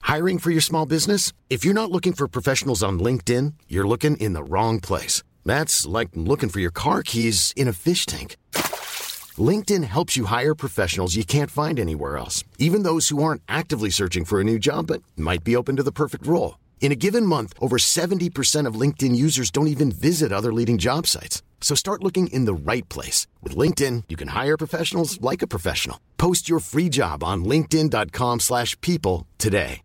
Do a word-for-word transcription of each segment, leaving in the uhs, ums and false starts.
Hiring for your small business? If you're not looking for professionals on LinkedIn, you're looking in the wrong place. That's like looking for your car keys in a fish tank. LinkedIn helps you hire professionals you can't find anywhere else, even those who aren't actively searching for a new job but might be open to the perfect role. In a given month, over seventy percent of LinkedIn users don't even visit other leading job sites. So start looking in the right place. With LinkedIn, you can hire professionals like a professional. Post your free job on linkedin.com slash people today.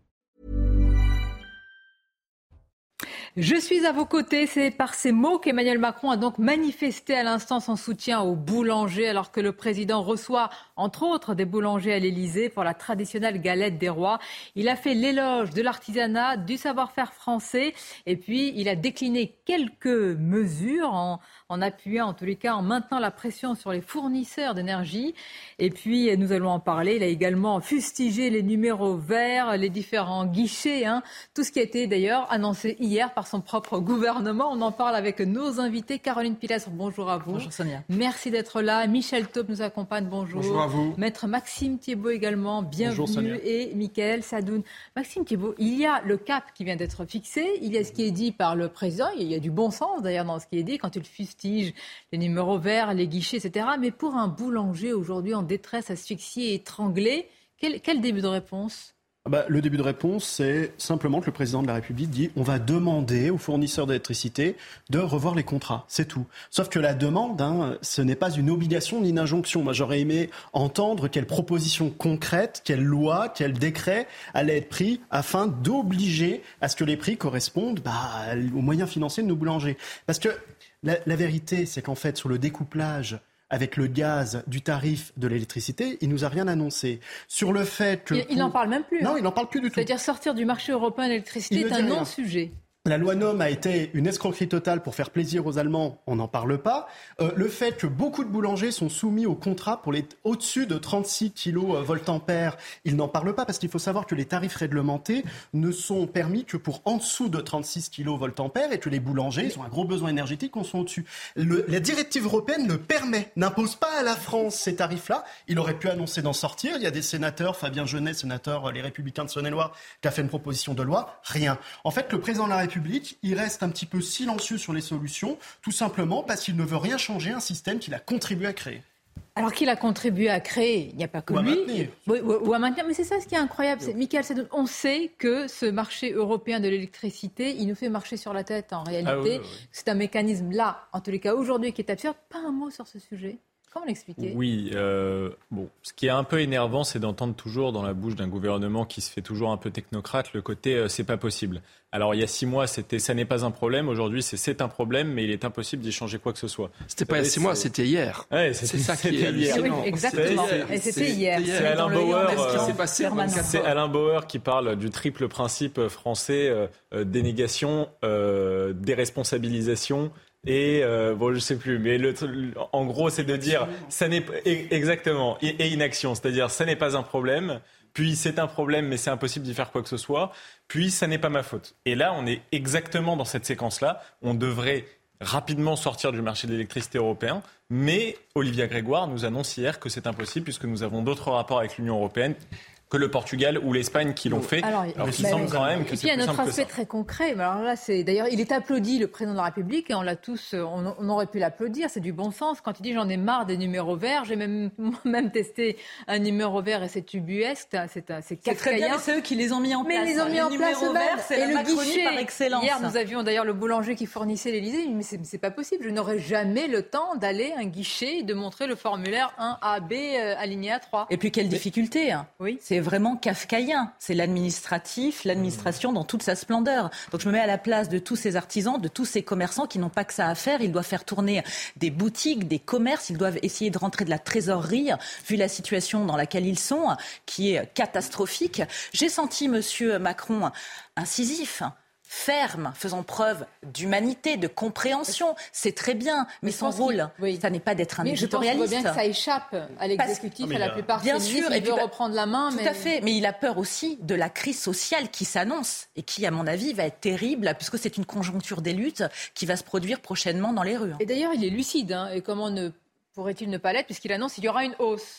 Je suis à vos côtés, c'est par ces mots qu'Emmanuel Macron a donc manifesté à l'instant son soutien aux boulangers alors que le président reçoit entre autres des boulangers à l'Élysée pour la traditionnelle galette des rois. Il a fait l'éloge de l'artisanat, du savoir-faire français et puis il a décliné quelques mesures en, en appuyant, en tous les cas en maintenant la pression sur les fournisseurs d'énergie. Et puis nous allons en parler, il a également fustigé les numéros verts, les différents guichets, hein, tout ce qui a été d'ailleurs annoncé hier par son propre gouvernement. On en parle avec nos invités. Caroline Pilastre, bonjour à vous. Bonjour Sonia. Merci d'être là. Michel Taube nous accompagne, bonjour. Bonjour à vous. Maître Maxime Thiebaud également, bienvenue. Bonjour Sonia. Et Mickaël Sadoun. Maxime Thiebaud, il y a le cap qui vient d'être fixé, il y a ce qui est dit par le président, il y a du bon sens d'ailleurs dans ce qui est dit quand il fustige les numéros verts, les guichets, et cetera. Mais pour un boulanger aujourd'hui en détresse, asphyxié, étranglé, quel, quel début de réponse ? Bah, le début de réponse, c'est simplement que le président de la République dit on va demander aux fournisseurs d'électricité de revoir les contrats, c'est tout. Sauf que la demande, hein, ce n'est pas une obligation ni une injonction. Moi, j'aurais aimé entendre quelles propositions concrètes, quelles lois, quels décrets allaient être pris afin d'obliger à ce que les prix correspondent bah, aux moyens financiers de nos boulangers. Parce que la, la vérité, c'est qu'en fait, sur le découplage avec le gaz du tarif de l'électricité, il nous a rien annoncé. Sur le fait que... Il n'en pour... parle même plus. Non, hein. il n'en parle plus du tout. C'est-à-dire sortir du marché européen de l'électricité est un non-sujet. La loi Nome a été une escroquerie totale pour faire plaisir aux Allemands, on n'en parle pas. Euh, le fait que beaucoup de boulangers sont soumis au contrat pour les au-dessus de trente-six kilovoltampères, ils n'en parlent pas parce qu'il faut savoir que les tarifs réglementés ne sont permis que pour en dessous de trente-six kilovoltampères et que les boulangers ils ont un gros besoin énergétique, on sont au-dessus. Le, la directive européenne le permet, n'impose pas à la France ces tarifs-là. Il aurait pu annoncer d'en sortir. Il y a des sénateurs, Fabien Genet, sénateur Les Républicains de Saône-et-Loire, qui a fait une proposition de loi. Rien. En fait, le président de la République Public, il reste un petit peu silencieux sur les solutions, tout simplement parce qu'il ne veut rien changer à un système qu'il a contribué à créer. Alors qu'il a contribué à créer, il n'y a pas que ou lui. À maintenir. Ou, ou, ou à maintenir. Mais c'est ça ce qui est incroyable. C'est, Mickaël Sadoun, on sait que ce marché européen de l'électricité, il nous fait marcher sur la tête en réalité. Ah oui, oui, oui. C'est un mécanisme là, en tous les cas aujourd'hui, qui est absurde. Pas un mot sur ce sujet. Comment l'expliquer ? Oui, euh, bon, ce qui est un peu énervant, c'est d'entendre toujours dans la bouche d'un gouvernement qui se fait toujours un peu technocrate le côté euh, « c'est pas possible ». Alors il y a six mois, c'était « ça n'est pas un problème ». Aujourd'hui, c'est « c'est un problème, mais il est impossible d'y changer quoi que ce soit ». C'était pas il y a six mois, c'était hier. Ouais, c'était, c'est ça qui c'était est hier. Oui, exactement. Et c'était hier. C'est, c'est, Alain Bauer, euh, passé, c'est Alain Bauer qui parle du triple principe français euh, euh, dénégation, euh, déresponsabilisation. Et euh, bon, je sais plus, mais le, en gros, c'est de dire ça n'est exactement et, et inaction, c'est-à-dire ça n'est pas un problème, puis c'est un problème, mais c'est impossible d'y faire quoi que ce soit, puis ça n'est pas ma faute. Et là, on est exactement dans cette séquence-là. On devrait rapidement sortir du marché de l'électricité européen, mais Olivia Grégoire nous annonce hier que c'est impossible puisque nous avons d'autres rapports avec l'Union européenne que le Portugal ou l'Espagne qui l'ont fait. Alors, alors il semble quand même que et c'est puis, plus simple que ça. Il y a notre aspect très concret. Alors là, c'est, d'ailleurs, il est applaudi, le président de la République, et on l'a tous, on, on aurait pu l'applaudir, c'est du bon sens. Quand il dit « j'en ai marre des numéros verts », j'ai même, moi-même testé un numéro vert et c'est ubuesque, c'est, c'est, c'est kafkaïen. C'est très bien, mais c'est eux qui les ont mis en place. Mais ils les ont mis en place eux-mêmes. Vert, c'est et la le guichet, par excellence. Hier, nous avions d'ailleurs le boulanger qui fournissait l'Élysée. Il dit « mais c'est, c'est pas possible, je n'aurai jamais le temps d'aller à un guichet et de montrer le formulaire un A, B, euh, alinéa trois ». Et puis quelle difficulté hein. Oui. C'est vraiment kafkaïen. C'est l'administratif, l'administration dans toute sa splendeur. Donc je me mets à la place de tous ces artisans, de tous ces commerçants qui n'ont pas que ça à faire. Ils doivent faire tourner des boutiques, des commerces. Ils doivent essayer de rentrer de la trésorerie, vu la situation dans laquelle ils sont, qui est catastrophique. J'ai senti Monsieur Macron incisif, ferme, faisant preuve d'humanité, de compréhension. C'est très bien, mais, mais son rôle, oui. ça n'est pas d'être un éditorialiste. Mais je pense bien que ça échappe à l'exécutif, Parce... à la plupart bien des sûr, ministres. Il veut reprendre la main. Tout mais... à fait, mais il a peur aussi de la crise sociale qui s'annonce et qui, à mon avis, va être terrible, puisque c'est une conjoncture des luttes qui va se produire prochainement dans les rues. Et d'ailleurs, il est lucide. Hein, et comment ne pourrait-il ne pas l'être, puisqu'il annonce qu'il y aura une hausse.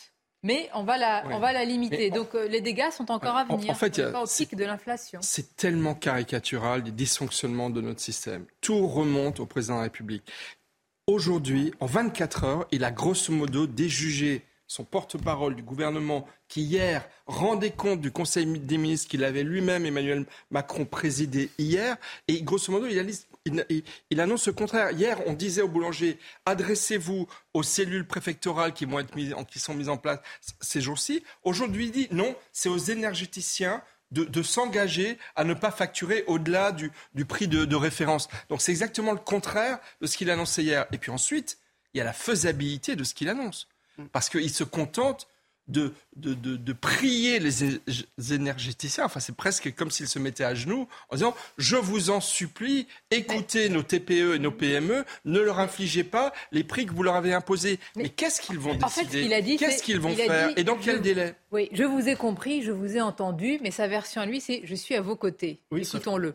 Mais on va la, Ouais. on va la limiter. Mais Donc euh, les dégâts sont encore Ouais. à venir. En- en fait, on il y a- n'est pas au c'est- pic de l'inflation. C'est tellement caricatural, les dysfonctionnements de notre système. Tout remonte au président de la République. Aujourd'hui, en vingt-quatre heures, il a grosso modo déjugé son porte-parole du gouvernement qui hier rendait compte du Conseil des ministres qu'il avait lui-même, Emmanuel Macron, présidé hier. Et grosso modo, il, a, il, il, il annonce le contraire. Hier, on disait aux boulangers, adressez-vous aux cellules préfectorales qui, vont être mises, qui sont mises en place ces jours-ci. Aujourd'hui, il dit non, c'est aux énergéticiens De, de s'engager à ne pas facturer au-delà du, du prix de, de référence. Donc c'est exactement le contraire de ce qu'il annonçait hier. Et puis ensuite, il y a la faisabilité de ce qu'il annonce. Parce qu'il se contente de, de, de, de prier les, é- les énergéticiens. Enfin, c'est presque comme s'il se mettait à genoux en disant « Je vous en supplie, écoutez nos T P E et nos P M E, ne leur infligez pas les prix que vous leur avez imposés. » Mais, Mais qu'est-ce qu'ils vont en fait, décider ce qu'il a dit, Qu'est-ce c'est- qu'ils vont il a faire dit, Et dans je- quel délai? Oui, je vous ai compris, je vous ai entendu, mais sa version à lui, c'est « Je suis à vos côtés Oui, ». Écoutons-le.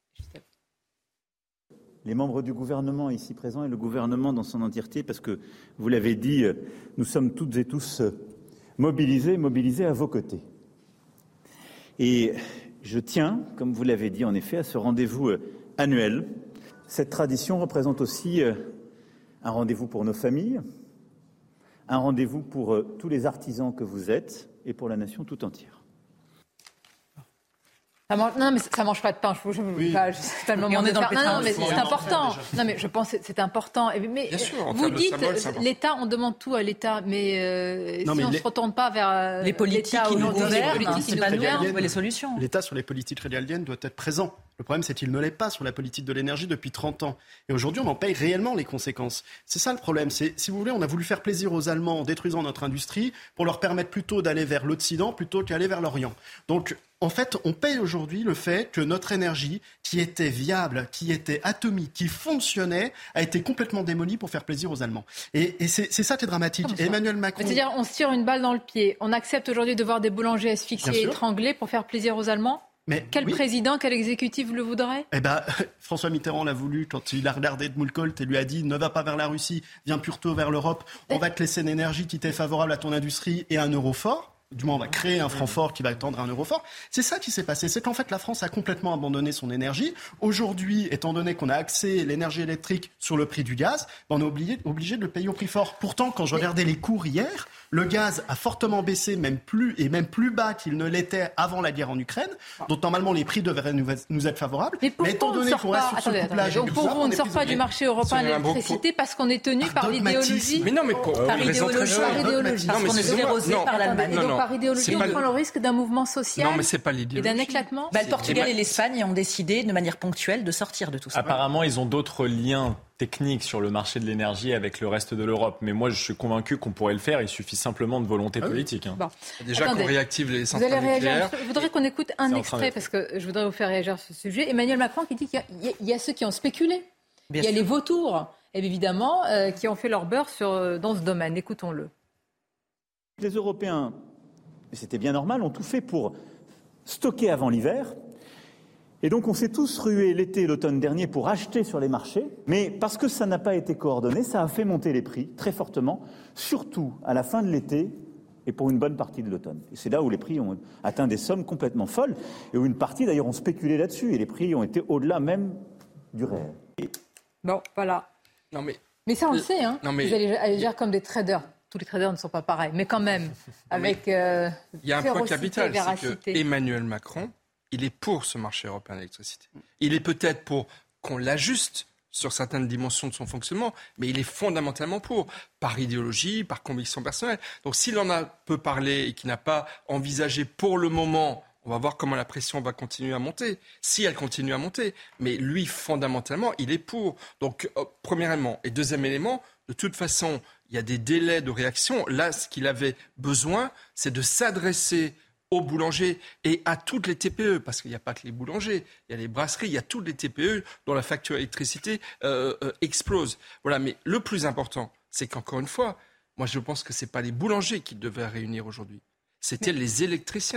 Les membres du gouvernement ici présents et le gouvernement dans son entièreté, parce que, vous l'avez dit, nous sommes toutes et tous mobilisés, mobilisés à vos côtés. Et je tiens, comme vous l'avez dit en effet, à ce rendez-vous annuel. Cette tradition représente aussi un rendez-vous pour nos familles, un rendez-vous pour tous les artisans que vous êtes et pour la nation tout entière. Ça mange, non, mais ça mange pas de pain. Je, je, Oui. pas, je, c'est tellement Et on est dans le non, non, mais pétrin c'est aussi, important. déjà. Non, mais je pense que c'est important. Et- Mais Bien sûr, en vous termes de dites, symbole, c'est important. l'État, on demande tout à l'État, mais euh, Non, si mais on ne les- se retourne pas vers euh, Les politiques l'État qui nous aujourd'hui, les gouvernent, politiques hein, qui c'est nous pas nous qui gouvernent, trouvons les solutions. L'État sur les politiques régaliennes doit être présent. Le problème, c'est qu'il ne l'est pas sur la politique de l'énergie depuis trente ans. Et aujourd'hui, on en paye réellement les conséquences. C'est ça le problème. C'est, si vous voulez, on a voulu faire plaisir aux Allemands en détruisant notre industrie pour leur permettre plutôt d'aller vers l'Occident plutôt qu'aller vers l'Orient. Donc, en fait, on paye aujourd'hui le fait que notre énergie, qui était viable, qui était atomique, qui fonctionnait, a été complètement démolie pour faire plaisir aux Allemands. Et, et c'est, c'est ça qui est dramatique. Comment ça Emmanuel Macron... Mais c'est-à-dire, on se tire une balle dans le pied. On accepte aujourd'hui de voir des boulangers asphyxiés Bien et sûr. étranglés pour faire plaisir aux Allemands. Mais Quel oui. président, quel exécutif le voudrait? Eh ben, François Mitterrand l'a voulu quand il a regardé de Moulcolt et lui a dit « Ne va pas vers la Russie, viens plutôt vers l'Europe. On va te laisser une énergie qui t'est favorable à ton industrie et un euro fort. » Du moins, on va créer un franc fort qui va tendre à un euro fort. C'est ça qui s'est passé. C'est qu'en fait, la France a complètement abandonné son énergie. Aujourd'hui, étant donné qu'on a axé l'énergie électrique sur le prix du gaz, ben on est obligé, obligé de le payer au prix fort. Pourtant, quand je regardais les cours hier, le gaz a fortement baissé, même plus, et même plus bas qu'il ne l'était avant la guerre en Ukraine. Donc, normalement, les prix devraient nous, nous être favorables. Mais pourquoi étant on ne donné sort qu'on reste pas sur ce Attendez, couplage attendez. Donc, pour bizarre, vous, on ne est sort pas prisonnier. du marché européen de C'est un bon l'électricité parce qu'on est tenu par dogmatisme. l'idéologie. Mais non, mais pour, Par une raison idéologie, très par simple. idéologie. Non, Parce mais qu'on est excusez-moi, sclérosé non, par l'Allemagne. Et non, donc, non. par idéologie, C'est on pas prend le- le risque d'un mouvement social Non, mais c'est pas et l'idéologie. d'un éclatement. Bah, le Portugal Et et bah- l'Espagne ont décidé de manière ponctuelle de sortir de tout ça. Apparemment, ils ont d'autres liens techniques sur le marché de l'énergie avec le reste de l'Europe. Mais moi, je suis convaincu qu'on pourrait le faire. Il suffit simplement de volonté politique. hein. Bon. Déjà Attendez. qu'on réactive les Vous allez centrales réagir. nucléaires. Je voudrais qu'on écoute un C'est en train extrait d'être parce que je voudrais vous faire réagir sur ce sujet. Emmanuel Macron qui dit qu'il y a, il y a ceux qui ont spéculé. Bien il y a sûr. les vautours, évidemment, euh, qui ont fait leur beurre sur, euh, dans ce domaine. Écoutons-le. Les Européens, et c'était bien normal, ont tout fait pour stocker avant l'hiver. Et donc on s'est tous rués l'été et l'automne dernier pour acheter sur les marchés. Mais parce que ça n'a pas été coordonné, ça a fait monter les prix très fortement, surtout à la fin de l'été et pour une bonne partie de l'automne. Et c'est là où les prix ont atteint des sommes complètement folles et où une partie d'ailleurs ont spéculé là-dessus et les prix ont été au-delà même du réel. Et Bon, voilà. Non, mais Mais ça, on le Euh, sait. Hein. non, mais- Vous allez agir comme des traders. Tous les traders ne sont pas pareils, mais quand même, avec euh, il y a un point férocité, capital, c'est véracité. que Emmanuel Macron, il est pour ce marché européen de l'électricité. Il est peut-être pour qu'on l'ajuste sur certaines dimensions de son fonctionnement, mais il est fondamentalement pour, par idéologie, par conviction personnelle. Donc s'il en a peu parlé et qu'il n'a pas envisagé pour le moment, on va voir comment la pression va continuer à monter, si elle continue à monter. Mais lui, fondamentalement, il est pour. Donc, euh, premier élément. Et deuxième élément, de toute façon, il y a des délais de réaction. Là, ce qu'il avait besoin, c'est de s'adresser aux boulangers et à toutes les T P E, parce qu'il n'y a pas que les boulangers, il y a les brasseries, il y a toutes les T P E dont la facture d'électricité euh, euh, explose. Voilà, mais le plus important, c'est qu'encore une fois, moi je pense que ce n'est pas les boulangers qui devaient réunir aujourd'hui, c'était les électriciens.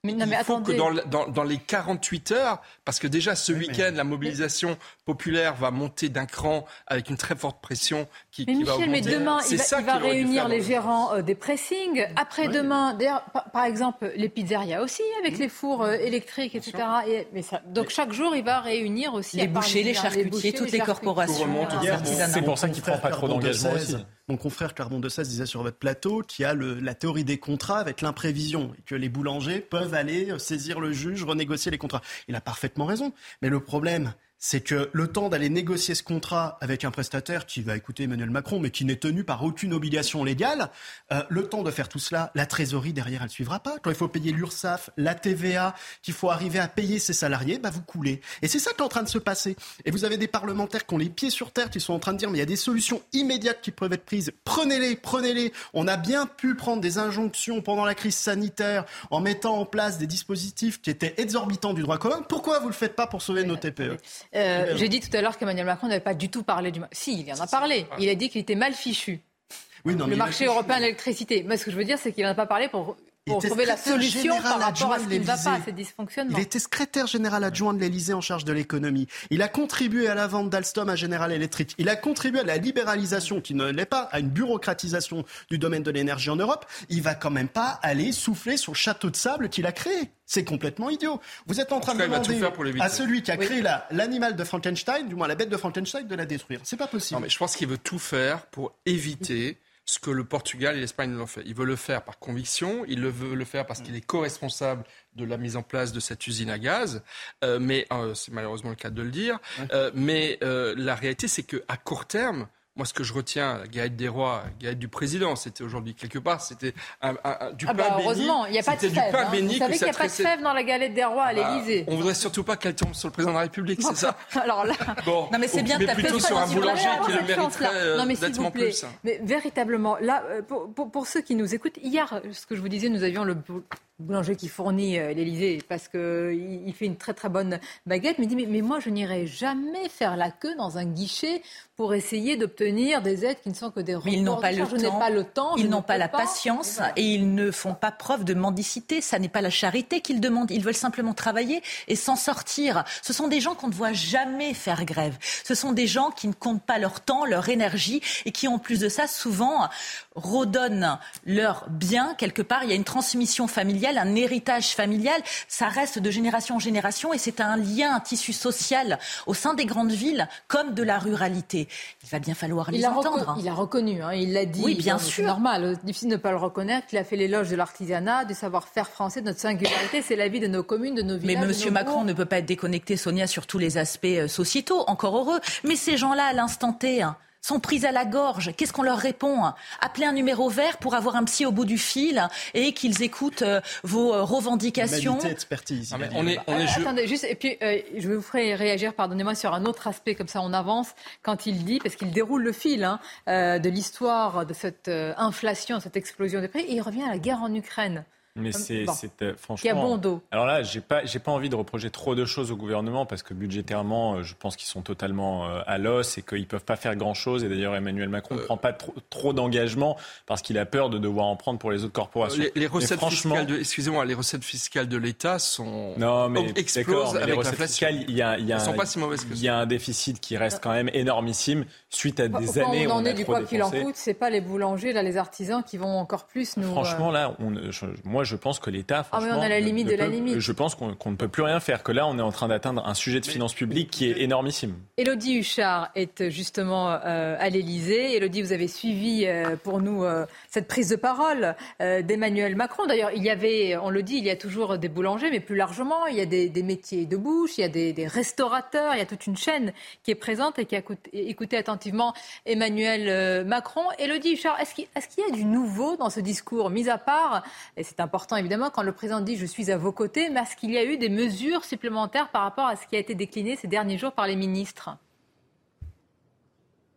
Mais non, mais il faut attendez. que dans, dans, dans les quarante-huit heures, parce que déjà ce oui, week-end, mais... la mobilisation populaire va monter d'un cran avec une très forte pression qui, mais qui Michel, va augmenter. Mais demain, c'est il va, ça il va réunir les gérants euh, des pressings. Après-demain, oui. d'ailleurs, par, par exemple, les pizzerias aussi, avec mmh. les fours euh, électriques, et cetera. Et, mais ça, donc chaque jour, il va réunir aussi... Les bouchers, les charcutiers, les bouchers, toutes les, les corporations. C'est pour ça qu'il ne prend pas trop d'engagement aussi. Mon confrère Carbon de Saz disait sur votre plateau qu'il y a le, la théorie des contrats avec l'imprévision et que les boulangers peuvent aller saisir le juge, renégocier les contrats. Il a parfaitement raison. Mais le problème, c'est que le temps d'aller négocier ce contrat avec un prestataire qui va écouter Emmanuel Macron, mais qui n'est tenu par aucune obligation légale, euh, le temps de faire tout cela, la trésorerie derrière, elle ne suivra pas. Quand il faut payer l'URSSAF, la T V A, qu'il faut arriver à payer ses salariés, bah vous coulez. Et c'est ça qui est en train de se passer. Et vous avez des parlementaires qui ont les pieds sur terre, qui sont en train de dire, mais il y a des solutions immédiates qui peuvent être prises. Prenez-les, prenez-les. On a bien pu prendre des injonctions pendant la crise sanitaire en mettant en place des dispositifs qui étaient exorbitants du droit commun. Pourquoi vous ne le faites pas pour sauver nos T P E ? Euh, j'ai dit tout à l'heure qu'Emmanuel Macron n'avait pas du tout parlé du... Si, il y en a parlé. Il a dit qu'il était mal fichu. Oui, non, le marché européen de l'électricité. Mais ce que je veux dire, c'est qu'il n'en a pas parlé pour... pour trouver la solution par rapport à ce qui ne va pas, à ces dysfonctionnements. Il était secrétaire général adjoint de l'Élysée en charge de l'économie. Il a contribué à la vente d'Alstom à General Electric. Il a contribué à la libéralisation, qui ne l'est pas, à une bureaucratisation du domaine de l'énergie en Europe. Il va quand même pas aller souffler sur le château de sable qu'il a créé. C'est complètement idiot. Vous êtes en train en de demander à celui qui a créé oui. la, l'animal de Frankenstein, du moins la bête de Frankenstein, de la détruire. C'est pas possible. Non, mais je pense qu'il veut tout faire pour éviter ce que le Portugal et l'Espagne l'ont fait. Il veut le faire par conviction, il veut le faire parce qu'il est co-responsable de la mise en place de cette usine à gaz, euh, mais euh, c'est malheureusement le cas de le dire. Euh, mais euh, la réalité, c'est qu'à court terme, moi, ce que je retiens, la galette des rois, la galette du président, c'était aujourd'hui quelque part, c'était un, un, un, du ah pain bah béni. Heureusement, il n'y a pas de fève. Hein. Vous savez qu'il n'y a pas de fève dans la galette des rois à bah, l'Élysée. On voudrait surtout pas qu'elle tombe sur le président de la République, c'est ça. Alors là, bon, non mais c'est bien de taper plutôt sur un boulanger qui le mériterait euh, non, mais nettement plus. Mais véritablement, là, pour, pour, pour ceux qui nous écoutent, hier, ce que je vous disais, nous avions le boulanger qui fournit euh, l'Élysée parce qu'il il fait une très très bonne baguette. Mais il dit mais, mais moi je n'irai jamais faire la queue dans un guichet pour essayer d'obtenir des aides qui ne sont que des reports. Mais ils n'ont pas le, je n'ai pas le temps. Ils n'ont pas la pas. patience et, et ils ne font pas preuve de mendicité. Ça n'est pas la charité qu'ils demandent. Ils veulent simplement travailler et s'en sortir. Ce sont des gens qu'on ne voit jamais faire grève. Ce sont des gens qui ne comptent pas leur temps, leur énergie et qui en plus de ça souvent redonnent leurs biens quelque part. Il y a une transmission familiale, un héritage familial. Ça reste de génération en génération et c'est un lien, un tissu social au sein des grandes villes comme de la ruralité. Il va bien falloir les il entendre. Reco- il a reconnu, hein, il l'a dit. Oui, bien c'est sûr. C'est normal, difficile de ne pas le reconnaître. Il a fait l'éloge de l'artisanat, du savoir-faire français, de notre singularité. C'est la vie de nos communes, de nos villages. Mais M. Macron bourgs. ne peut pas être déconnecté, Sonia, sur tous les aspects sociétaux. Encore heureux. Mais ces gens-là, à l'instant T, hein, sont prises à la gorge. Qu'est-ce qu'on leur répond ? Appelez un numéro vert pour avoir un psy au bout du fil et qu'ils écoutent euh, vos euh, revendications. Humanité, expertise. Ah, mais on est, on est ah, attendez, juste, et puis euh, je vous ferai réagir, pardonnez-moi, sur un autre aspect, comme ça on avance, quand il dit, parce qu'il déroule le fil hein, euh, de l'histoire de cette euh, inflation, cette explosion des prix, et il revient à la guerre en Ukraine. Mais c'est, bon. c'est euh, franchement. Il y a bon dos. Alors là, j'ai pas, j'ai pas envie de reprocher trop de choses au gouvernement parce que budgétairement, euh, je pense qu'ils sont totalement euh, à l'os et qu'ils peuvent pas faire grand chose. Et d'ailleurs, Emmanuel Macron ne euh... prend pas trop, trop d'engagement parce qu'il a peur de devoir en prendre pour les autres corporations. Les, les recettes franchement... fiscales de, excusez-moi, les recettes fiscales de l'État sont non, mais explosent avec les recettes l'inflation. Fiscales, il y a, il y a, Elles sont pas si mauvaises que ça. Il y a un déficit qui reste quand même énormissime suite à des Quand années où on en on est a du trop quoi qu'il en dépensé. coûte, c'est pas les boulangers, là, les artisans qui vont encore plus nous. Franchement, euh... là, on, je, moi, je pense que l'État. Ah mais on a la limite de la peut, limite. Je pense qu'on, qu'on ne peut plus rien faire, que là, on est en train d'atteindre un sujet de mais, finances publiques qui est énormissime. Élodie Huchard est justement euh, à l'Élysée. Élodie, vous avez suivi euh, pour nous euh, cette prise de parole euh, d'Emmanuel Macron. D'ailleurs, il y avait, on le dit, il y a toujours des boulangers, mais plus largement, il y a des, des métiers de bouche, il y a des, des restaurateurs, il y a toute une chaîne qui est présente et qui a écouté, écouté attentivement Emmanuel euh, Macron. Élodie Huchard, est-ce qu'il, est-ce qu'il y a du nouveau dans ce discours, mis à part, et c'est important évidemment, quand le président dit « je suis à vos côtés », mais est-ce qu'il y a eu des mesures supplémentaires par rapport à ce qui a été décliné ces derniers jours par les ministres ?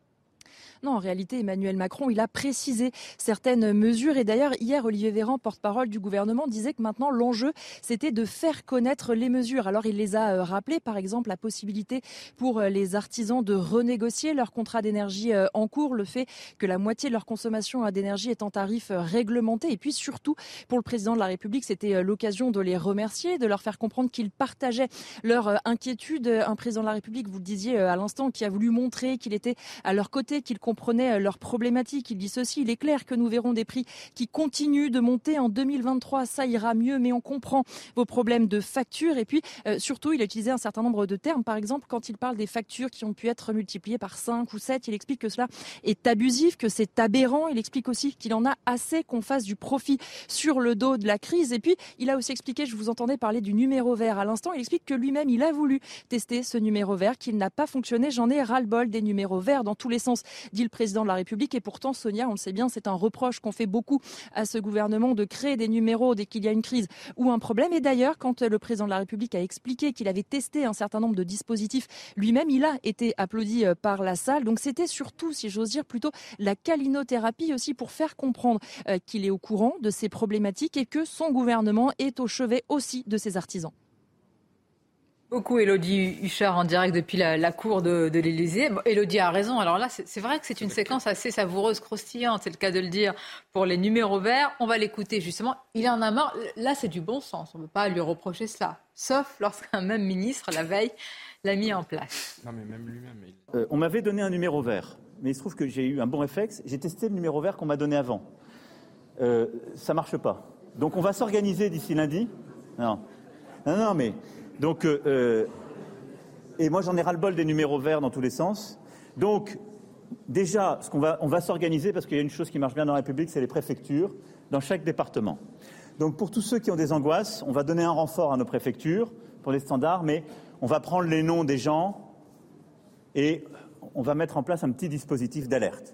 Non, en réalité, Emmanuel Macron, il a précisé certaines mesures. Et d'ailleurs, hier, Olivier Véran, porte-parole du gouvernement, disait que maintenant, l'enjeu, c'était de faire connaître les mesures. Alors, il les a rappelées, par exemple, la possibilité pour les artisans de renégocier leur contrat d'énergie en cours, le fait que la moitié de leur consommation d'énergie est en tarif réglementé. Et puis, surtout, pour le président de la République, c'était l'occasion de les remercier, de leur faire comprendre qu'ils partageaient leur inquiétude. Un président de la République, vous le disiez à l'instant, qui a voulu montrer qu'il était à leur côté, qu'il comprenait leurs problématiques. Il dit ceci: il est clair que nous verrons des prix qui continuent de monter en deux mille vingt-trois. Ça ira mieux, mais on comprend vos problèmes de facture. Et puis, euh, surtout, il a utilisé un certain nombre de termes. Par exemple, quand il parle des factures qui ont pu être multipliées par cinq ou sept, il explique que cela est abusif, que c'est aberrant. Il explique aussi qu'il en a assez qu'on fasse du profit sur le dos de la crise. Et puis, il a aussi expliqué, je vous entendais parler du numéro vert à l'instant, il explique que lui-même, il a voulu tester ce numéro vert, qu'il n'a pas fonctionné. J'en ai ras-le-bol des numéros verts dans tous les sens, dit le président de la République. Et pourtant, Sonia, on le sait bien, c'est un reproche qu'on fait beaucoup à ce gouvernement de créer des numéros dès qu'il y a une crise ou un problème. Et d'ailleurs, quand le président de la République a expliqué qu'il avait testé un certain nombre de dispositifs, lui-même, il a été applaudi par la salle. Donc c'était surtout, si j'ose dire, plutôt la câlinothérapie aussi pour faire comprendre euh, qu'il est au courant de ces problématiques et que son gouvernement est au chevet aussi de ses artisans. Beaucoup Élodie Huchard en direct depuis la, la cour de, de l'Élysée. Bon, Élodie a raison. Alors là, c'est, c'est vrai que c'est une séquence assez savoureuse, croustillante, c'est le cas de le dire, pour les numéros verts. On va l'écouter justement. Il en a marre. Là, c'est du bon sens. On ne peut pas lui reprocher cela. Sauf lorsqu'un même ministre, la veille, l'a mis en place. Non, mais même lui-même. Il... Euh, on m'avait donné un numéro vert. Mais il se trouve que j'ai eu un bon réflexe. J'ai testé le numéro vert qu'on m'a donné avant. Euh, ça ne marche pas. Donc on va s'organiser d'ici lundi. Non, non, non, mais... Donc, euh, et moi j'en ai ras-le-bol des numéros verts dans tous les sens. Donc, déjà, ce qu'on va, on va s'organiser parce qu'il y a une chose qui marche bien dans la République, c'est les préfectures dans chaque département. Donc, pour tous ceux qui ont des angoisses, on va donner un renfort à nos préfectures pour les standards, mais on va prendre les noms des gens et on va mettre en place un petit dispositif d'alerte.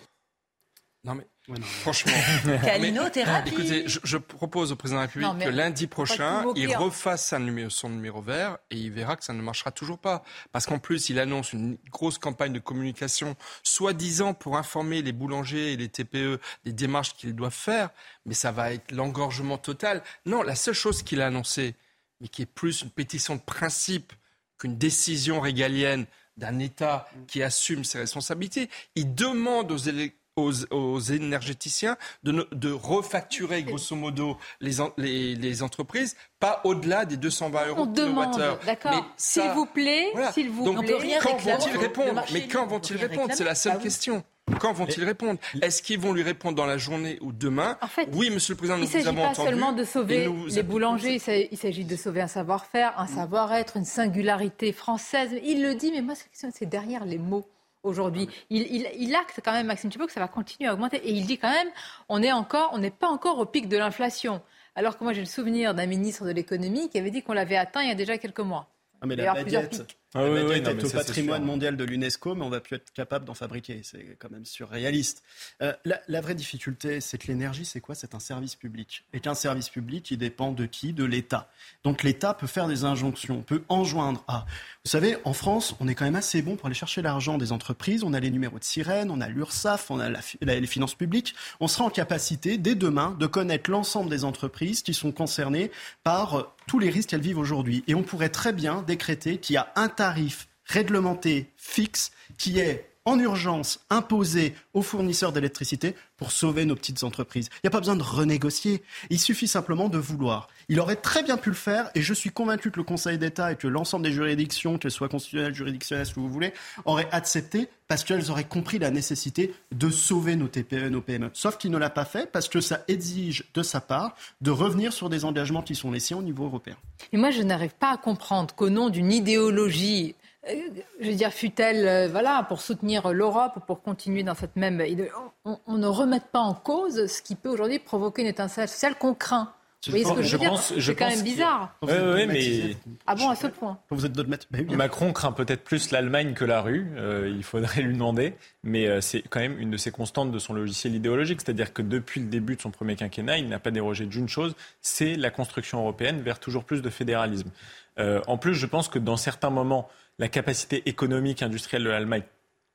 Non mais ouais, non. Franchement, Câlinothérapie. Écoutez, je, je propose au président de la République non, que lundi prochain, il refasse un numéro, son numéro vert et il verra que ça ne marchera toujours pas. Parce qu'en plus, il annonce une grosse campagne de communication, soi-disant pour informer les boulangers et les T P E des démarches qu'ils doivent faire, mais ça va être l'engorgement total. Non, la seule chose qu'il a annoncée, mais qui est plus une pétition de principe qu'une décision régalienne d'un État qui assume ses responsabilités, il demande aux électeurs Aux, aux énergéticiens de, de refacturer grosso modo les, en, les, les entreprises pas au-delà des deux cent vingt euros on demande, d'accord, ça, s'il vous plaît, voilà. s'il vous Donc, plaît. Quand vont-ils répondre Mais quand vont-ils répondre C'est la seule ah, oui. question. Quand vont-ils et... répondre Est-ce qu'ils vont lui répondre dans la journée ou demain en fait, Oui, Monsieur le Président, nous vous avons entendu. Il ne s'agit pas seulement de sauver les boulangers, il s'agit de sauver un savoir-faire, un savoir-être, une singularité française. Il le dit, mais moi, c'est derrière les mots. Aujourd'hui, il, il, il acte quand même, Maxime Thibault, que ça va continuer à augmenter. Et il dit quand même, on est encore, on n'est pas encore au pic de l'inflation. Alors que moi, j'ai le souvenir d'un ministre de l'économie qui avait dit qu'on l'avait atteint il y a déjà quelques mois. Ah, mais la baguette, ah, la oui, baguette oui, non, est au patrimoine est mondial de l'UNESCO, mais on ne va plus être capable d'en fabriquer. C'est quand même surréaliste. Euh, la, la vraie difficulté, c'est que l'énergie, c'est quoi ? C'est un service public. Et qu'un service public, il dépend de qui ? De l'État. Donc l'État peut faire des injonctions, peut enjoindre à... Vous savez, en France, on est quand même assez bon pour aller chercher l'argent des entreprises. On a les numéros de sirène, on a l'URSSAF, on a la, la, les finances publiques. On sera en capacité, dès demain, de connaître l'ensemble des entreprises qui sont concernées par... Euh, tous les risques qu'elles vivent aujourd'hui. Et on pourrait très bien décréter qu'il y a un tarif réglementé fixe qui est en urgence imposé aux fournisseurs d'électricité pour sauver nos petites entreprises. Il n'y a pas besoin de renégocier. Il suffit simplement de vouloir. Il aurait très bien pu le faire et je suis convaincu que le Conseil d'État et que l'ensemble des juridictions, qu'elles soient constitutionnelles, juridictionnelles, ce que vous voulez, auraient accepté parce qu'elles auraient compris la nécessité de sauver nos T P E, nos P M E. Sauf qu'il ne l'a pas fait parce que ça exige de sa part de revenir sur des engagements qui sont les siens au niveau européen. Et moi, je n'arrive pas à comprendre qu'au nom d'une idéologie... Je veux dire, fut-elle, euh, voilà, pour soutenir l'Europe ou pour continuer dans cette même... On, on ne remette pas en cause ce qui peut aujourd'hui provoquer une étincelle sociale qu'on craint. Vous voyez ce que je, je veux pense, dire je C'est quand même bizarre. Oui, oui, mais... Ah bon, à ce point Quand vous êtes dogmatique. Ben oui, Macron craint peut-être plus l'Allemagne que la rue. Euh, il faudrait lui demander. Mais euh, c'est quand même une de ses constantes de son logiciel idéologique. C'est-à-dire que depuis le début de son premier quinquennat, il n'a pas dérogé d'une chose, c'est la construction européenne vers toujours plus de fédéralisme. Euh, en plus, je pense que dans certains moments... La capacité économique industrielle de l'Allemagne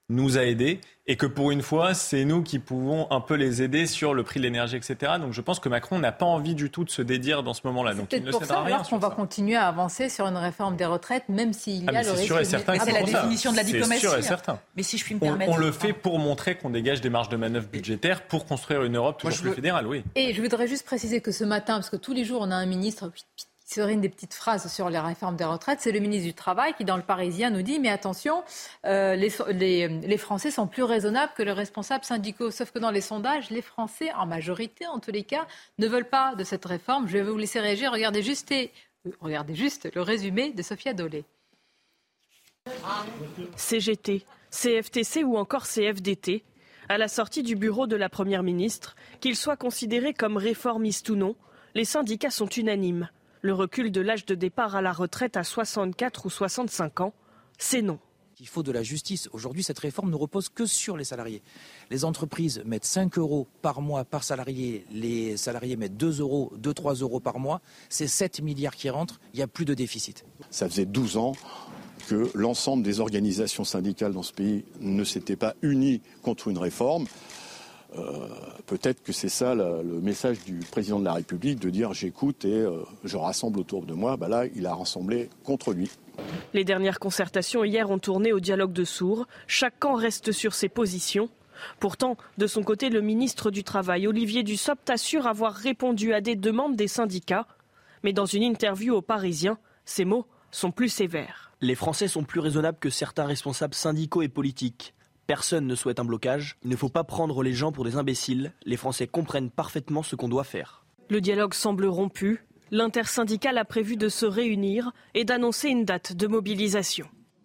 nous a aidés et que pour une fois, c'est nous qui pouvons un peu les aider sur le prix de l'énergie, et cetera. Donc je pense que Macron n'a pas envie du tout de se dédire dans ce moment-là. C'est Donc peut-être il ne pour cédera ça rien alors qu'on va ça. continuer à avancer sur une réforme des retraites, même s'il y Ah, a le risque. Sûr et certain mais c'est la ça. définition de la diplomatie. C'est sûr et certain. Mais si je puis me On, permettre, on le fait pour montrer qu'on dégage des marges de manœuvre budgétaires pour construire une Europe toujours Moi, je plus veux... fédérale, oui. Et je voudrais juste préciser que ce matin, parce que tous les jours on a un ministre qui serine des petites phrases sur les réformes des retraites, c'est le ministre du Travail qui, dans le Parisien, nous dit « Mais attention, euh, les, les, les Français sont plus raisonnables que les responsables syndicaux. » Sauf que dans les sondages, les Français, en majorité en tous les cas, ne veulent pas de cette réforme. Je vais vous laisser réagir. Regardez juste, et, euh, regardez juste le résumé de Sophia Dolé. C G T, C F T C ou encore C F D T, à la sortie du bureau de la Première ministre, qu'ils soient considérés comme réformistes ou non, les syndicats sont unanimes. Le recul de l'âge de départ à la retraite à soixante-quatre ou soixante-cinq ans, c'est non. Il faut de la justice. Aujourd'hui, cette réforme ne repose que sur les salariés. Les entreprises mettent cinq euros par mois par salarié, les salariés mettent deux euros, deux à trois euros par mois. C'est sept milliards qui rentrent, il n'y a plus de déficit. Ça faisait douze ans que l'ensemble des organisations syndicales dans ce pays ne s'étaient pas unies contre une réforme. Euh, peut-être que c'est ça la, le message du président de la République, de dire j'écoute et euh, je rassemble autour de moi. Bah là, il a rassemblé contre lui. Les dernières concertations hier ont tourné au dialogue de sourds. Chaque camp reste sur ses positions. Pourtant, de son côté, le ministre du Travail, Olivier Dussopt, assure avoir répondu à des demandes des syndicats. Mais dans une interview aux Parisiens, ces mots sont plus sévères. Les Français sont plus raisonnables que certains responsables syndicaux et politiques. Personne ne souhaite un blocage. Il ne faut pas prendre les gens pour des imbéciles. Les Français comprennent parfaitement ce qu'on doit faire. Le dialogue semble rompu. L'intersyndicale a prévu de se réunir et d'annoncer une date de mobilisation.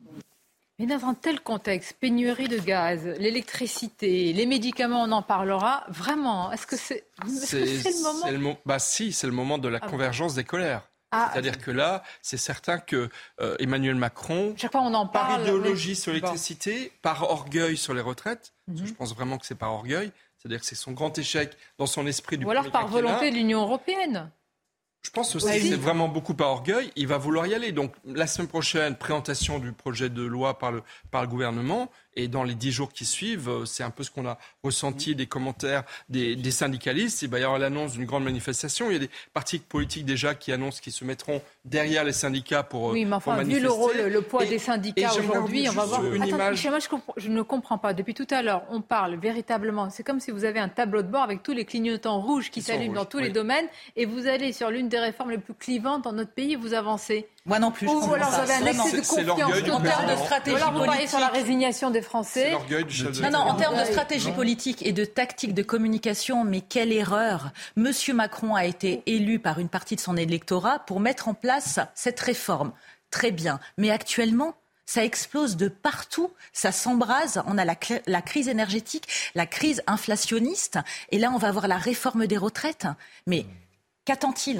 Mais dans un tel contexte, pénurie de gaz, l'électricité, les médicaments, on en parlera. Vraiment, est-ce que c'est, est-ce c'est, que c'est le moment c'est le mo- Bah si, c'est le moment de la ah convergence bon. des colères. Ah, C'est-à-dire que là, c'est certain que euh, Emmanuel Macron, chaque fois on en parle, par idéologie mais... sur l'électricité, bon. par orgueil sur les retraites, mm-hmm. je pense vraiment que c'est par orgueil, c'est-à-dire que c'est son grand échec dans son esprit du Ou alors par volonté de l'Union européenne. Je pense aussi oui. que c'est vraiment beaucoup par orgueil. Il va vouloir y aller. Donc la semaine prochaine, présentation du projet de loi par le, par le gouvernement. Et dans les dix jours qui suivent, c'est un peu ce qu'on a ressenti des commentaires des, des syndicalistes. Il va y avoir l'annonce d'une grande manifestation. Il y a des partis politiques déjà qui annoncent qu'ils se mettront derrière les syndicats pour, oui, mais enfin, pour manifester. Vu le rôle, le poids et, des syndicats aujourd'hui, on va voir. Une Attends, image... moi, je, je ne comprends pas. Depuis tout à l'heure, on parle véritablement. C'est comme si vous avez un tableau de bord avec tous les clignotants rouges qui, qui s'allument rouges, dans tous oui. les domaines, et vous allez sur l'une des réformes les plus clivantes dans notre pays, vous avancez. Moi non plus. Ou alors vous avez un excès de confiance en termes de stratégie politique. Ou alors vous parlez sur la résignation des Français. C'est l'orgueil du chef de Non, non, en termes de stratégie politique et de tactique de communication, mais quelle erreur. Monsieur Macron a été élu par une partie de son électorat pour mettre en place cette réforme. Très bien. Mais actuellement, ça explose de partout, ça s'embrase. On a la, cl- la crise énergétique, la crise inflationniste. Et là, on va avoir la réforme des retraites. Mais qu'attend-il ?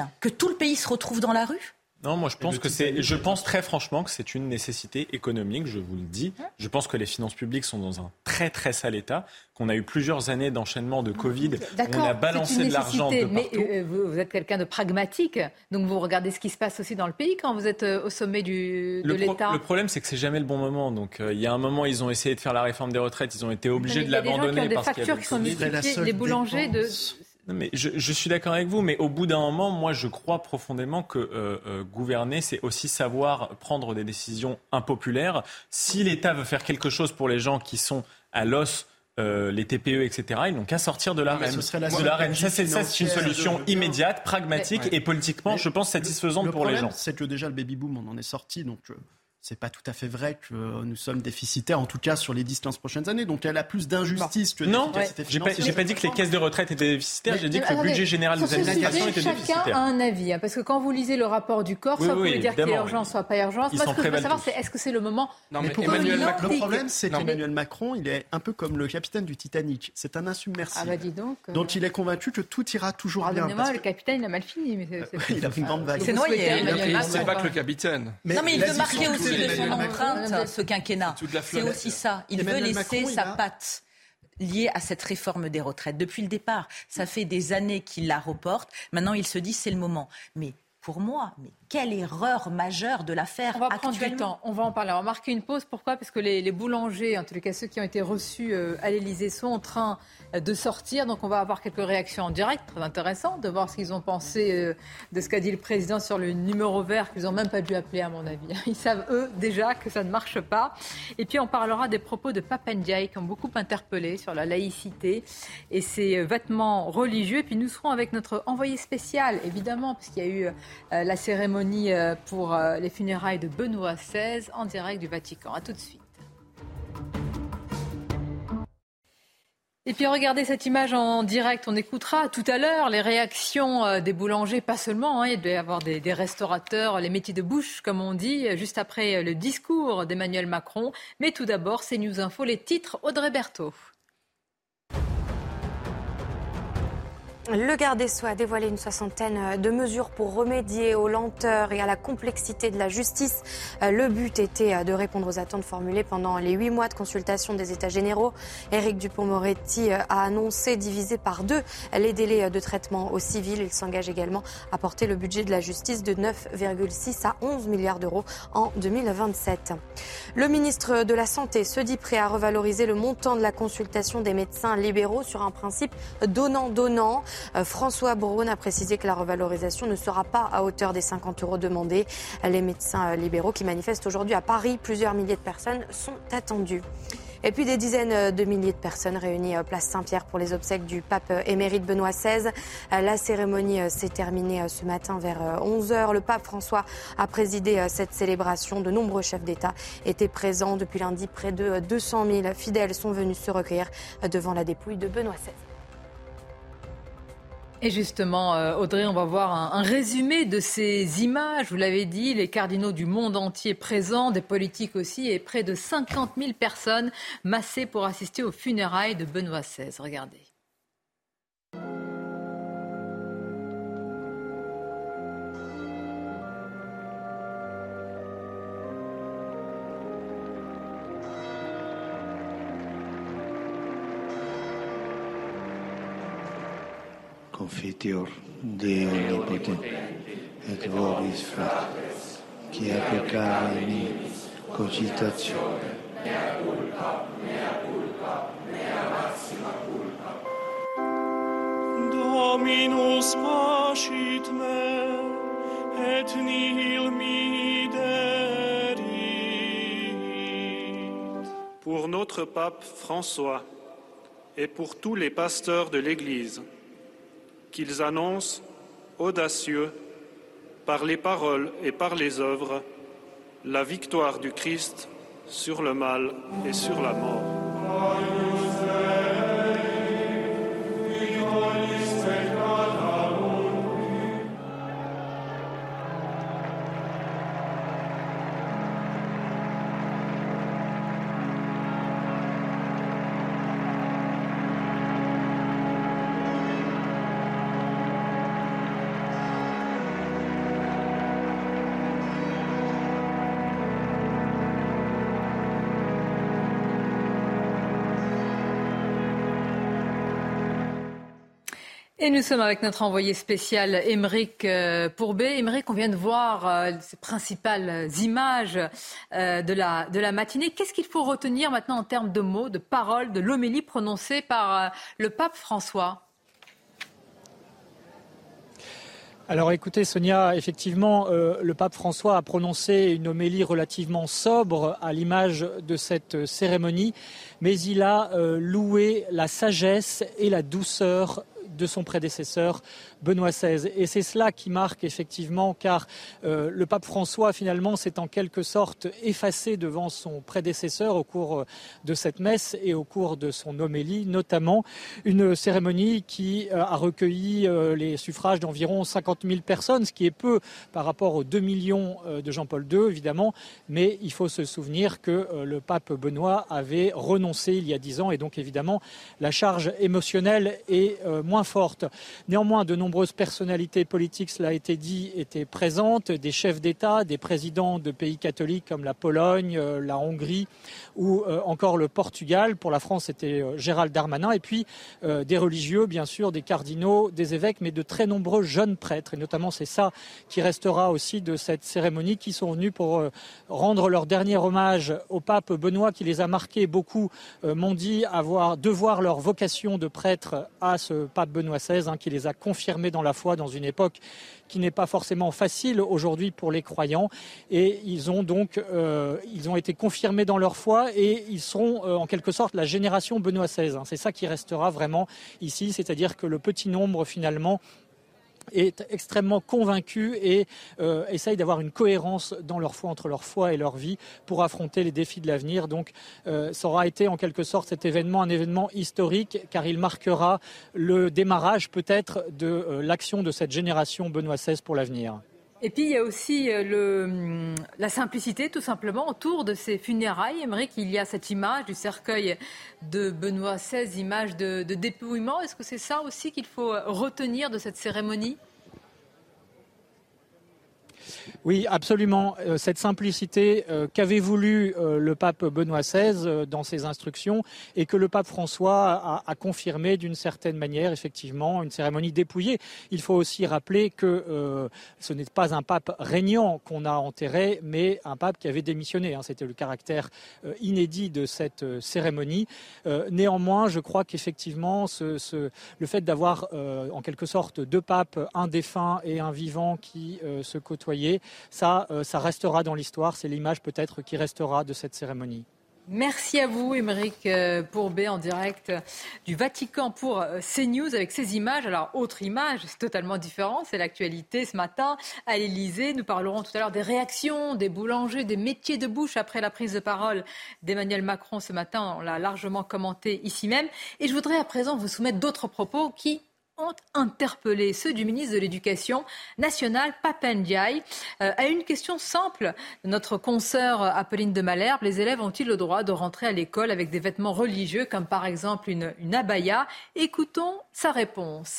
Que tout le pays se retrouve dans la rue ? Non, moi je pense que c'est, je pense très franchement que c'est une nécessité économique, je vous le dis. Je pense que les finances publiques sont dans un très très sale état, qu'on a eu plusieurs années d'enchaînement de Covid, D'accord, on a balancé de l'argent de mais partout. Euh, vous, vous êtes quelqu'un de pragmatique, donc vous regardez ce qui se passe aussi dans le pays quand vous êtes euh, au sommet du, de le pro- l'État. Le problème, c'est que c'est jamais le bon moment. Donc il euh, y a un moment, ils ont essayé de faire la réforme des retraites, ils ont été obligés de l'abandonner parce qu'il y avait des factures qui sont multipliées, les boulangers de... Non, mais je, je suis d'accord avec vous, mais au bout d'un moment, moi, je crois profondément que euh, euh, gouverner, c'est aussi savoir prendre des décisions impopulaires. Si l'État veut faire quelque chose pour les gens qui sont à l'os, euh, les T P E, et cetera, ils n'ont qu'à sortir de l'A R E M. La de l'A R E M. Ça, c'est, ça, c'est une solution immédiate, pragmatique ouais. et politiquement, mais je pense, satisfaisante pour les gens. Le problème, c'est que déjà, le baby-boom, on en est sorti, donc... Euh... c'est pas tout à fait vrai que nous sommes déficitaires, en tout cas sur les dix quinze prochaines années. Donc elle a plus d'injustice que non, d'efficacité ouais. j'ai, pas, j'ai pas dit que les caisses de retraite étaient déficitaires, mais, j'ai dit que le budget général des administrations était déficitaire. Chacun a un avis, hein, parce que quand vous lisez le rapport du corps, oui, soit vous oui, pouvez dire qu'il y a urgence, soit pas urgence. Moi, ce que je veux savoir, c'est est-ce que c'est le moment non, mais, mais Emmanuel Macron, le problème, c'est non, qu'Emmanuel mais... Macron, il est un peu comme le capitaine du Titanic. C'est un insubmersible. Ah bah dis donc. Euh... Donc il est convaincu que tout ira toujours bien. Pardonnez-moi, le capitaine, il a mal fini. Mais c'est, c'est... il a pris une grande vague. C'est noyé. C'est pas que le capitaine. Non, mais il veut marquer aussi de son empreinte ce quinquennat. C'est aussi ça. Il veut laisser sa patte liée à cette réforme des retraites. Depuis le départ, ça fait des années qu'il la reporte. Maintenant, il se dit c'est le moment. Mais pour moi, mais Quelle erreur majeure de la faire actuellement. On va actuellement. prendre du temps, on va en parler. On va marquer une pause. Pourquoi ? Parce que les, les boulangers, en tous les cas ceux qui ont été reçus euh, à l'Élysée, sont en train euh, de sortir. Donc on va avoir quelques réactions en direct. Très intéressant de voir ce qu'ils ont pensé euh, de ce qu'a dit le président sur le numéro vert qu'ils n'ont même pas dû appeler à mon avis. Ils savent eux déjà que ça ne marche pas. Et puis on parlera des propos de Pap Ndiaye qui ont beaucoup interpellé sur la laïcité et ses vêtements religieux. Et puis nous serons avec notre envoyé spécial, évidemment, puisqu'il y a eu euh, la cérémonie pour euh, les funérailles de Benoît seize en direct du Vatican. A tout de suite. Et puis regardez cette image en direct, on écoutera tout à l'heure les réactions euh, des boulangers, pas seulement, hein, il doit y avoir des, des restaurateurs, les métiers de bouche comme on dit, juste après le discours d'Emmanuel Macron. Mais tout d'abord, c'est News Info, les titres, Audrey Berthaud. Le garde des Sceaux a dévoilé une soixantaine de mesures pour remédier aux lenteurs et à la complexité de la justice. Le but était de répondre aux attentes formulées pendant les huit mois de consultation des États généraux. Éric Dupond-Moretti a annoncé diviser par deux les délais de traitement au civil. Il s'engage également à porter le budget de la justice de neuf virgule six à onze milliards d'euros en deux mille vingt-sept. Le ministre de la Santé se dit prêt à revaloriser le montant de la consultation des médecins libéraux sur un principe donnant-donnant. François Braun a précisé que la revalorisation ne sera pas à hauteur des cinquante euros demandés. Les médecins libéraux qui manifestent aujourd'hui à Paris, plusieurs milliers de personnes sont attendues. Et puis des dizaines de milliers de personnes réunies place Saint-Pierre pour les obsèques du pape émérite Benoît seize. La cérémonie s'est terminée ce matin vers onze heures. Le pape François a présidé cette célébration. De nombreux chefs d'État étaient présents. Depuis lundi, près de deux cent mille fidèles sont venus se recueillir devant la dépouille de Benoît seize. Et justement, Audrey, on va voir un, un résumé de ces images. Vous l'avez dit, les cardinaux du monde entier présents, des politiques aussi, et près de cinquante mille personnes massées pour assister aux funérailles de Benoît seize. Regardez. Confiteor Deo omnipotente, et vobis fratres, qui a peccare in nimicis cogitatione, mea culpa, mea culpa, mea maxima culpa. Dominus pascit me, et nihil miderit. Pour notre pape François et pour tous les pasteurs de l'Église, qu'ils annoncent, audacieux, par les paroles et par les œuvres, la victoire du Christ sur le mal et sur la mort. Et nous sommes avec notre envoyé spécial Aymeric Pourbet. Aymeric, on vient de voir euh, ces principales images euh, de, la, de la matinée. Qu'est-ce qu'il faut retenir maintenant en termes de mots, de paroles, de l'homélie prononcée par euh, le pape François ? Alors écoutez Sonia, effectivement, euh, le pape François a prononcé une homélie relativement sobre à l'image de cette cérémonie, mais il a euh, loué la sagesse et la douceur de son prédécesseur Benoît seize. Et c'est cela qui marque effectivement, car euh, le pape François finalement s'est en quelque sorte effacé devant son prédécesseur au cours de cette messe et au cours de son homélie, notamment une cérémonie qui euh, a recueilli euh, les suffrages d'environ cinquante mille personnes, ce qui est peu par rapport aux deux millions euh, de Jean-Paul deux évidemment, mais il faut se souvenir que euh, le pape Benoît avait renoncé il y a dix ans et donc évidemment la charge émotionnelle est euh, moins forte. Néanmoins, de nombreux nombreuses personnalités politiques, cela a été dit, étaient présentes, des chefs d'État, des présidents de pays catholiques comme la Pologne, euh, la Hongrie ou euh, encore le Portugal. Pour la France, c'était euh, Gérald Darmanin. Et puis euh, des religieux, bien sûr, des cardinaux, des évêques, mais de très nombreux jeunes prêtres. Et notamment, c'est ça qui restera aussi de cette cérémonie, qui sont venus pour euh, rendre leur dernier hommage au pape Benoît, qui les a marqués. Beaucoup euh, m'ont dit avoir, devoir leur vocation de prêtre à ce pape Benoît seize, hein, qui les a confirmés dans la foi dans une époque qui n'est pas forcément facile aujourd'hui pour les croyants. Et ils ont donc euh, ils ont été confirmés dans leur foi et ils seront euh, en quelque sorte la génération Benoît seize. Hein. C'est ça qui restera vraiment ici, c'est-à-dire que le petit nombre finalement est extrêmement convaincu et euh, essaye d'avoir une cohérence dans leur foi, entre leur foi et leur vie, pour affronter les défis de l'avenir. Donc euh, ça aura été en quelque sorte cet événement, un événement historique, car il marquera le démarrage peut-être de euh, l'action de cette génération Benoît seize pour l'avenir. Et puis il y a aussi le, la simplicité tout simplement autour de ces funérailles. Aymeric, il y a cette image du cercueil de Benoît seize, image de, de dépouillement. Est-ce que c'est ça aussi qu'il faut retenir de cette cérémonie ? Oui, absolument. Euh, cette simplicité euh, qu'avait voulu euh, le pape Benoît seize euh, dans ses instructions et que le pape François a, a confirmé d'une certaine manière, effectivement, une cérémonie dépouillée. Il faut aussi rappeler que euh, ce n'est pas un pape régnant qu'on a enterré, mais un pape qui avait démissionné. Hein. C'était le caractère euh, inédit de cette euh, cérémonie. Euh, néanmoins, je crois qu'effectivement, ce, ce, le fait d'avoir euh, en quelque sorte deux papes, un défunt et un vivant qui euh, se côtoyaient, Ça, euh, ça restera dans l'histoire. C'est l'image peut-être qui restera de cette cérémonie. Merci à vous, Aymeric Pourbet, en direct du Vatican pour CNews avec ces images. Alors, autre image, c'est totalement différent, c'est l'actualité ce matin à l'Élysée. Nous parlerons tout à l'heure des réactions des boulangers, des métiers de bouche après la prise de parole d'Emmanuel Macron ce matin. On l'a largement commenté ici même. Et je voudrais à présent vous soumettre d'autres propos qui ont interpellé ceux du ministre de l'Éducation nationale, Pap Ndiaye. Euh, à une question simple de notre consoeur Apolline de Malherbe, les élèves ont-ils le droit de rentrer à l'école avec des vêtements religieux, comme par exemple une, une abaya ? Écoutons sa réponse.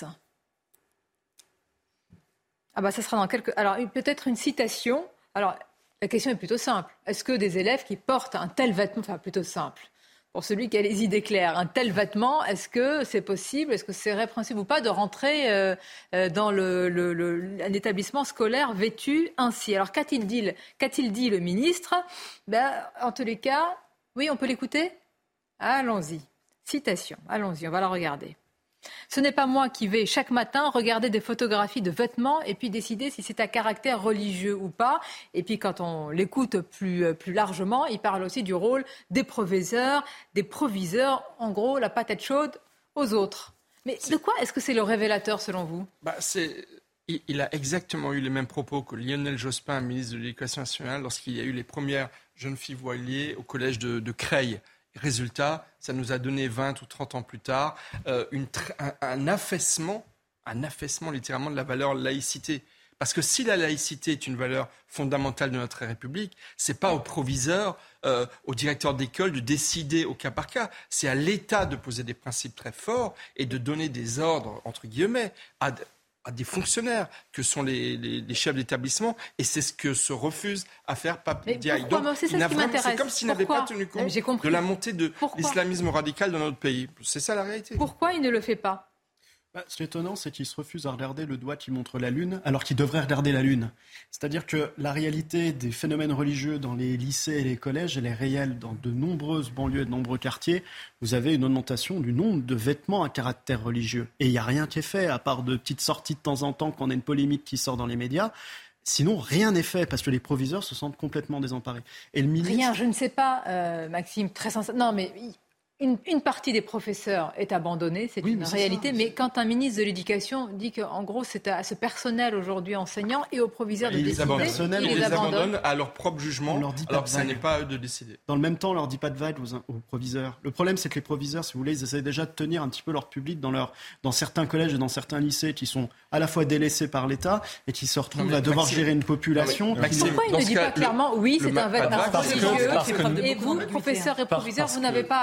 Ah bah ça sera dans quelques... Alors peut-être une citation. Alors la question est plutôt simple. Est-ce que des élèves qui portent un tel vêtement, enfin plutôt simple, pour celui qui a les idées claires, un tel vêtement, est-ce que c'est possible, est-ce que c'est répréhensible ou pas de rentrer euh, dans le, le, le, un établissement scolaire vêtu ainsi ? Alors qu'a-t-il dit, qu'a-t-il dit le ministre ? Ben, en tous les cas, oui, on peut l'écouter ? Allons-y. Citation, allons-y, on va la regarder. Ce n'est pas moi qui vais chaque matin regarder des photographies de vêtements et puis décider si c'est à caractère religieux ou pas. Et puis quand on l'écoute plus, plus largement, il parle aussi du rôle des proviseurs, des proviseurs, en gros la patate chaude aux autres. Mais de quoi est-ce que c'est le révélateur selon vous ? bah, c'est... Il a exactement eu les mêmes propos que Lionel Jospin, ministre de l'Éducation nationale, lorsqu'il y a eu les premières jeunes filles voilées au collège de, de Creil. Résultat, ça nous a donné vingt ou trente ans plus tard euh, une tr- un, un affaissement, un affaissement littéralement de la valeur laïcité. Parce que si la laïcité est une valeur fondamentale de notre République, c'est pas au proviseur, euh, au directeur d'école de décider au cas par cas. C'est à l'État de poser des principes très forts et de donner des ordres, entre guillemets, à, à des fonctionnaires que sont les, les, les chefs d'établissement, et c'est ce que se refuse à faire Pap Ndiaye. Donc, c'est, ça vraiment, c'est comme s'il pourquoi n'avait pas tenu compte de la montée de pourquoi l'islamisme radical dans notre pays. C'est ça la réalité. Pourquoi il ne le fait pas ? Bah, ce qui est étonnant, c'est qu'il se refuse à regarder le doigt qui montre la Lune, alors qu'il devrait regarder la Lune. C'est-à-dire que la réalité des phénomènes religieux dans les lycées et les collèges, elle est réelle dans de nombreuses banlieues et de nombreux quartiers. Vous avez une augmentation du nombre de vêtements à caractère religieux. Et il n'y a rien qui est fait, à part de petites sorties de temps en temps, quand on a une polémique qui sort dans les médias. Sinon, rien n'est fait, parce que les proviseurs se sentent complètement désemparés. Et le ministre... Rien, je ne sais pas, euh, Maxime, très sincère. Non, mais... Une, une partie des professeurs est abandonnée, c'est oui, une réalité, ça, mais quand un ministre de l'Éducation dit qu'en gros c'est à ce personnel aujourd'hui enseignant et aux proviseurs bah, de décider, ils, ils les abandonnent à leur propre jugement, on leur dit alors que ce n'est pas à eux de décider. Dans le même temps, on leur dit pas de vague aux, aux proviseurs. Le problème, c'est que les proviseurs, si vous voulez, ils essaient déjà de tenir un petit peu leur public dans, leur, dans certains collèges et dans certains lycées qui sont à la fois délaissés par l'État et qui se retrouvent à devoir Maxime, gérer une population. Non, Maxime, pourquoi il ne dit pas clairement, le, oui, c'est un vêtement religieux, et vous, professeurs et proviseurs, vous n'avez pas accepté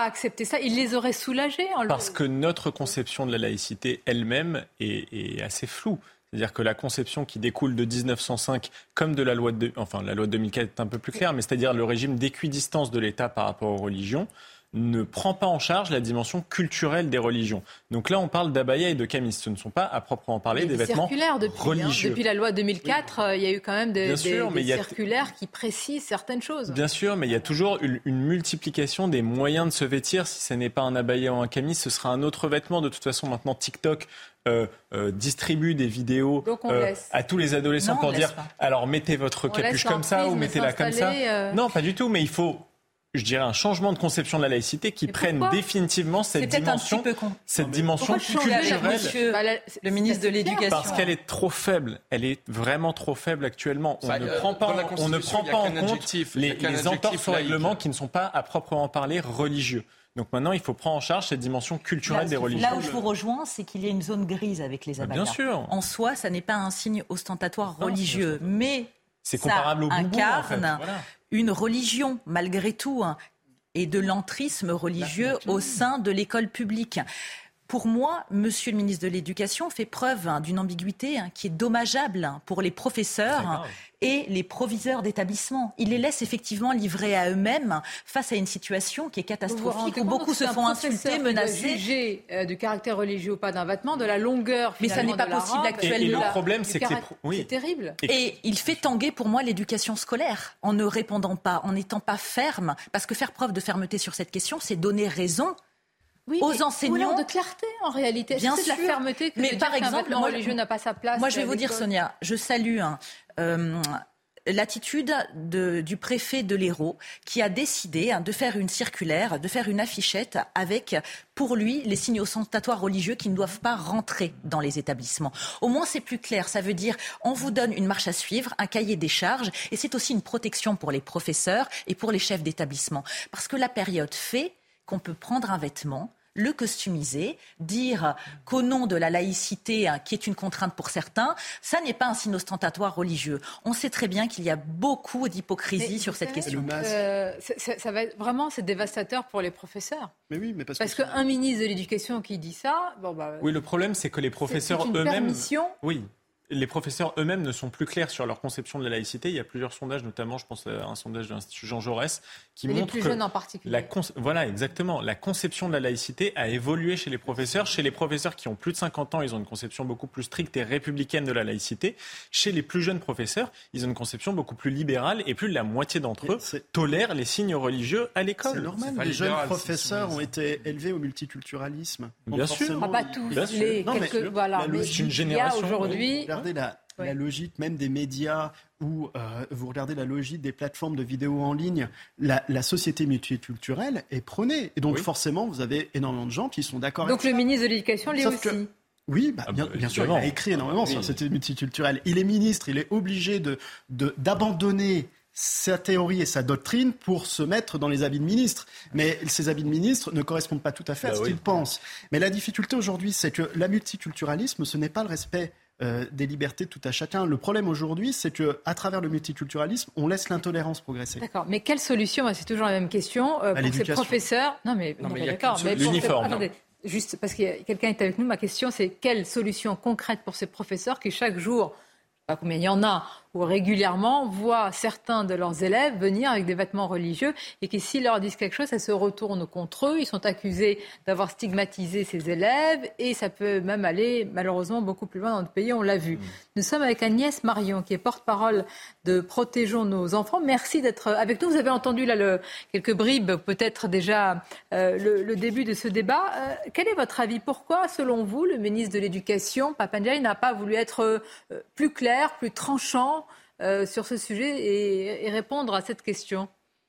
c'était ça, il les aurait soulagés en Parce que notre conception de la laïcité elle-même est, est assez floue. C'est-à-dire que la conception qui découle de dix-neuf cent cinq, comme de la loi de, enfin la loi de deux mille quatre est un peu plus claire, mais c'est-à-dire le régime d'équidistance de l'État par rapport aux religions, ne prend pas en charge la dimension culturelle des religions. Donc là, on parle d'abaya et de camis. Ce ne sont pas, à proprement parler, des vêtements depuis, religieux. Hein, depuis la loi deux mille quatre, oui. euh, il y a eu quand même des, sûr, des, des a... circulaires qui précisent certaines choses. Bien sûr, mais il y a toujours une, une multiplication des moyens de se vêtir. Si ce n'est pas un abaya ou un camis, ce sera un autre vêtement. De toute façon, maintenant, TikTok euh, euh, distribue des vidéos euh, à tous les adolescents non, pour dire « Alors, mettez votre on capuche comme ça ou mettez-la comme ça. Euh... » Non, pas du tout, mais il faut... je dirais, un changement de conception de la laïcité qui prenne définitivement cette dimension, con... cette dimension culturelle. Monsieur, bah, la, le ministre de l'Éducation. Parce qu'elle est trop faible. Elle est vraiment trop faible actuellement. On bah, ne euh, prend pas, on ne prend pas en compte les, les entorses au règlement qui ne sont pas, à proprement parler, religieux. Donc maintenant, il faut prendre en charge cette dimension culturelle là, des religions. Là où je vous rejoins, c'est qu'il y a une zone grise avec les abayas. Bien sûr. En soi, ça n'est pas un signe ostentatoire non, religieux, mais c'est comparable ça au boubou, incarne en fait. Voilà. Une religion, malgré tout, hein, et de l'entrisme religieux au sein de l'école publique. Pour moi, monsieur le ministre de l'Éducation fait preuve hein, d'une ambiguïté hein, qui est dommageable hein, pour les professeurs hein, et les proviseurs d'établissements. Il les laisse effectivement livrer à eux-mêmes face à une situation qui est catastrophique, où beaucoup se font insulter, menacer. Juger euh, du caractère religieux ou pas d'un vêtement, de la longueur mais ça n'est pas possible robe, actuellement. Et, et le problème, c'est que car... c'est... Oui. c'est terrible. Et... et il fait tanguer pour moi l'éducation scolaire en ne répondant pas, en n'étant pas ferme, parce que faire preuve de fermeté sur cette question, c'est donner raison. Oui, aux enseignants de clarté en réalité. Bien c'est sûr. de la fermeté que mais de par dire exemple, qu'un moi, religieux n'a pas sa place. Moi, je vais vous dire, Sonia, je salue hein, euh, l'attitude de, du préfet de l'Hérault qui a décidé hein, de faire une circulaire, de faire une affichette avec, pour lui, les signes ostentatoires religieux qui ne doivent pas rentrer dans les établissements. Au moins, c'est plus clair. Ça veut dire, on vous donne une marche à suivre, un cahier des charges, et c'est aussi une protection pour les professeurs et pour les chefs d'établissement. Parce que la période fait qu'on peut prendre un vêtement, le customiser, dire qu'au nom de la laïcité, hein, qui est une contrainte pour certains, ça n'est pas un signe ostentatoire religieux. On sait très bien qu'il y a beaucoup d'hypocrisie mais sur cette question. Euh, ça, ça va être, vraiment, c'est dévastateur pour les professeurs. Mais oui, mais parce, parce que qu'un ministre de l'Éducation qui dit ça, bon bah. Oui, le problème, c'est que les professeurs c'est, c'est une eux-mêmes. Permission. Oui. Les professeurs eux-mêmes ne sont plus clairs sur leur conception de la laïcité. Il y a plusieurs sondages, notamment, je pense à un sondage de l'Institut Jean Jaurès, qui et montre les plus que jeunes en particulier. La con... voilà, exactement. La conception de la laïcité a évolué chez les professeurs. Chez les professeurs qui ont plus de cinquante ans, ils ont une conception beaucoup plus stricte et républicaine de la laïcité. Chez les plus jeunes professeurs, ils ont une conception beaucoup plus libérale et plus de la moitié d'entre eux c'est... tolèrent les signes religieux à l'école. C'est normal. C'est les jeunes professeurs ont été élevés au multiculturalisme. Bien sûr. Ah, pas tous. Bien les non, quelques... voilà. Mais c'est une génération. Il y a aujourd'hui. Regardez la. Oui. La logique même des médias ou euh, vous regardez la logique des plateformes de vidéos en ligne, la, la société multiculturelle est prônée. Et donc oui. forcément, vous avez énormément de gens qui sont d'accord donc avec ça. Donc le ministre de l'Éducation l'est aussi. Que, oui, bah, bien, bien sûr, il a écrit énormément oui. sur la société multiculturelle. Il est ministre, il est obligé de, de, d'abandonner sa théorie et sa doctrine pour se mettre dans les habits de ministre. Mais ces habits de ministre ne correspondent pas tout à fait à bah ce oui. qu'il pense. Mais la difficulté aujourd'hui, c'est que la multiculturalisme, ce n'est pas le respect Euh, des libertés de tout à chacun. Le problème aujourd'hui, c'est qu'à travers le multiculturalisme, on laisse l'intolérance progresser. D'accord, mais quelle solution ? C'est toujours la même question. Euh, pour ces professeurs... Non, mais, non, non, mais d'accord. Mais l'uniforme. Attendez, juste parce que quelqu'un est avec nous, ma question, c'est quelle solution concrète pour ces professeurs qui, chaque jour, je ne sais pas combien il y en a, ou régulièrement voient certains de leurs élèves venir avec des vêtements religieux et qui, s'ils leur disent quelque chose, ça se retourne contre eux. Ils sont accusés d'avoir stigmatisé ces élèves et ça peut même aller, malheureusement, beaucoup plus loin dans notre pays, on l'a vu. Mmh. Nous sommes avec Agnès Marion, qui est porte-parole de Protégeons nos enfants. Merci d'être avec nous. Vous avez entendu là le, quelques bribes, peut-être déjà euh, le, le début de ce débat. Euh, quel est votre avis ? Pourquoi, selon vous, le ministre de l'Éducation, Papa Ndiaye, n'a pas voulu être euh, plus clair, plus tranchant Euh, sur ce sujet et, et répondre à cette question ?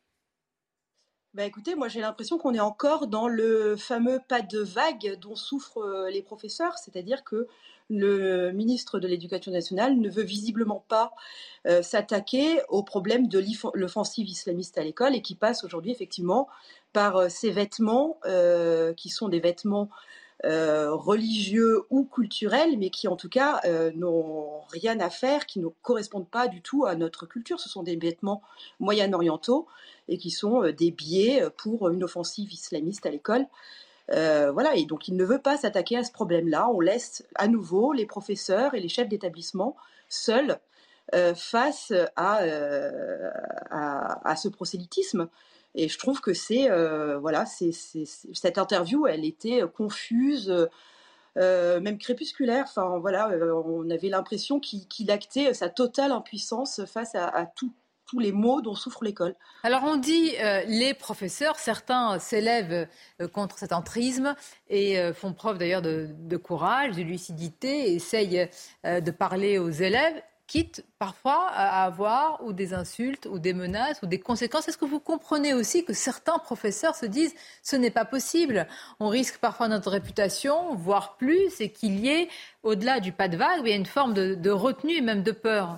Bah écoutez, moi j'ai l'impression qu'on est encore dans le fameux pas de vague dont souffrent euh, les professeurs, c'est-à-dire que le ministre de l'Éducation nationale ne veut visiblement pas euh, s'attaquer au problème de l'offensive islamiste à l'école et qui passe aujourd'hui effectivement par euh, ces vêtements euh, qui sont des vêtements euh, religieux ou culturels, mais qui en tout cas euh, n'ont rien à faire, qui ne correspondent pas du tout à notre culture. Ce sont des vêtements moyen-orientaux et qui sont euh, des biais pour une offensive islamiste à l'école. Euh, voilà, et donc il ne veut pas s'attaquer à ce problème-là. On laisse à nouveau les professeurs et les chefs d'établissement seuls euh, face à, euh, à, à ce prosélytisme. Et je trouve que c'est, euh, voilà, c'est, c'est, c'est, cette interview, elle était confuse, euh, même crépusculaire. Enfin, voilà, euh, on avait l'impression qu'il, qu'il actait sa totale impuissance face à, à tout. tous les maux dont souffre l'école. Alors on dit euh, les professeurs, certains s'élèvent euh, contre cet entrisme et euh, font preuve d'ailleurs de, de courage, de lucidité, et essayent euh, de parler aux élèves, quitte parfois à avoir ou des insultes ou des menaces ou des conséquences. Est-ce que vous comprenez aussi que certains professeurs se disent ce n'est pas possible, on risque parfois notre réputation, voire plus, et qu'il y ait, au-delà du pas de vague, il y a une forme de, de retenue et même de peur?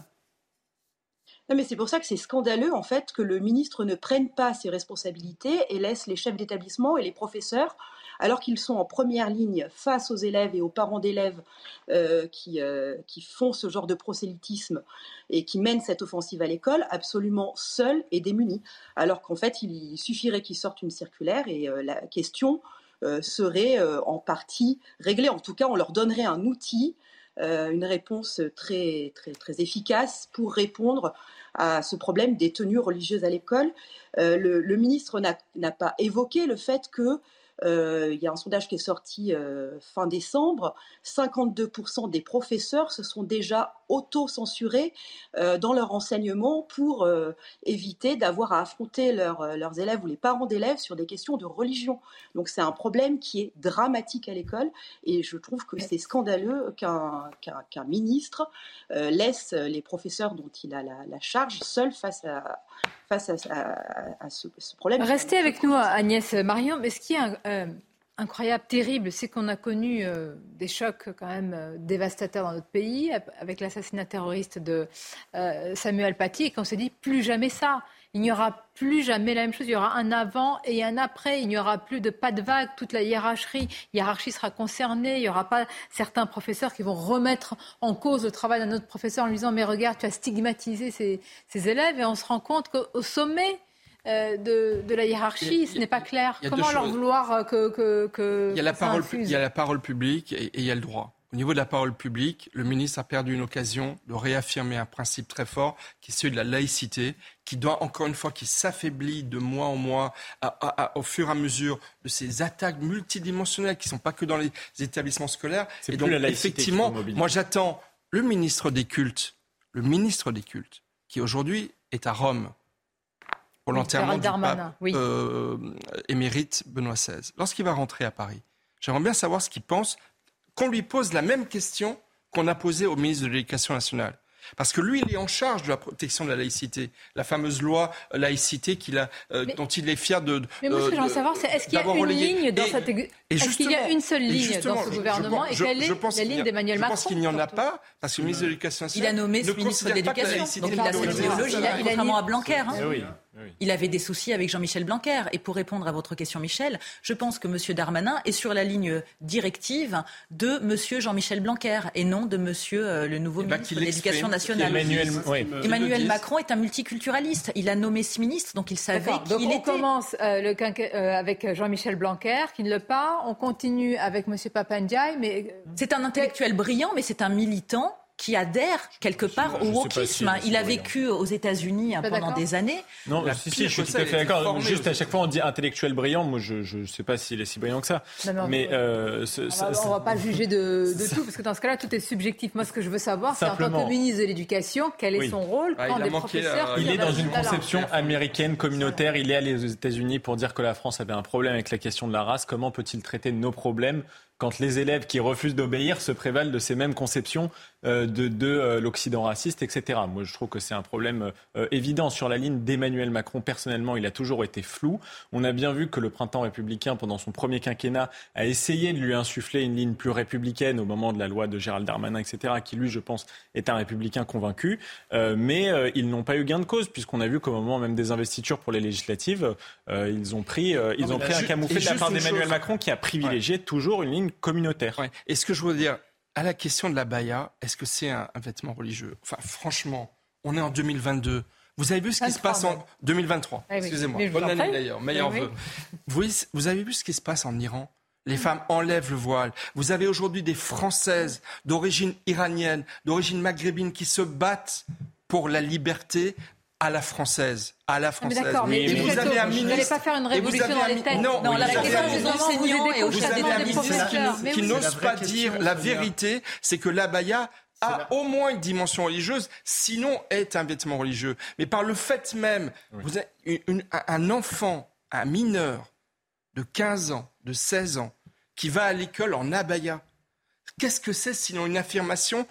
Non, mais c'est pour ça que c'est scandaleux, en fait, que le ministre ne prenne pas ses responsabilités et laisse les chefs d'établissement et les professeurs, alors qu'ils sont en première ligne face aux élèves et aux parents d'élèves euh, qui, euh, qui font ce genre de prosélytisme et qui mènent cette offensive à l'école, absolument seuls et démunis. Alors qu'en fait, il suffirait qu'ils sortent une circulaire et euh, la question euh, serait euh, en partie réglée. En tout cas, on leur donnerait un outil, euh, une réponse très, très, très efficace pour répondre à ce problème des tenues religieuses à l'école. Euh, le, le ministre n'a, n'a pas évoqué le fait que euh, il y a un sondage qui est sorti euh, fin décembre, cinquante-deux pour cent des professeurs se sont déjà auto-censurés euh, dans leur enseignement pour euh, éviter d'avoir à affronter leur, leurs élèves ou les parents d'élèves sur des questions de religion. Donc c'est un problème qui est dramatique à l'école et je trouve que c'est scandaleux qu'un, qu'un, qu'un ministre euh, laisse les professeurs dont il a la, la charge seuls face à, face à, à, à ce, ce problème. Restez avec nous, Agnès Marion. Mais ce qui est euh, incroyable, terrible, c'est qu'on a connu euh, des chocs quand même euh, dévastateurs dans notre pays, avec l'assassinat terroriste de euh, Samuel Paty, et qu'on s'est dit plus jamais ça. Il n'y aura plus jamais la même chose. Il y aura un avant et un après. Il n'y aura plus de pas de vague. Toute la hiérarchie, hiérarchie sera concernée. Il n'y aura pas certains professeurs qui vont remettre en cause le travail d'un autre professeur en lui disant « Mais regarde, tu as stigmatisé ces, ces élèves. » Et on se rend compte qu'au sommet euh, de, de la hiérarchie, a, ce n'est pas clair. Comment leur vouloir que, que, que il y a la ça parole, infuse. Il y a la parole publique et, et il y a le droit. Au niveau de la parole publique, le ministre a perdu une occasion de réaffirmer un principe très fort qui est celui de la laïcité, qui doit encore une fois, qui s'affaiblit de mois en mois à, à, à, au fur et à mesure de ces attaques multidimensionnelles qui ne sont pas que dans les établissements scolaires. C'est et plus donc, la laïcité effectivement, moi j'attends le ministre des cultes, le ministre des cultes, qui aujourd'hui est à Rome pour oui, l'enterrement du Darmanin, pape oui. euh, émérite Benoît seize. Lorsqu'il va rentrer à Paris, j'aimerais bien savoir ce qu'il pense, qu'on lui pose la même question qu'on a posée au ministre de l'Éducation nationale. Parce que lui, il est en charge de la protection de la laïcité. La fameuse loi laïcité qu'il a, euh, mais, dont il est fier de. de mais moi, ce que j'aimerais savoir, c'est est-ce qu'il y a une relayé. ligne dans et, cette. Et est-ce qu'il y a une seule ligne dans ce gouvernement je, je, et quelle est la ligne d'Emmanuel Macron? Je pense qu'il n'y en a pas, parce que le ministre de l'Éducation nationale. Il a nommé ce ministre de l'Éducation. Donc il a cette idéologie, contrairement à Blanquer. Hein. Oui. Oui. Il avait des soucis avec Jean-Michel Blanquer. Et pour répondre à votre question, Michel, je pense que M. Darmanin est sur la ligne directive de M. Jean-Michel Blanquer et non de M. Euh, le nouveau bah, ministre de l'Éducation nationale. Emmanuel, oui. Emmanuel Macron est un multiculturaliste. Il a nommé ce ministre, donc il savait D'accord. qu'il donc on était... commence euh, le quinqu- euh, avec Jean-Michel Blanquer, qui ne le pas. On continue avec M. Papa Ndiaye. Mais... C'est un intellectuel brillant, mais c'est un militant qui adhère quelque part au wokisme. Si il a vécu aux États-Unis hein, pendant d'accord. des années. Non, la si, si, je suis tout à fait d'accord. Juste à chaque fois, on dit intellectuel brillant. Moi, je ne sais pas s'il est si brillant que ça. Non, non, mais euh, ce, on ne va pas juger de, de tout, parce que dans ce cas-là, tout est subjectif. Moi, ce que je veux savoir, Simplement. c'est en tant que ministre de l'Éducation, quel est oui. son rôle ah, quand des professeurs... À... Il est dans une conception américaine, communautaire. Il est allé aux États-Unis pour dire que la France avait un problème avec la question de la race. Comment peut-il traiter nos problèmes quand les élèves qui refusent d'obéir se prévalent de ces mêmes conceptions euh, de, de euh, l'Occident raciste, et cetera. Moi, je trouve que c'est un problème euh, évident. Sur la ligne d'Emmanuel Macron, personnellement, il a toujours été flou. On a bien vu que le printemps républicain, pendant son premier quinquennat, a essayé de lui insuffler une ligne plus républicaine au moment de la loi de Gérald Darmanin, et cetera, qui, lui, je pense, est un républicain convaincu. Euh, mais euh, ils n'ont pas eu gain de cause, puisqu'on a vu qu'au moment même des investitures pour les législatives, euh, ils ont pris, euh, ils non, ont pris un camouflet de la part d'Emmanuel chose. Macron qui a privilégié ouais. toujours une ligne d'origine communautaire. Ouais. Et ce que je veux dire, à la question de l'abaya, est-ce que c'est un, un vêtement religieux ? Enfin, franchement, on est en deux mille vingt-deux. Vous avez vu ce qui se passe en deux mille vingt-trois. Ah oui. Excusez-moi. Mais Bonne année après, d'ailleurs. Meilleurs oui. vœux. Vous, vous avez vu ce qui se passe en Iran ? Les femmes enlèvent le voile. Vous avez aujourd'hui des Françaises d'origine iranienne, d'origine maghrébine qui se battent pour la liberté à la française. À la française. Mais d'accord, mais et vous avez un ministre. Vous n'allez pas faire une révolution dans les têtes. Non, non oui, la question, c'est c'est vraiment vous aider vous avez un des ministre professeurs. qui n'ose pas dire la vérité, c'est que l'abaya a la... au moins une dimension religieuse, sinon est un vêtement religieux. Mais par le fait même, oui. vous avez une, une, un enfant, un mineur de quinze ans, de seize ans, qui va à l'école en abaya. Qu'est-ce que c'est sinon une affirmation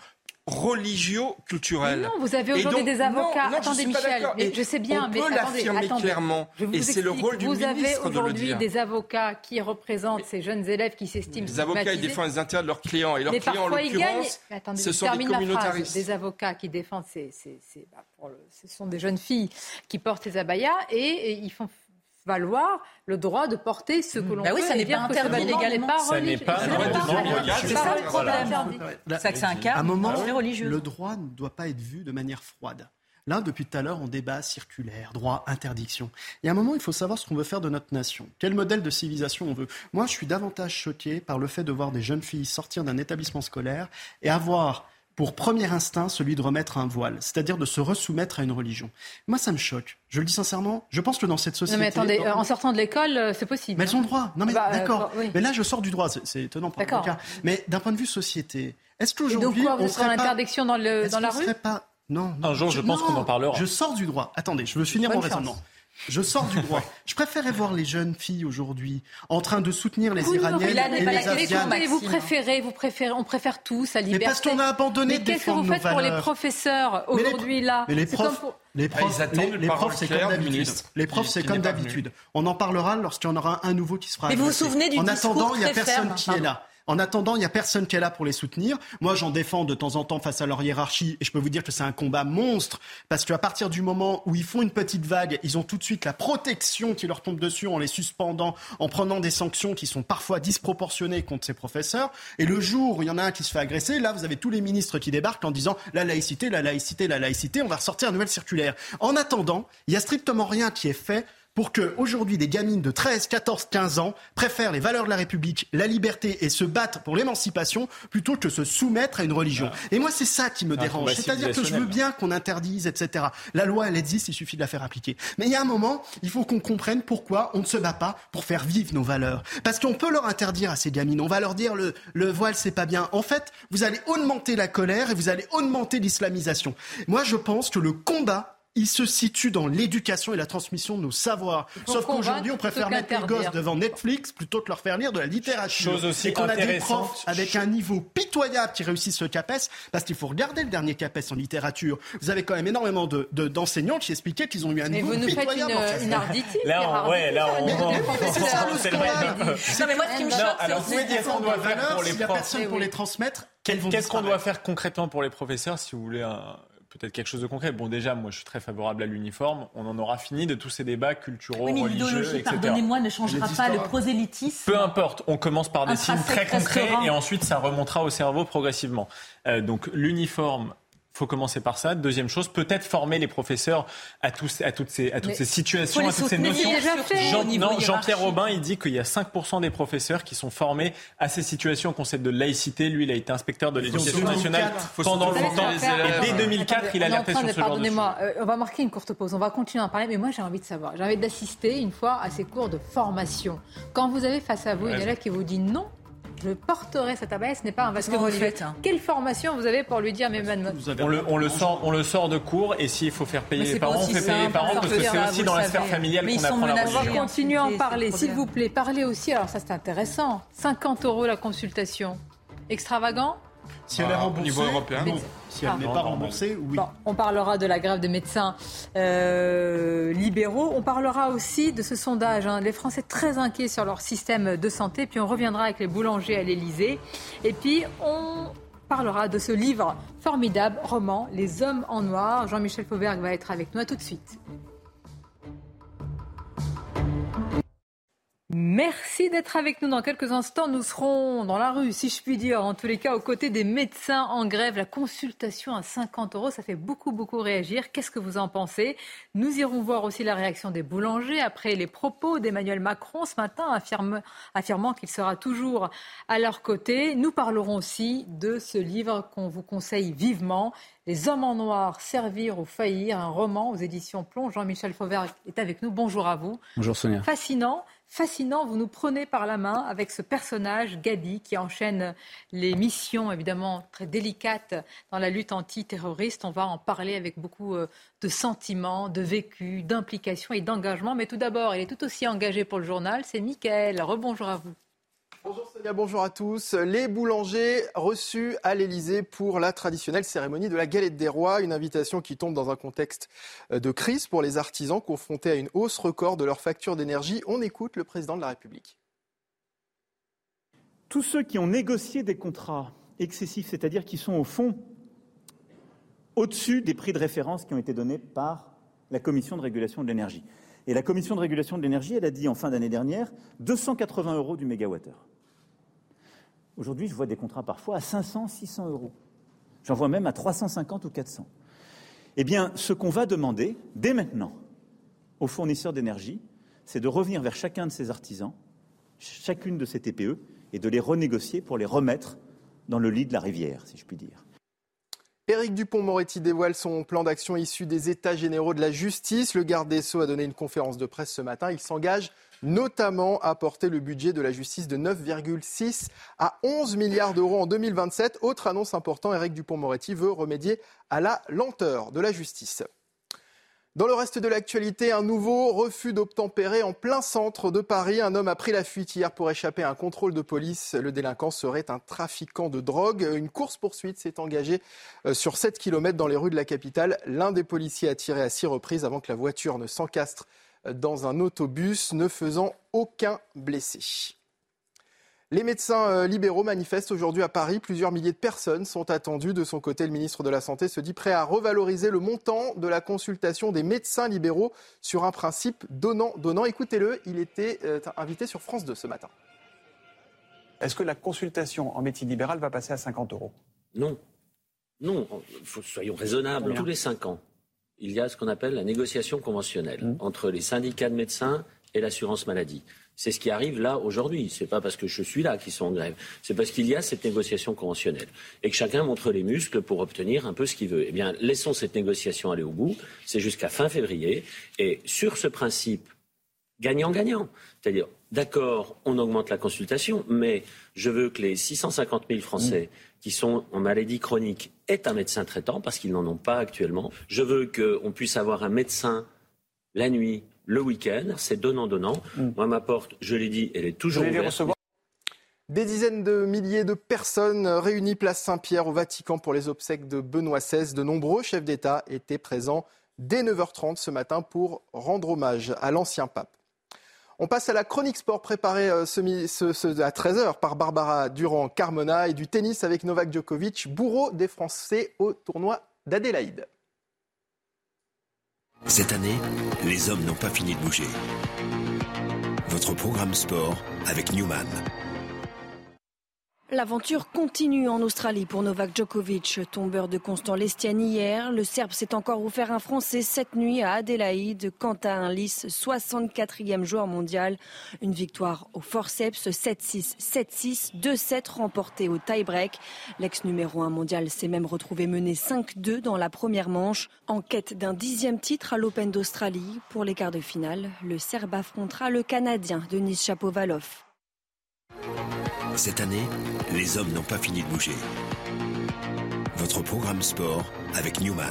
religio-culturelle? Non, vous avez aujourd'hui des avocats. Non, non, attendez, je Michel, mais je sais bien, on mais peut attendez, l'affirmer attendez. clairement. Et c'est le rôle du vous ministre de le dire. Vous avez aujourd'hui des avocats qui représentent mais ces jeunes élèves qui s'estiment les avocats, ils défendent les intérêts de leurs clients. Et leurs mais clients, en l'occurrence, attendez, ce sont des communautaristes. Des avocats qui défendent, ces, ces, ces, bah, pour le, ce sont des jeunes filles qui portent les abayas et, et ils font valoir le droit de porter ce que l'on bah veut. Oui, ça n'est pas interdit légalement. Ça n'est pas légal. C'est ça le problème. C'est ça que c'est un cas à un moment, religieux. Le droit ne doit pas être vu de manière froide. Là, depuis tout à l'heure, on débat circulaire, droit, interdiction. Et à un moment, il faut savoir ce qu'on veut faire de notre nation. Quel modèle de civilisation on veut. Moi, je suis davantage choqué par le fait de voir des jeunes filles sortir d'un établissement scolaire et avoir pour premier instinct celui de remettre un voile, c'est-à-dire de se resoumettre à une religion. Moi, ça me choque. Je le dis sincèrement. Je pense que dans cette société... Non mais attendez, dans... euh, en sortant de l'école, c'est possible. Mais elles ont le droit. Non mais bah, d'accord. Euh, oui. Mais là, je sors du droit. C'est, c'est étonnant pour un cas. Mais d'un point de vue société, est-ce qu'aujourd'hui... Et donc quoi, vous on serait l'interdiction pas... dans, le, dans la rue pas... Non, non. Un jour, je pense non, qu'on en parlera. Je sors du droit. Attendez, je veux finir Bonne mon chance. raisonnement. Je sors du droit. Je préférais voir les jeunes filles aujourd'hui en train de soutenir les vous Iraniennes et les Afghanes. Mais vous préférez, vous préférez, on préfère tous la liberté. Mais parce qu'on a abandonné de défendre nos valeurs. Mais qu'est-ce que vous faites pour les professeurs aujourd'hui là? Mais les profs, pour... les profs, les, les profs c'est comme d'habitude. Les profs, c'est comme d'habitude. On en parlera lorsqu'il y en aura un nouveau qui se fera. Mais vous vous souvenez du En discours attendant, il n'y a très personne ferme. qui est là. En attendant, il n'y a personne qui est là pour les soutenir. Moi, j'en défends de temps en temps face à leur hiérarchie et je peux vous dire que c'est un combat monstre parce qu'à partir du moment où ils font une petite vague, ils ont tout de suite la protection qui leur tombe dessus en les suspendant, en prenant des sanctions qui sont parfois disproportionnées contre ces professeurs. Et le jour où il y en a un qui se fait agresser, là, vous avez tous les ministres qui débarquent en disant la laïcité, la laïcité, la laïcité, on va ressortir une nouvelle circulaire. En attendant, il n'y a strictement rien qui est fait pour que aujourd'hui des gamines de treize, quatorze, quinze ans préfèrent les valeurs de la République, la liberté et se battent pour l'émancipation plutôt que se soumettre à une religion. Et moi, c'est ça qui me dérange. C'est-à-dire que je veux bien qu'on interdise, et cetera. La loi, elle existe, il suffit de la faire appliquer. Mais il y a un moment, il faut qu'on comprenne pourquoi on ne se bat pas pour faire vivre nos valeurs. Parce qu'on peut leur interdire à ces gamines. On va leur dire le, le voile, c'est pas bien. En fait, vous allez augmenter la colère et vous allez augmenter l'islamisation. Moi, je pense que le combat, il se situe dans l'éducation et la transmission de nos savoirs. Sauf qu'aujourd'hui, on préfère mettre les gosses devant Netflix plutôt que leur faire lire de la littérature. Chose aussi et qu'on a des intéressante. profs avec un niveau pitoyable qui réussissent ce CAPES, parce qu'il faut regarder le dernier CAPES en littérature. Vous avez quand même énormément de, de, d'enseignants qui expliquaient qu'ils ont eu un mais niveau pitoyable. Mais vous nous faites une, une arditique. Là, on, ouais, là, on... Mais, on, mais, mais c'est ça le scandale. Non, mais moi, ce qui me choque, c'est alors, c'est qu'est-ce qu'on doit faire pour les s'il n'y a profs personne pour les transmettre, qu'est-ce qu'on doit faire concrètement pour les professeurs, si vous voulez un... peut-être quelque chose de concret. Bon, déjà, moi, je suis très favorable à l'uniforme. On en aura fini de tous ces débats culturaux, oui, mais religieux, l'idéologie, et cetera. Pardonnez-moi, ne changera pas le prosélytisme. Peu importe. On commence par des signes très concrets restaurant. et ensuite, ça remontera au cerveau progressivement. Euh, donc, l'uniforme, faut commencer par ça. Deuxième chose, peut-être former les professeurs à, tous, à toutes ces, à toutes ces situations, à toutes ces notions. Jean, non, Jean-Pierre Robin, il dit qu'il y a cinq pour cent des professeurs qui sont formés à ces situations, au concept de laïcité. Lui, il a été inspecteur de l'éducation nationale pendant longtemps. Et dès deux mille quatre, il a alerté sur ce genre de choses. Pardonnez-moi, euh, on va marquer une courte pause. On va continuer à en parler, mais moi, j'ai envie de savoir. J'ai envie d'assister une fois à ces cours de formation. Quand vous avez face à vous une élève qui vous dit non, je porterai cette abaya, ce n'est pas un vêtement religieux. Hein. Quelle formation vous avez pour lui dire, mais mademoiselle, on le, on le sort, on le sort de cours, et s'il faut faire payer les parents, on fait payer les parents, parce que c'est aussi dans la sphère familiale qu'on apprend la religion. On va continuer à en parler, s'il vous plaît. Parlez aussi, alors ça c'est intéressant, cinquante euros la consultation. Extravagant ? Si elle est remboursée, au niveau européen, non. Si elle ah. n'est pas remboursée, oui. Bon, on parlera de la grève des médecins euh, libéraux. On parlera aussi de ce sondage. Hein. Les Français très inquiets sur leur système de santé. Puis on reviendra avec les boulangers à l'Élysée. Et puis on parlera de ce livre formidable, roman, Les Hommes en Noir. Jean-Michel Fauvergue va être avec nous. À tout de suite. Merci d'être avec nous. Dans quelques instants, nous serons dans la rue, si je puis dire, en tous les cas, aux côtés des médecins en grève. La consultation à cinquante euros, ça fait beaucoup, beaucoup réagir. Qu'est-ce que vous en pensez ? Nous irons voir aussi la réaction des boulangers après les propos d'Emmanuel Macron ce matin, affirme, affirmant qu'il sera toujours à leur côté. Nous parlerons aussi de ce livre qu'on vous conseille vivement, Les hommes en noir, servir ou faillir, un roman aux éditions Plomb. Jean-Michel Fauvergue est avec nous. Bonjour à vous. Bonjour Sonia. Fascinant. Fascinant, vous nous prenez par la main avec ce personnage, Gabi, qui enchaîne les missions évidemment très délicates dans la lutte antiterroriste. On va en parler avec beaucoup de sentiments, de vécu, d'implication et d'engagement. Mais tout d'abord, il est tout aussi engagé pour le journal, c'est Mickaël. Rebonjour à vous. Bonjour Sonia, bonjour à tous. Les boulangers reçus à l'Elysée pour la traditionnelle cérémonie de la galette des rois. Une invitation qui tombe dans un contexte de crise pour les artisans confrontés à une hausse record de leur facture d'énergie. On écoute le président de la République. Tous ceux qui ont négocié des contrats excessifs, c'est-à-dire qui sont au fond au-dessus des prix de référence qui ont été donnés par la Commission de régulation de l'énergie. Et la Commission de régulation de l'énergie, elle a dit en fin d'année dernière deux cent quatre-vingts euros du mégawattheure. Aujourd'hui, je vois des contrats parfois à cinq cents, six cents euros. J'en vois même à trois cent cinquante ou quatre cents. Eh bien, ce qu'on va demander, dès maintenant, aux fournisseurs d'énergie, c'est de revenir vers chacun de ces artisans, chacune de ces T P E, et de les renégocier pour les remettre dans le lit de la rivière, si je puis dire. Éric Dupond-Moretti dévoile son plan d'action issu des États généraux de la justice. Le garde des Sceaux a donné une conférence de presse ce matin. Il s'engage notamment à porter le budget de la justice de neuf virgule six à onze milliards d'euros en deux mille vingt-sept. Autre annonce importante, Éric Dupond-Moretti veut remédier à la lenteur de la justice. Dans le reste de l'actualité, un nouveau refus d'obtempérer en plein centre de Paris. Un homme a pris la fuite hier pour échapper à un contrôle de police. Le délinquant serait un trafiquant de drogue. Une course-poursuite s'est engagée sur sept kilomètres dans les rues de la capitale. L'un des policiers a tiré à six reprises avant que la voiture ne s'encastre dans un autobus, ne faisant aucun blessé. Les médecins libéraux manifestent aujourd'hui à Paris. Plusieurs milliers de personnes sont attendues. De son côté, le ministre de la Santé se dit prêt à revaloriser le montant de la consultation des médecins libéraux sur un principe donnant-donnant. Écoutez-le, il était invité sur France deux ce matin. Est-ce que la consultation en médecine libérale va passer à cinquante euros ? Non. Non, faut, soyons raisonnables. Tous les cinq ans, il y a ce qu'on appelle la négociation conventionnelle mmh. entre les syndicats de médecins et l'assurance maladie. C'est ce qui arrive là aujourd'hui. C'est pas parce que je suis là qu'ils sont en grève. C'est parce qu'il y a cette négociation conventionnelle et que chacun montre les muscles pour obtenir un peu ce qu'il veut. Eh bien, laissons cette négociation aller au bout. C'est jusqu'à fin février. Et sur ce principe gagnant-gagnant, c'est-à-dire, d'accord, on augmente la consultation, mais je veux que les six cent cinquante mille Français mmh. qui sont en maladie chronique aient un médecin traitant parce qu'ils n'en ont pas actuellement. Je veux qu'on puisse avoir un médecin la nuit, le week-end, c'est donnant-donnant. Mmh. Moi, ma porte, je l'ai dit, elle est toujours ouverte. Des dizaines de milliers de personnes réunies place Saint-Pierre au Vatican pour les obsèques de Benoît seize. De nombreux chefs d'État étaient présents dès neuf heures trente ce matin pour rendre hommage à l'ancien pape. On passe à la chronique sport préparée ce, ce, ce, à treize heures par Barbara Durand-Carmona et du tennis avec Novak Djokovic, bourreau des Français au tournoi d'Adélaïde. Cette année, les hommes n'ont pas fini de bouger. Votre programme sport avec Newman. L'aventure continue en Australie pour Novak Djokovic. Tombeur de Constant Lestiani hier, le Serbe s'est encore offert un Français cette nuit à Adélaïde. Quant à un lisse, soixante-quatrième joueur mondial. Une victoire au forceps, sept six, sept six, deux sept remporté au tie-break. L'ex numéro un mondial s'est même retrouvé mené cinq deux dans la première manche. En quête d'un dixième titre à l'Open d'Australie. Pour les quarts de finale, le Serbe affrontera le Canadien Denis Shapovalov. Cette année, les hommes n'ont pas fini de bouger. Votre programme sport avec Newman.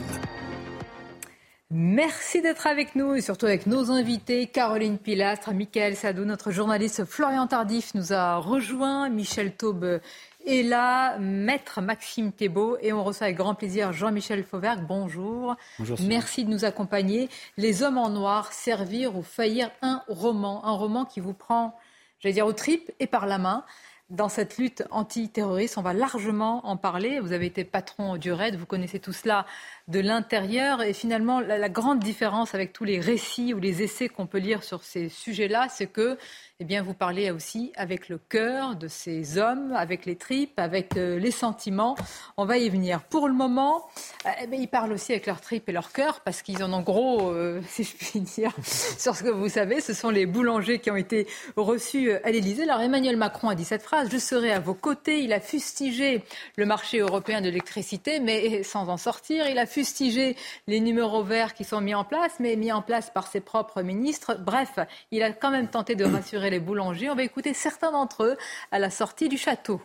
Merci d'être avec nous et surtout avec nos invités. Caroline Pilastre, Mickaël Sadou, notre journaliste Florian Tardif nous a rejoint. Michel Taube est là, maître Maxime Thébault et on reçoit avec grand plaisir Jean-Michel Fauvergue. Bonjour. Bonjour. Merci de nous accompagner. Les hommes en noir, servir ou faillir, un roman. Un roman qui vous prend, j'allais dire, aux tripes et par la main. dans cette lutte antiterroriste. On va largement en parler. Vous avez été patron du R A I D, vous connaissez tout cela de l'intérieur. Et finalement, la, la grande différence avec tous les récits ou les essais qu'on peut lire sur ces sujets-là, c'est que eh bien, vous parlez aussi avec le cœur de ces hommes, avec les tripes, avec euh, les sentiments. On va y venir. Pour le moment, euh, eh bien, ils parlent aussi avec leurs tripes et leur cœur, parce qu'ils en ont gros, euh, si je puis dire, sur ce que vous savez. Ce sont les boulangers qui ont été reçus à l'Élysée. Alors Emmanuel Macron a dit cette phrase: « Je serai à vos côtés ». Il a fustigé le marché européen de l'électricité, mais sans en sortir. Il a fustigé les numéros verts qui sont mis en place, mais mis en place par ses propres ministres. Bref, il a quand même tenté de rassurer les boulangers. On va écouter certains d'entre eux à la sortie du château.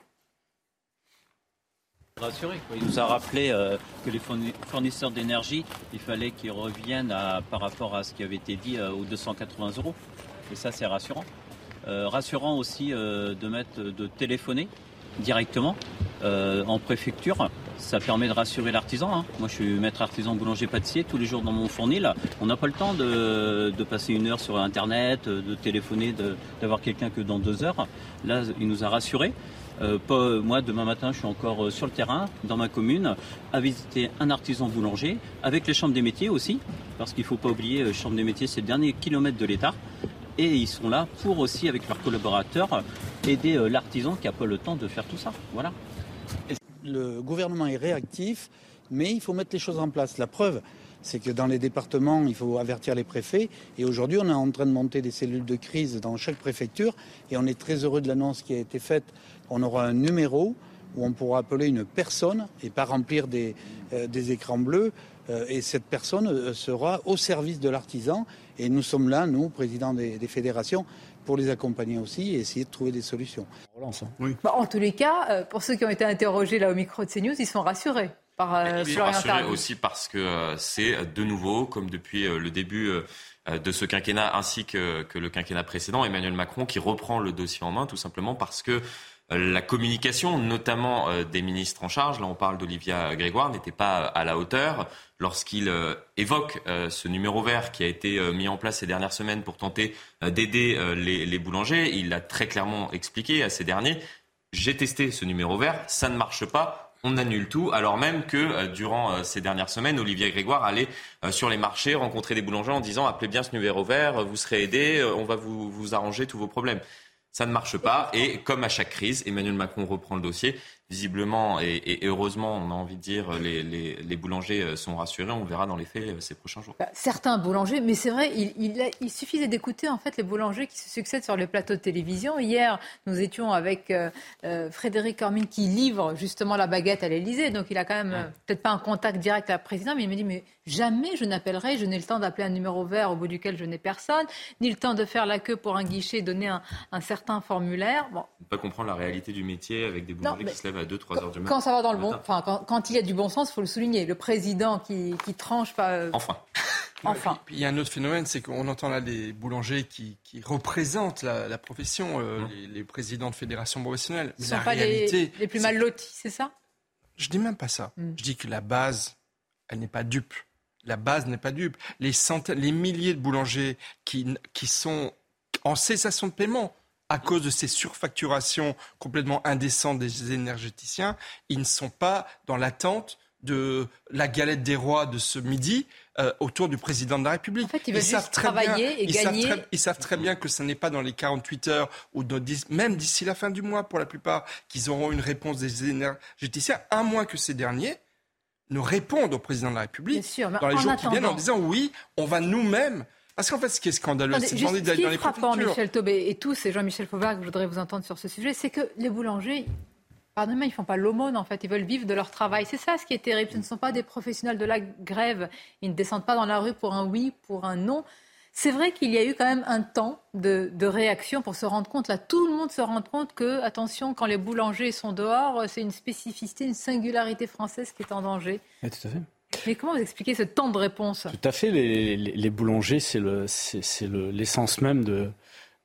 Rassuré, quoi. Il nous a rappelé euh, que les fournisseurs d'énergie, il fallait qu'ils reviennent à, par rapport à ce qui avait été dit euh, aux deux cent quatre-vingts euros. Et ça, c'est rassurant. Euh, rassurant aussi euh, de mettre, de téléphoner directement euh, en préfecture. Ça permet de rassurer l'artisan. Hein. Moi, je suis maître artisan boulanger-pâtissier. Tous les jours dans mon fournil, on n'a pas le temps de, de passer une heure sur Internet, de téléphoner, de, d'avoir quelqu'un que dans deux heures. Là, il nous a rassurés. Euh, pas, moi, demain matin, je suis encore sur le terrain, dans ma commune, à visiter un artisan boulanger, avec les chambres des métiers aussi, parce qu'il ne faut pas oublier, les chambres des métiers, c'est le dernier kilomètre de l'État. Et ils sont là pour aussi, avec leurs collaborateurs, aider l'artisan qui n'a pas le temps de faire tout ça. Voilà. Le gouvernement est réactif, mais il faut mettre les choses en place. La preuve, c'est que dans les départements, il faut avertir les préfets. Et aujourd'hui, on est en train de monter des cellules de crise dans chaque préfecture. Et on est très heureux de l'annonce qui a été faite. On aura un numéro où on pourra appeler une personne et pas remplir des, euh, des écrans bleus. Euh, et cette personne euh, sera au service de l'artisan. Et nous sommes là, nous, présidents des, des fédérations, pour les accompagner aussi et essayer de trouver des solutions. Oui. Bah, en tous les cas, euh, pour ceux qui ont été interrogés là au micro de CNews, ils sont rassurés par euh, Florian Tardif. Rassurés aussi parce que euh, c'est de nouveau, comme depuis euh, le début euh, de ce quinquennat ainsi que, que le quinquennat précédent, Emmanuel Macron qui reprend le dossier en main, tout simplement parce que la communication, notamment des ministres en charge, là on parle d'Olivia Grégoire, n'était pas à la hauteur lorsqu'il évoque ce numéro vert qui a été mis en place ces dernières semaines pour tenter d'aider les, les boulangers. Il l'a très clairement expliqué à ces derniers. J'ai testé ce numéro vert, ça ne marche pas. On annule tout, alors même que durant ces dernières semaines, Olivia Grégoire allait sur les marchés rencontrer des boulangers en disant « Appelez bien ce numéro vert, vous serez aidés, on va vous, vous arranger tous vos problèmes ». Ça ne marche pas et comme à chaque crise, Emmanuel Macron reprend le dossier. Visiblement et, et heureusement, on a envie de dire, les, les, les boulangers sont rassurés. On verra dans les faits ces prochains jours. Certains boulangers, mais c'est vrai, il, il, il suffisait d'écouter en fait les boulangers qui se succèdent sur les plateaux de télévision. Hier, nous étions avec euh, euh, Frédéric Cormine qui livre justement la baguette à l'Élysée. Donc il a quand même euh, peut-être pas un contact direct avec la présidente, mais il me dit mais jamais je n'appellerai, je n'ai le temps d'appeler un numéro vert au bout duquel je n'ai personne, ni le temps de faire la queue pour un guichet, donner un, un certain formulaire. Bon. Ne pas comprendre la réalité du métier avec des boulangers non, qui se lèvent à deux trois heures du matin. Quand ça va dans le bon, enfin quand, quand il y a du bon sens, il faut le souligner. Le président qui, qui tranche pas. Euh... Enfin. Enfin. Puis il y a un autre phénomène, c'est qu'on entend là des boulangers qui, qui représentent la, la profession, euh, mmh. les, les présidents de fédérations professionnelles. Ils ne sont pas réalité, les, les plus mal lotis, c'est ça ? Je dis même pas ça. Mmh. Je dis que la base, elle n'est pas dupe. La base n'est pas dupe. Les centaines, les milliers de boulangers qui, qui sont en cessation de paiement à cause de ces surfacturations complètement indécentes des énergéticiens, ils ne sont pas dans l'attente de la galette des rois de ce midi euh, autour du président de la République. En fait, ils veulent ils juste travailler bien, et ils gagner. Savent très, ils savent très bien que ce n'est pas dans les quarante-huit heures ou dans, même d'ici la fin du mois, pour la plupart, qu'ils auront une réponse des énergéticiens, à moins que ces derniers ne répondent au président de la République sûr, dans les jours attendant... qui viennent en disant oui, on va nous-mêmes... Parce qu'en fait, ce qui est scandaleux, Attendez, c'est de demander d'aller dans les préfectures. Ce qui est frappant, Michel Taubé et tous, et Jean-Michel Fauvergue, je voudrais vous entendre sur ce sujet, c'est que les boulangers, pardonnez-moi, ils ne font pas l'aumône, en fait. Ils veulent vivre de leur travail. C'est ça ce qui est terrible. Ce ne sont pas des professionnels de la grève. Ils ne descendent pas dans la rue pour un oui, pour un non. C'est vrai qu'il y a eu quand même un temps de, de réaction pour se rendre compte. Là, tout le monde se rend compte que, attention, quand les boulangers sont dehors, c'est une spécificité, une singularité française qui est en danger. Oui, tout à fait. Mais comment vous expliquez ce temps de réponse ? Tout à fait. Les, les, les boulangers, c'est, le, c'est, c'est le, l'essence même de,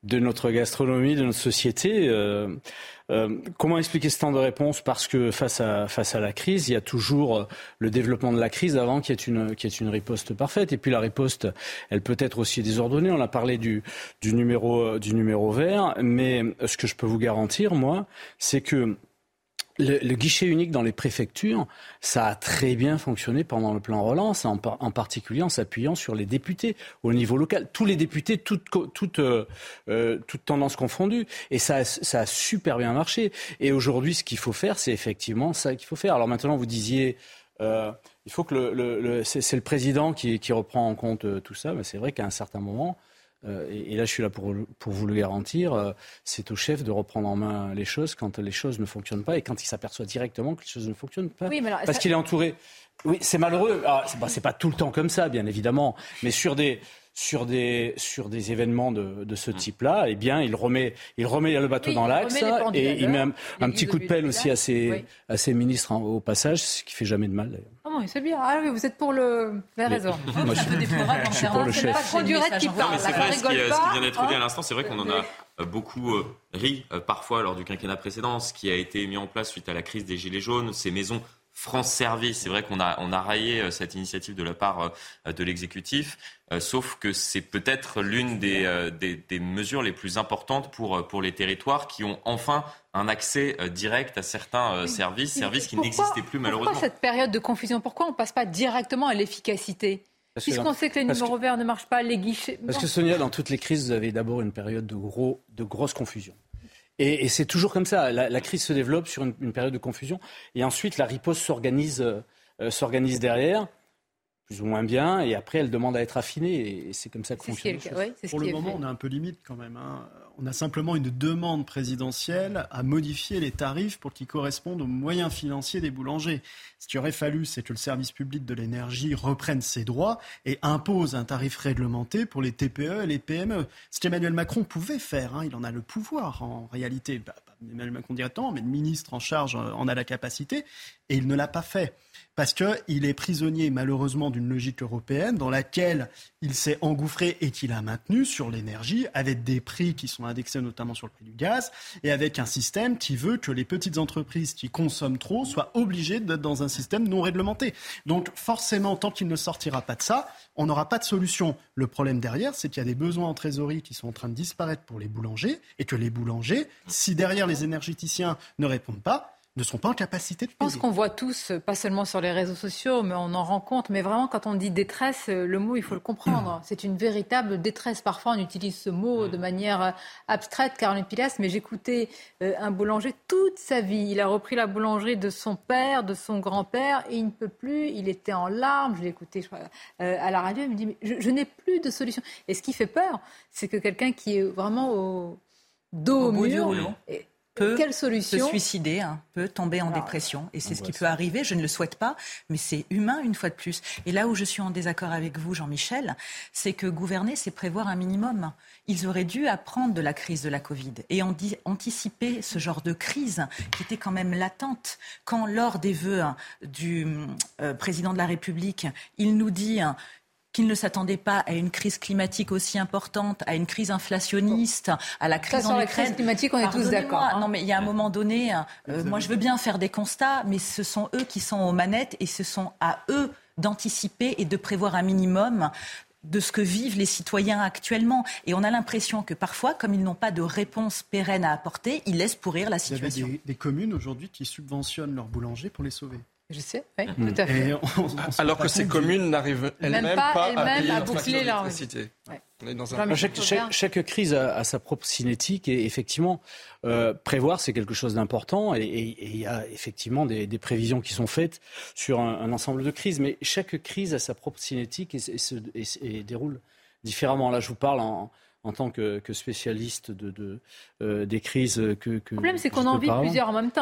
de notre gastronomie, de notre société. Euh, euh, comment expliquer ce temps de réponse ? Parce que face à, face à la crise, il y a toujours le développement de la crise avant qu'il y ait une, qu'il y ait une riposte parfaite. Et puis la riposte, elle peut être aussi désordonnée. On a parlé du, du, numéro, du numéro vert, mais ce que je peux vous garantir, moi, c'est que Le, le guichet unique dans les préfectures, ça a très bien fonctionné pendant le plan relance, en, en particulier en s'appuyant sur les députés au niveau local. Tous les députés, toutes toute, euh, euh, toute tendances confondues. Et ça, ça a super bien marché. Et aujourd'hui, ce qu'il faut faire, c'est effectivement ça qu'il faut faire. Alors maintenant, vous disiez... Euh, il faut que le, le, le c'est, c'est le président qui, qui reprend en compte euh, tout ça. Mais c'est vrai qu'à un certain moment... Euh, et, et là, je suis là pour, pour vous le garantir, euh, c'est au chef de reprendre en main les choses quand les choses ne fonctionnent pas et quand il s'aperçoit directement que les choses ne fonctionnent pas. Oui, mais alors, parce ça... qu'il est entouré. Oui, c'est malheureux. Alors, c'est, bah, c'est pas tout le temps comme ça, bien évidemment, mais sur des... Sur des, sur des événements de, de ce type-là, eh bien, il remet, il remet le bateau oui, dans l'axe et il met un, un petit coup de pelle aussi à ses, oui. à ses ministres hein, au passage, ce qui fait jamais de mal d'ailleurs. Oh non, c'est bien. Ah oui, vous êtes pour le. Vous avez raison. Moi, je, je suis pour le chef. C'est pas trop du raid qui parle. C'est vrai, ce qui, ce qui vient d'être dit à l'instant, c'est vrai qu'on en a beaucoup ri parfois lors du quinquennat précédent, ce qui a été mis en place suite à la crise des Gilets jaunes, ces maisons France Service, c'est vrai qu'on a, on a raillé cette initiative de la part de l'exécutif, euh, sauf que c'est peut-être l'une des, euh, des, des mesures les plus importantes pour, pour les territoires qui ont enfin un accès euh, direct à certains euh, services, services qui pourquoi, n'existaient plus malheureusement. Pourquoi cette période de confusion ? Pourquoi on ne passe pas directement à l'efficacité ? Parce Puisqu'on dans, sait que les numéros que, verts ne marchent pas, les guichets... Parce bon. que Sonia, dans toutes les crises, vous avez d'abord une période de, gros, de grosse confusion. Et, et c'est toujours comme ça. La, la crise se développe sur une, une période de confusion. Et ensuite, la riposte s'organise, euh, s'organise derrière, plus ou moins bien. Et après, elle demande à être affinée. Et c'est comme ça que c'est fonctionne. Ce ouais, c'est Pour ce le moment, fait. on est un peu limite quand même. Hein. On a simplement une demande présidentielle à modifier les tarifs pour qu'ils correspondent aux moyens financiers des boulangers. Ce qu'il aurait fallu, c'est que le service public de l'énergie reprenne ses droits et impose un tarif réglementé pour les T P E et les P M E. Ce qu'Emmanuel Macron pouvait faire, hein, il en a le pouvoir en réalité. Bah, Emmanuel Macron directement, mais le ministre en charge en a la capacité, et il ne l'a pas fait. Parce qu'il est prisonnier, malheureusement, d'une logique européenne dans laquelle il s'est engouffré et qu'il a maintenu sur l'énergie, avec des prix qui sont indexés notamment sur le prix du gaz, et avec un système qui veut que les petites entreprises qui consomment trop soient obligées d'être dans un système non réglementé. Donc forcément, tant qu'il ne sortira pas de ça, on n'aura pas de solution. Le problème derrière, c'est qu'il y a des besoins en trésorerie qui sont en train de disparaître pour les boulangers, et que les boulangers, si derrière les énergéticiens ne répondent pas, ne sont pas en capacité de payer. Je pense qu'on voit tous, pas seulement sur les réseaux sociaux, mais on en rencontre. Mais vraiment, quand on dit détresse, le mot, il faut le comprendre. C'est une véritable détresse. Parfois, on utilise ce mot de manière abstraite, Caroline Pilas, mais j'écoutais un boulanger toute sa vie. Il a repris la boulangerie de son père, de son grand-père, et il ne peut plus. Il était en larmes. Je l'ai écouté je crois, à la radio. Il me dit, mais je, je n'ai plus de solution. Et ce qui fait peur, c'est que quelqu'un qui est vraiment au dos au mur... peut Quelle solution ? se suicider, hein, peut tomber en ah, dépression. Et c'est ce qui peut arriver. Je ne le souhaite pas, mais c'est humain une fois de plus. Et là où je suis en désaccord avec vous, Jean-Michel, c'est que gouverner, c'est prévoir un minimum. Ils auraient dû apprendre de la crise de la Covid et anticiper ce genre de crise qui était quand même latente. Quand, lors des vœux hein, du euh, président de la République, il nous dit... Hein, qu'il ne s'attendait pas à une crise climatique aussi importante, à une crise inflationniste, à la crise ça, en sur Ukraine. La crise climatique, on est tous d'accord. Hein. Non, mais il y a un moment donné, euh, moi je veux bien faire des constats, mais ce sont eux qui sont aux manettes et ce sont à eux d'anticiper et de prévoir un minimum de ce que vivent les citoyens actuellement. Et on a l'impression que parfois, comme ils n'ont pas de réponse pérenne à apporter, ils laissent pourrir la situation. Il y a des, des communes aujourd'hui qui subventionnent leurs boulangers pour les sauver. Je sais, oui, mmh. tout à fait. On, on, on Alors que ces communes n'arrivent elles-mêmes même pas, pas elles à même payer à boucler leur électricité. Ouais. On est dans un... chaque, chaque, chaque crise a, a sa propre cinétique et effectivement, euh, prévoir c'est quelque chose d'important et il y a effectivement des, des prévisions qui sont faites sur un, un ensemble de crises. Mais chaque crise a sa propre cinétique et, et, se, et, et déroule différemment. Là, je vous parle en... en tant que, que spécialiste de, de, euh, des crises que, que... Le problème, c'est qu'on en vit plusieurs en même temps.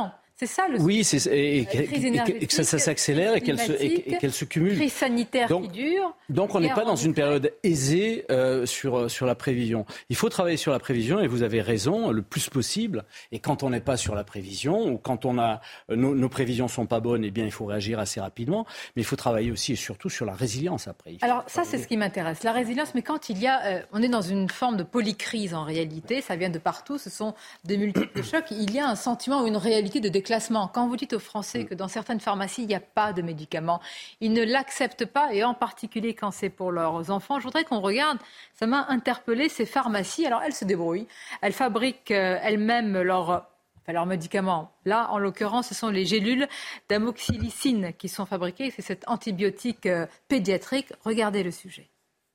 C'est ça le Oui, c'est, et, et, crise et, et que ça, ça s'accélère et qu'elle se, et, et qu'elle se cumule. Crise sanitaire donc, qui dure. Donc on n'est pas dans une période aisée euh, sur, sur la prévision. Il faut travailler sur la prévision et vous avez raison, le plus possible. Et quand on n'est pas sur la prévision ou quand on a, nos, nos prévisions ne sont pas bonnes, eh bien il faut réagir assez rapidement. Mais il faut travailler aussi et surtout sur la résilience après. Alors ça c'est ce qui m'intéresse, la résilience. Mais quand il y a, euh, on est dans une forme de polycrise en réalité, ça vient de partout, ce sont de multiples chocs. Il y a un sentiment ou une réalité de déclassement. Quand vous dites aux Français que dans certaines pharmacies, il n'y a pas de médicaments, ils ne l'acceptent pas, et en particulier quand c'est pour leurs enfants. Je voudrais qu'on regarde, ça m'a interpellé, ces pharmacies. Alors, elles se débrouillent. Elles fabriquent euh, elles-mêmes leurs, enfin, leurs médicaments. Là, en l'occurrence, ce sont les gélules d'amoxicilline qui sont fabriquées. C'est cet antibiotique euh, pédiatrique. Regardez le sujet.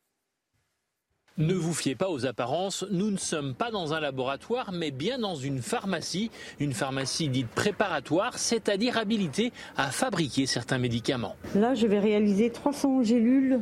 Ne vous fiez pas aux apparences, nous ne sommes pas dans un laboratoire, mais bien dans une pharmacie. Une pharmacie dite préparatoire, c'est-à-dire habilitée à fabriquer certains médicaments. Là, je vais réaliser trois cents gélules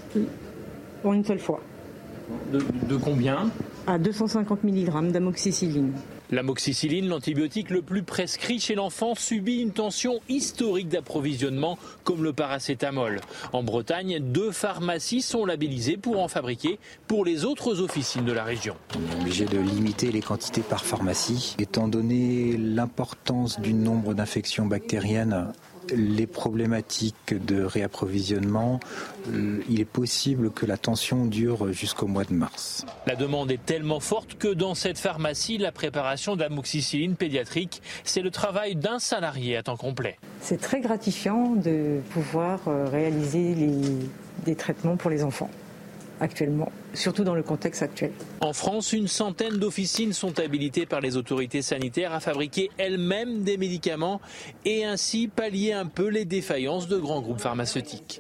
en une seule fois. De, de combien ? À deux cent cinquante milligrammes d'amoxicilline. L'amoxicilline, l'antibiotique le plus prescrit chez l'enfant, subit une tension historique d'approvisionnement comme le paracétamol. En Bretagne, deux pharmacies sont labellisées pour en fabriquer pour les autres officines de la région. On est obligé de limiter les quantités par pharmacie. Étant donné l'importance du nombre d'infections bactériennes, les problématiques de réapprovisionnement, il est possible que la tension dure jusqu'au mois de mars. La demande est tellement forte que dans cette pharmacie, la préparation d'amoxicilline pédiatrique, c'est le travail d'un salarié à temps complet. C'est très gratifiant de pouvoir réaliser les, des traitements pour les enfants actuellement, surtout dans le contexte actuel. En France, une centaine d'officines sont habilitées par les autorités sanitaires à fabriquer elles-mêmes des médicaments et ainsi pallier un peu les défaillances de grands groupes pharmaceutiques.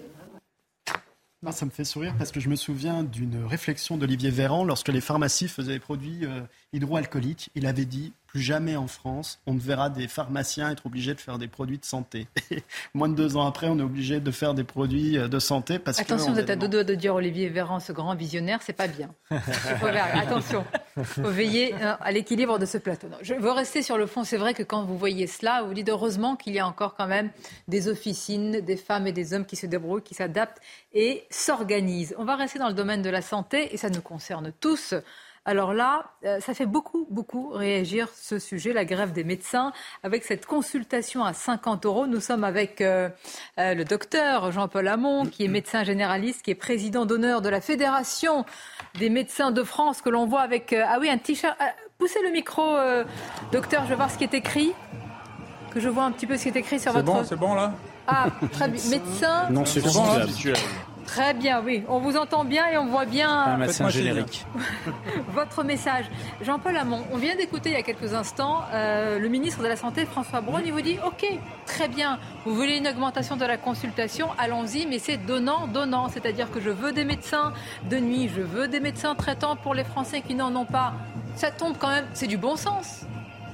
Non, ça me fait sourire parce que je me souviens d'une réflexion d'Olivier Véran lorsque les pharmacies faisaient des produits euh, hydroalcooliques. Il avait dit « Plus jamais en France, on ne verra des pharmaciens être obligés de faire des produits de santé. » Moins de deux ans après, on est obligé de faire des produits de santé parce que... Attention, vous êtes à deux doigts de dire Olivier Véran, ce grand visionnaire, c'est pas bien. Faut ver- Attention, il faut veiller à l'équilibre de ce plateau. Non, je veux rester sur le fond. C'est vrai que quand vous voyez cela, vous dites heureusement qu'il y a encore quand même des officines, des femmes et des hommes qui se débrouillent, qui s'adaptent et s'organisent. On va rester dans le domaine de la santé et ça nous concerne tous. Alors là, ça fait beaucoup, beaucoup réagir ce sujet, la grève des médecins, avec cette consultation à cinquante euros. Nous sommes avec euh, euh, le docteur Jean-Paul Hamon, qui est médecin généraliste, qui est président d'honneur de la Fédération des médecins de France, que l'on voit avec... Euh, ah oui, un t-shirt... Euh, poussez le micro, euh, docteur, je vais voir ce qui est écrit. Que je vois un petit peu ce qui est écrit sur c'est votre... Bon, c'est bon, là ? Ah, très bien. Médecin... Non, c'est bon, là. Très bien, oui. On vous entend bien et on voit bien un médecin générique. Votre message. Jean-Paul Hamon, on vient d'écouter il y a quelques instants euh, le ministre de la Santé, François Braun. Il vous dit, OK, très bien, vous voulez une augmentation de la consultation, allons-y, mais c'est donnant-donnant. C'est-à-dire que je veux des médecins de nuit, je veux des médecins traitants pour les Français qui n'en ont pas. Ça tombe quand même, c'est du bon sens.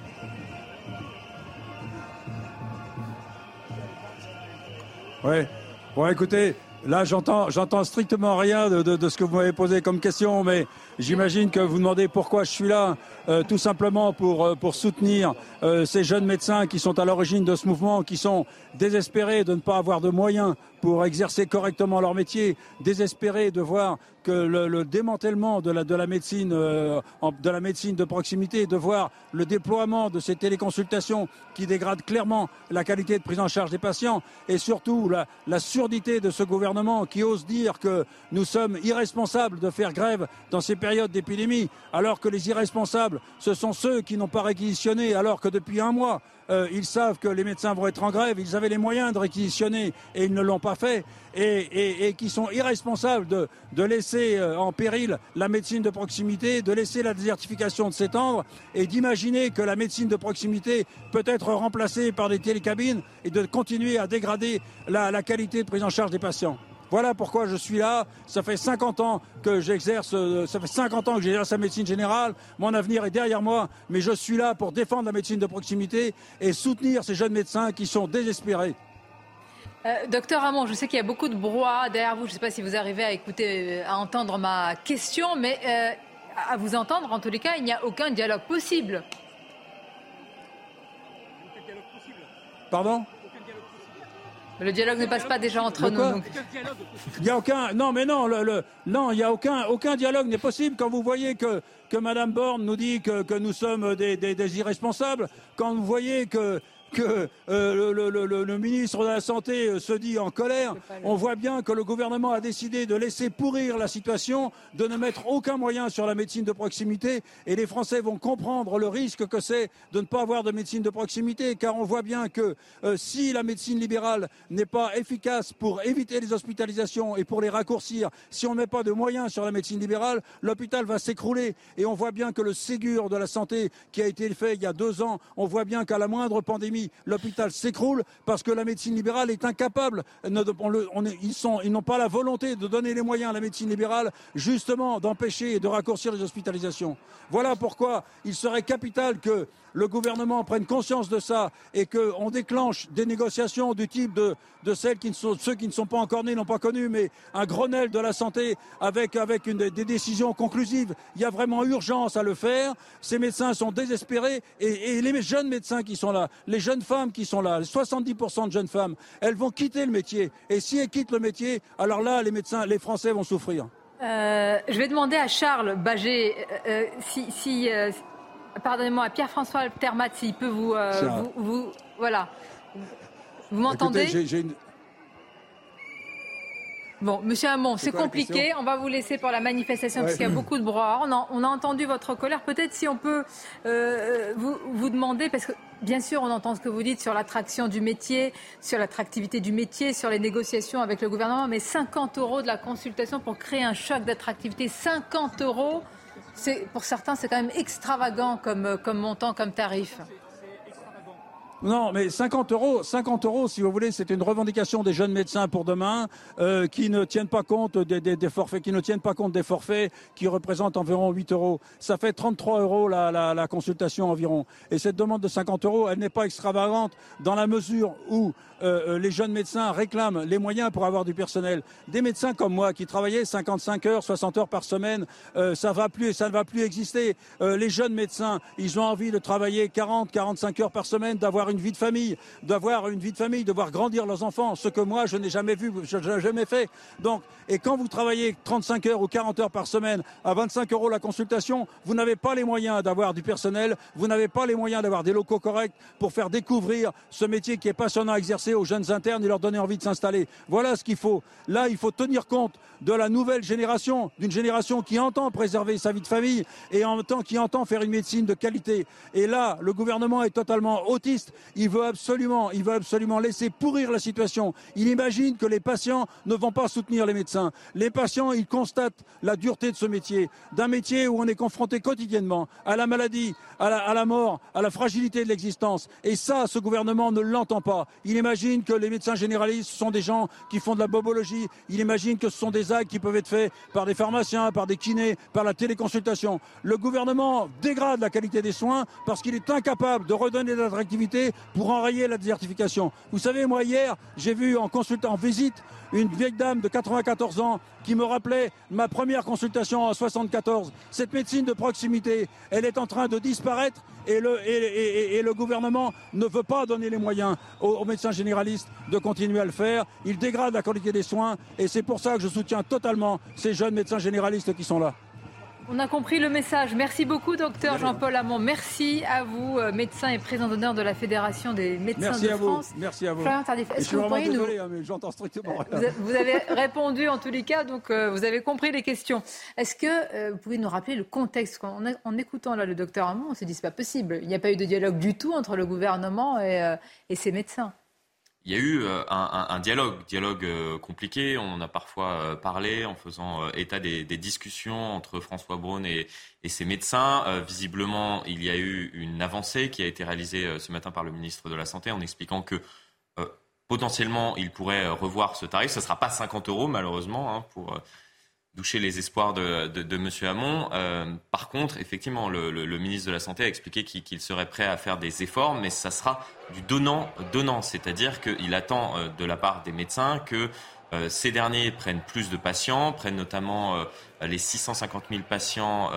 Oui, bon écoutez... Là, j'entends, j'entends strictement rien de, de, de ce que vous m'avez posé comme question, mais j'imagine que vous demandez pourquoi je suis là, euh, tout simplement pour, euh, pour soutenir euh, ces jeunes médecins qui sont à l'origine de ce mouvement, qui sont désespérés de ne pas avoir de moyens pour exercer correctement leur métier, désespérés de voir que le, le démantèlement de la, de la médecine, euh, de la médecine de proximité, de voir le déploiement de ces téléconsultations qui dégradent clairement la qualité de prise en charge des patients et surtout la, la surdité de ce gouvernement qui ose dire que nous sommes irresponsables de faire grève dans ces périodes d'épidémie, alors que les irresponsables, ce sont ceux qui n'ont pas réquisitionné, alors que depuis un mois, Euh, ils savent que les médecins vont être en grève, ils avaient les moyens de réquisitionner et ils ne l'ont pas fait, et, et, et qui sont irresponsables de, de laisser euh, en péril la médecine de proximité, de laisser la désertification de s'étendre et d'imaginer que la médecine de proximité peut être remplacée par des télécabines et de continuer à dégrader la, la qualité de prise en charge des patients. Voilà pourquoi je suis là. Ça fait cinquante ans que j'exerce, ça fait cinquante ans que j'exerce la médecine générale. Mon avenir est derrière moi, mais je suis là pour défendre la médecine de proximité et soutenir ces jeunes médecins qui sont désespérés. Euh, docteur Hamon, je sais qu'il y a beaucoup de brouhaha derrière vous. Je ne sais pas si vous arrivez à écouter, à entendre ma question, mais euh, à vous entendre, en tous les cas, il n'y a aucun dialogue possible. Pardon ? Le dialogue ne passe pas déjà entre nous. Donc... Il y a aucun. Non, mais non, le, le... non, il y a aucun, aucun dialogue n'est possible quand vous voyez que que Madame Borne nous dit que que nous sommes des, des, des irresponsables. Quand vous voyez que que euh, le, le, le, le ministre de la Santé se dit en colère, on voit bien que le gouvernement a décidé de laisser pourrir la situation, de ne mettre aucun moyen sur la médecine de proximité, et les Français vont comprendre le risque que c'est de ne pas avoir de médecine de proximité, car on voit bien que euh, si la médecine libérale n'est pas efficace pour éviter les hospitalisations et pour les raccourcir, si on ne met pas de moyens sur la médecine libérale, l'hôpital va s'écrouler. Et on voit bien que le Ségur de la santé qui a été fait il y a deux ans, on voit bien qu'à la moindre pandémie, l'hôpital s'écroule parce que la médecine libérale est incapable. On le, on est, ils, sont, ils n'ont pas la volonté de donner les moyens à la médecine libérale, justement, d'empêcher et de raccourcir les hospitalisations. Voilà pourquoi il serait capital que le gouvernement prenne conscience de ça et qu'on déclenche des négociations du type de, de celles qui ne sont, ceux qui ne sont pas encore nés, n'ont pas connu, mais un Grenelle de la santé avec, avec une, des décisions conclusives. Il y a vraiment urgence à le faire. Ces médecins sont désespérés et, et les jeunes médecins qui sont là, les jeunes femmes qui sont là, soixante-dix pour cent de jeunes femmes, elles vont quitter le métier. Et si elles quittent le métier, alors là, les médecins, les Français vont souffrir. Euh, je vais demander à Charles Baget euh, si... si euh, Pardonnez-moi, à Pierre-François Termat, s'il peut vous, euh, vous, vous... Voilà. Vous m'entendez ? Écoutez, j'ai, j'ai une... Bon, Monsieur Hamon, c'est, c'est compliqué. On va vous laisser pour la manifestation ouais. parce qu'il y a beaucoup de brouhaha. On a, on a entendu votre colère. Peut-être si on peut euh, vous, vous demander, parce que bien sûr, on entend ce que vous dites sur l'attraction du métier, sur l'attractivité du métier, sur les négociations avec le gouvernement, mais cinquante euros de la consultation pour créer un choc d'attractivité, cinquante euros. C'est, pour certains, c'est quand même extravagant comme, comme montant, comme tarif. Non, mais cinquante euros, cinquante euros, si vous voulez, c'est une revendication des jeunes médecins pour demain, euh, qui ne tiennent pas compte des, des, des forfaits, qui ne tiennent pas compte des forfaits, qui représentent environ huit euros. Ça fait trente-trois euros la, la, la consultation environ. Et cette demande de cinquante euros, elle n'est pas extravagante dans la mesure où euh, les jeunes médecins réclament les moyens pour avoir du personnel. Des médecins comme moi qui travaillaient cinquante-cinq heures, soixante heures par semaine, euh, ça va plus et ça ne va plus exister. Euh, les jeunes médecins, ils ont envie de travailler quarante, quarante-cinq heures par semaine, d'avoir une vie de famille, d'avoir une vie de famille, de voir grandir leurs enfants, ce que moi je n'ai jamais vu, je n'ai jamais fait. Donc, et quand vous travaillez trente-cinq heures ou quarante heures par semaine à vingt-cinq euros la consultation, vous n'avez pas les moyens d'avoir du personnel, vous n'avez pas les moyens d'avoir des locaux corrects pour faire découvrir ce métier qui est passionnant à exercer aux jeunes internes et leur donner envie de s'installer. Voilà ce qu'il faut. Là, il faut tenir compte de la nouvelle génération, d'une génération qui entend préserver sa vie de famille et en même temps qui entend faire une médecine de qualité. Et là, le gouvernement est totalement autiste. Il veut absolument, il veut absolument laisser pourrir la situation. Il imagine que les patients ne vont pas soutenir les médecins. Les patients, ils constatent la dureté de ce métier, d'un métier où on est confronté quotidiennement à la maladie, à la, à la mort, à la fragilité de l'existence. Et ça, ce gouvernement ne l'entend pas. Il imagine que les médecins généralistes sont des gens qui font de la bobologie. Il imagine que ce sont des actes qui peuvent être faits par des pharmaciens, par des kinés, par la téléconsultation. Le gouvernement dégrade la qualité des soins parce qu'il est incapable de redonner de l'attractivité pour enrayer la désertification. Vous savez, moi hier, j'ai vu en consultant, en visite, une vieille dame de quatre-vingt-quatorze ans qui me rappelait ma première consultation en soixante-quatorze. Cette médecine de proximité, elle est en train de disparaître et le, et, et, et le gouvernement ne veut pas donner les moyens aux, aux médecins généralistes de continuer à le faire. Il dégrade la qualité des soins et c'est pour ça que je soutiens totalement ces jeunes médecins généralistes qui sont là. On a compris le message. Merci beaucoup, docteur Jean-Paul Hamon. Merci à vous, médecin et président d'honneur de la Fédération des médecins Merci de à France. Vous. Merci à vous. Florian Tardif, est-ce je que vous pourriez désolé, nous... hein, mais j'entends strictement rien. Vous, a, vous avez répondu en tous les cas, donc euh, vous avez compris les questions. Est-ce que euh, vous pouvez nous rappeler le contexte en, en écoutant là le docteur Hamon, on s'est dit c'est pas possible. Il n'y a pas eu de dialogue du tout entre le gouvernement et, euh, et ses médecins. Il y a eu euh, un, un, un dialogue, dialogue euh, compliqué. On en a parfois euh, parlé en faisant euh, état des, des discussions entre François Braun et, et ses médecins. Euh, visiblement, il y a eu une avancée qui a été réalisée euh, ce matin par le ministre de la Santé en expliquant que euh, potentiellement, il pourrait euh, revoir ce tarif. Ce ne sera pas cinquante euros, malheureusement, hein, pour euh, doucher les espoirs de, de, de M. Hamon. Euh, par contre, effectivement, le, le, le ministre de la Santé a expliqué qu'il, qu'il serait prêt à faire des efforts, mais ça sera du donnant-donnant, c'est-à-dire qu'il attend euh, de la part des médecins que euh, ces derniers prennent plus de patients, prennent notamment euh, les six cent cinquante mille patients euh,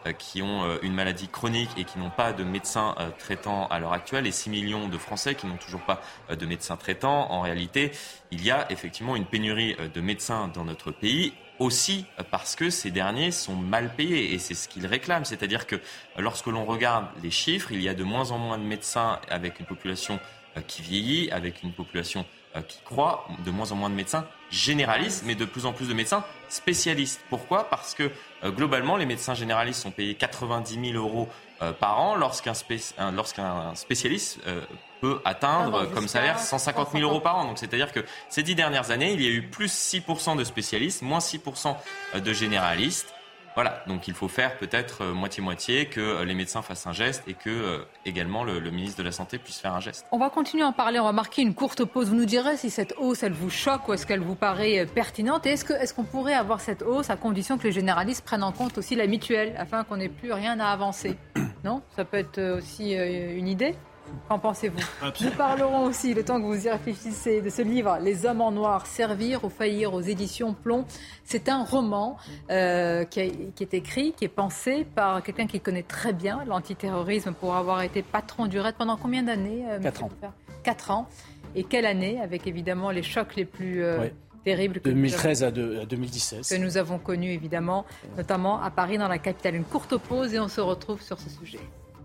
qui ont une maladie chronique et qui n'ont pas de médecin traitant à l'heure actuelle et six millions de Français qui n'ont toujours pas de médecin traitant. En réalité, il y a effectivement une pénurie de médecins dans notre pays, aussi parce que ces derniers sont mal payés et c'est ce qu'ils réclament. C'est-à-dire que lorsque l'on regarde les chiffres, il y a de moins en moins de médecins avec une population qui vieillit, avec une population qui croît, de moins en moins de médecins généralistes, mais de plus en plus de médecins spécialistes. Pourquoi ? Parce que euh, globalement, les médecins généralistes sont payés quatre-vingt-dix mille euros euh, par an, lorsqu'un, spé- un, lorsqu'un spécialiste euh, peut atteindre euh, comme salaire cent cinquante mille euros par an. Donc, c'est-à-dire que ces dix dernières années, il y a eu plus six pour cent de spécialistes, moins six pour cent de généralistes. Voilà, donc il faut faire peut-être euh, moitié-moitié, que euh, les médecins fassent un geste et que euh, également le, le ministre de la Santé puisse faire un geste. On va continuer à en parler, on va marquer une courte pause. Vous nous direz si cette hausse, elle vous choque ou est-ce qu'elle vous paraît euh, pertinente. Et est-ce, que, est-ce qu'on pourrait avoir cette hausse à condition que les généralistes prennent en compte aussi la mutuelle, afin qu'on n'ait plus rien à avancer ? Non ? Ça peut être aussi euh, une idée ? Qu'en pensez-vous ? Nous parlerons aussi, le temps que vous y réfléchissez, de ce livre « Les hommes en noir, servir ou faillir » aux éditions Plomb. C'est un roman euh, qui, a, qui est écrit, qui est pensé par quelqu'un qui connaît très bien l'antiterrorisme pour avoir été patron du R A I D pendant combien d'années ? euh, Quatre ans. Quatre ans. Et quelle année ? Avec évidemment les chocs les plus euh, oui. terribles. Que deux mille treize à, de, à deux mille dix-sept. Que nous avons connus évidemment, notamment à Paris, dans la capitale. Une courte pause et on se retrouve sur ce sujet.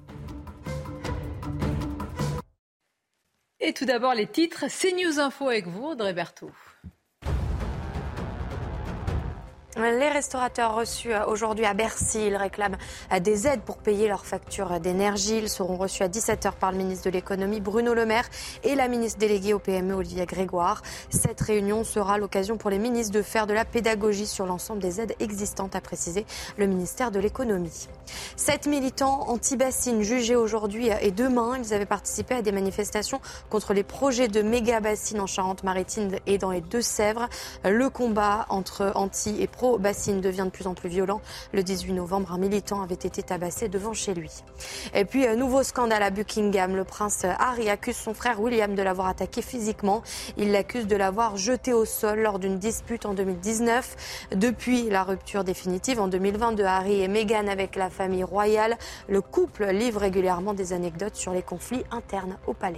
Et tout d'abord, les titres. CNews Info avec vous, Audrey Berthaud. Les restaurateurs reçus aujourd'hui à Bercy, ils réclament des aides pour payer leurs factures d'énergie. Ils seront reçus à dix-sept heures par le ministre de l'économie Bruno Le Maire et la ministre déléguée au P M E Olivia Grégoire. Cette réunion sera l'occasion pour les ministres de faire de la pédagogie sur l'ensemble des aides existantes, a précisé le ministère de l'économie. Sept militants anti-bassines jugés aujourd'hui et demain. Ils avaient participé à des manifestations contre les projets de méga-bassines en Charente-Maritime et dans les Deux-Sèvres. Le combat entre anti et pro-bassines devient de plus en plus violent. Le dix-huit novembre, un militant avait été tabassé devant chez lui. Et puis, un nouveau scandale à Buckingham. Le prince Harry accuse son frère William de l'avoir attaqué physiquement. Il l'accuse de l'avoir jeté au sol lors d'une dispute en deux mille dix-neuf. Depuis la rupture définitive en deux mille vingt de Harry et Meghan avec la famille royale, le couple livre régulièrement des anecdotes sur les conflits internes au palais.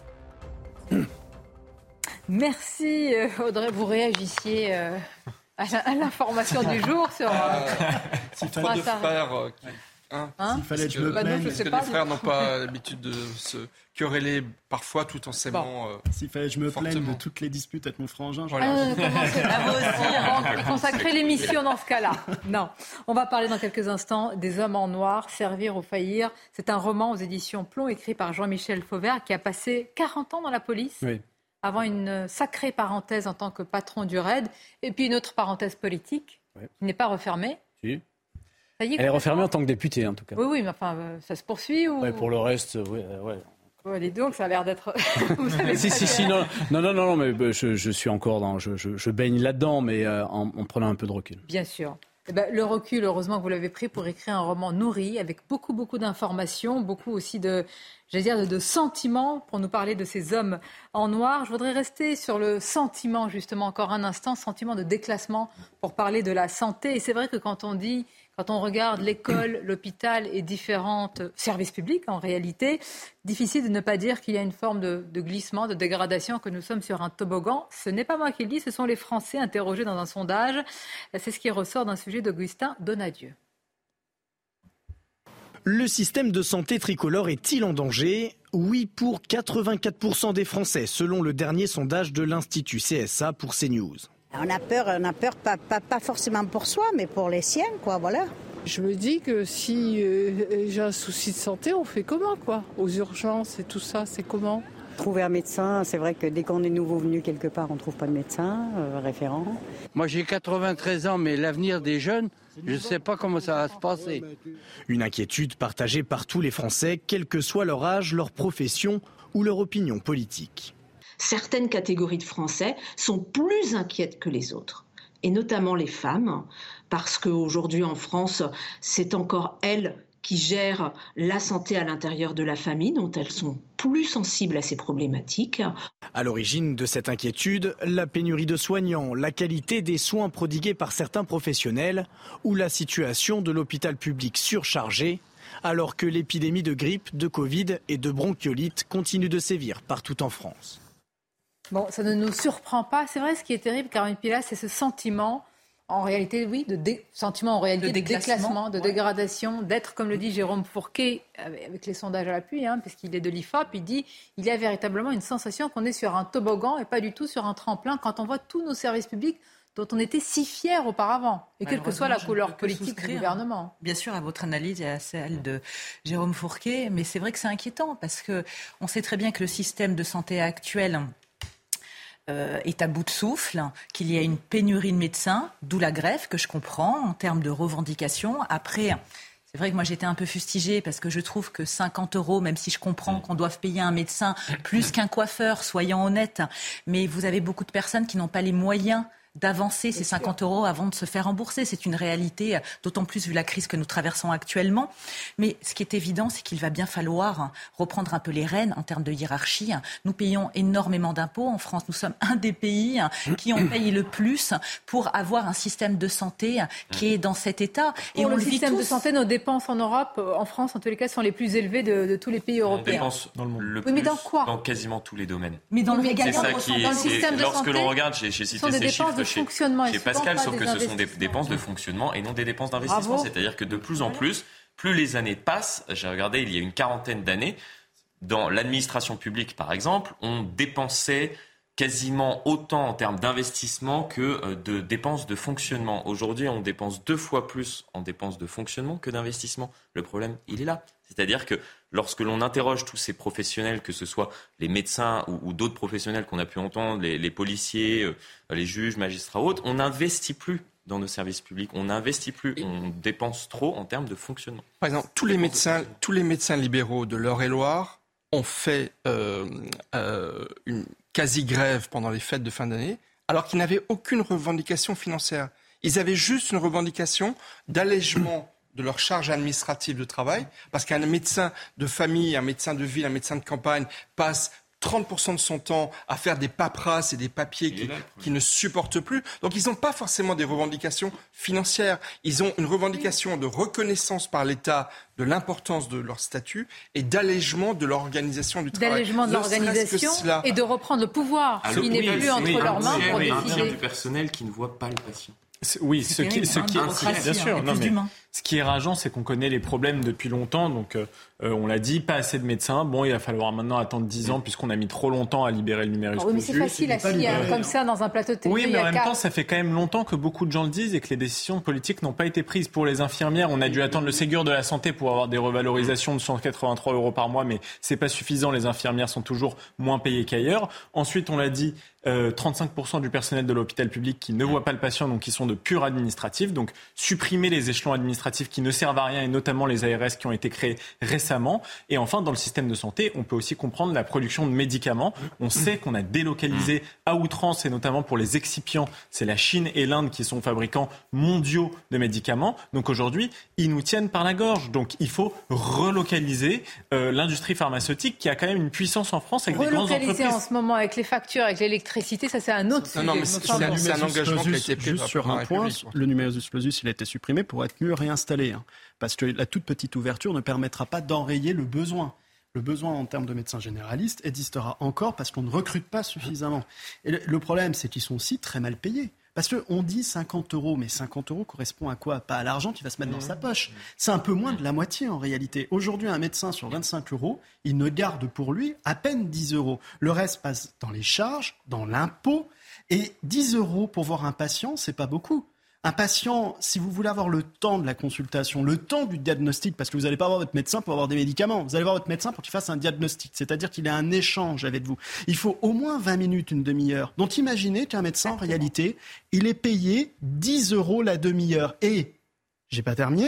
Merci Audrey, vous réagissiez euh, à l'information du jour sur... Euh, S'il fallait de frères... Euh, qui... Hein hein S'il fallait que je me bah plaigne, non, parce que pas, les frères n'ont pas l'habitude de se quereller parfois tout en s'aimant. Bon. Euh, S'il fallait que je me fortement. plaigne de toutes les disputes avec mon frangin, voilà. euh, On va consacrer l'émission dans ce cas-là. Non, on va parler dans quelques instants des hommes en noir, servir ou faillir. C'est un roman aux éditions Plomb écrit par Jean-Michel Fauvert qui a passé quarante ans dans la police. Oui. Avant une sacrée parenthèse en tant que patron du R A I D, et puis une autre parenthèse politique oui. qui n'est pas refermée. Si. Ça y est, Elle est refermée en tant que députée, en tout cas. Oui, oui, mais enfin, euh, ça se poursuit ou... Ouais, pour le reste, oui. Ouais. Ouais, les donc, ça a l'air d'être... si, si, si, non, non, non, non, mais je, je suis encore dans... Je, je, je baigne là-dedans, mais euh, en, en prenant un peu de recul. Bien sûr. Eh ben, le recul, heureusement que vous l'avez pris pour écrire un roman nourri, avec beaucoup, beaucoup d'informations, beaucoup aussi de, j'allais dire, de, de sentiments, pour nous parler de ces hommes en noir. Je voudrais rester sur le sentiment, justement, encore un instant, sentiment de déclassement, pour parler de la santé. Et c'est vrai que quand on dit... Quand on regarde l'école, l'hôpital et différents services publics, en réalité, difficile de ne pas dire qu'il y a une forme de, de glissement, de dégradation, que nous sommes sur un toboggan. Ce n'est pas moi qui le dis, ce sont les Français interrogés dans un sondage. C'est ce qui ressort d'un sujet d'Augustin Donadieu. Le système de santé tricolore est-il en danger ? Oui, pour quatre-vingt-quatre pour cent des Français, selon le dernier sondage de l'Institut C S A pour CNews. On a peur, on a peur pas, pas, pas forcément pour soi, mais pour les siens, quoi, voilà. Je me dis que si euh, j'ai un souci de santé, on fait comment, quoi ? Aux urgences et tout ça, c'est comment ? Trouver un médecin, c'est vrai que dès qu'on est nouveau venu quelque part, on ne trouve pas de médecin euh, référent. Moi j'ai quatre-vingt-treize ans, mais l'avenir des jeunes, je ne sais pas comment ça va se passer. Une inquiétude partagée par tous les Français, quel que soit leur âge, leur profession ou leur opinion politique. Certaines catégories de Français sont plus inquiètes que les autres, et notamment les femmes, parce qu'aujourd'hui en France, c'est encore elles qui gèrent la santé à l'intérieur de la famille, dont elles sont plus sensibles à ces problématiques. À l'origine de cette inquiétude, la pénurie de soignants, la qualité des soins prodigués par certains professionnels ou la situation de l'hôpital public surchargé, alors que l'épidémie de grippe, de Covid et de bronchiolite continue de sévir partout en France. Bon, ça ne nous surprend pas. C'est vrai, ce qui est terrible, Caroline Pilas, c'est ce sentiment, en réalité, oui, de dé... sentiment en réalité de, de déclassement, de ouais. dégradation, d'être, comme le dit Jérôme Fourquet, avec les sondages à l'appui, hein, puisqu'il est de l'I F O P, il dit il y a véritablement une sensation qu'on est sur un toboggan et pas du tout sur un tremplin quand on voit tous nos services publics dont on était si fiers auparavant, et quelle que soit la couleur politique du gouvernement. Bien sûr, à votre analyse et à celle de Jérôme Fourquet, mais c'est vrai que c'est inquiétant, parce qu'on sait très bien que le système de santé actuel euh, est à bout de souffle, qu'il y a une pénurie de médecins, d'où la grève que je comprends en termes de revendications. Après, c'est vrai que moi j'étais un peu fustigée parce que je trouve que cinquante euros, même si je comprends qu'on doive payer un médecin plus qu'un coiffeur, soyons honnêtes, mais vous avez beaucoup de personnes qui n'ont pas les moyens d'avancer ces cinquante euros avant de se faire rembourser. C'est une réalité, d'autant plus vu la crise que nous traversons actuellement. Mais ce qui est évident, c'est qu'il va bien falloir reprendre un peu les rênes en termes de hiérarchie. Nous payons énormément d'impôts. En France, nous sommes un des pays qui ont payé le plus pour avoir un système de santé qui est dans cet état. Et pour on le système tous. de santé, nos dépenses en Europe, en France, en tous les cas, sont les plus élevées de, de tous les pays européens. On dépense dans le monde. Le oui, mais plus dans quoi dans quasiment tous les domaines. Mais dans le c'est également, ça qui est, dans le système de lorsque santé, l'on regarde, j'ai, j'ai cité ces chiffres chez, chez Pascal, sauf que ce sont des dépenses de fonctionnement et non des dépenses d'investissement. Bravo. C'est-à-dire que de plus en plus, plus les années passent, j'ai regardé il y a une quarantaine d'années, dans l'administration publique par exemple, on dépensait quasiment autant en termes d'investissement que de dépenses de fonctionnement. Aujourd'hui, on dépense deux fois plus en dépenses de fonctionnement que d'investissement. Le problème, il est là. C'est-à-dire que lorsque l'on interroge tous ces professionnels, que ce soit les médecins ou, ou d'autres professionnels qu'on a pu entendre, les, les policiers, euh, les juges, magistrats, autres, on n'investit plus dans nos services publics, on n'investit plus, on dépense trop en termes de fonctionnement. Par exemple, tous les médecins, tous les médecins libéraux de l'Eure-et-Loire ont fait euh, euh, une quasi-grève pendant les fêtes de fin d'année, alors qu'ils n'avaient aucune revendication financière. Ils avaient juste une revendication d'allègement de leur charge administrative de travail, parce qu'un médecin de famille, un médecin de ville, un médecin de campagne passe trente pour cent de son temps à faire des paperasses et des papiers qui, qui ne supportent plus. Donc ils n'ont pas forcément des revendications financières. Ils ont une revendication de reconnaissance par l'État de l'importance de leur statut et d'allègement de l'organisation du travail. D'allègement de l'organisation et de reprendre le pouvoir, ce qui n'est plus entre oui, leurs mains pour décider. Un tiers du personnel qui ne voit pas le patient. Oui, ce qui, ce qui, bien sûr, non, mais ce qui est rageant, c'est qu'on connaît les problèmes depuis longtemps. Donc, euh, on l'a dit, pas assez de médecins. Bon, il va falloir maintenant attendre dix ans puisqu'on a mis trop longtemps à libérer le numerus clausus. Oui, mais c'est facile à signer hein, comme ça dans un plateau de télé. Oui, mais en même temps, ça fait quand même longtemps que beaucoup de gens le disent et que les décisions politiques n'ont pas été prises. Pour les infirmières, on a dû attendre le Ségur de la santé pour avoir des revalorisations de cent quatre-vingt-trois euros par mois, mais c'est pas suffisant. Les infirmières sont toujours moins payées qu'ailleurs. Ensuite, on l'a dit. Euh, trente-cinq pour cent du personnel de l'hôpital public qui ne voit pas le patient, donc qui sont de purs administratifs. Donc supprimer les échelons administratifs qui ne servent à rien, et notamment les A R S qui ont été créés récemment. Et enfin, dans le système de santé, on peut aussi comprendre la production de médicaments. On sait qu'on a délocalisé à outrance, et notamment pour les excipients, c'est la Chine et l'Inde qui sont fabricants mondiaux de médicaments. Donc aujourd'hui, ils nous tiennent par la gorge. Donc il faut relocaliser euh, l'industrie pharmaceutique qui a quand même une puissance en France avec des grandes entreprises. Relocaliser en ce moment avec les factures, avec l'électricité. Ça, c'est un autre non, sujet. Non, mais c'est, c'est, c'est un engagement qui a été pris juste sur un point. Le numerus clausus, il a été supprimé pour être mieux réinstallé. Hein, parce que la toute petite ouverture ne permettra pas d'enrayer le besoin. Le besoin en termes de médecins généralistes existera encore parce qu'on ne recrute pas suffisamment. Et le, le problème, c'est qu'ils sont aussi très mal payés. Parce qu'on dit cinquante euros, mais cinquante euros correspond à quoi? Pas à l'argent qui va se mettre dans sa poche. C'est un peu moins de la moitié en réalité. Aujourd'hui, un médecin sur vingt-cinq euros, il ne garde pour lui à peine dix euros. Le reste passe dans les charges, dans l'impôt. Et dix euros pour voir un patient, c'est pas beaucoup. Un patient, si vous voulez avoir le temps de la consultation, le temps du diagnostic, parce que vous n'allez pas voir votre médecin pour avoir des médicaments, vous allez voir votre médecin pour qu'il fasse un diagnostic, c'est-à-dire qu'il ait un échange avec vous. Il faut au moins vingt minutes, une demi-heure. Donc imaginez qu'un médecin, en réalité, il est payé dix euros la demi-heure. Et, j'ai pas terminé,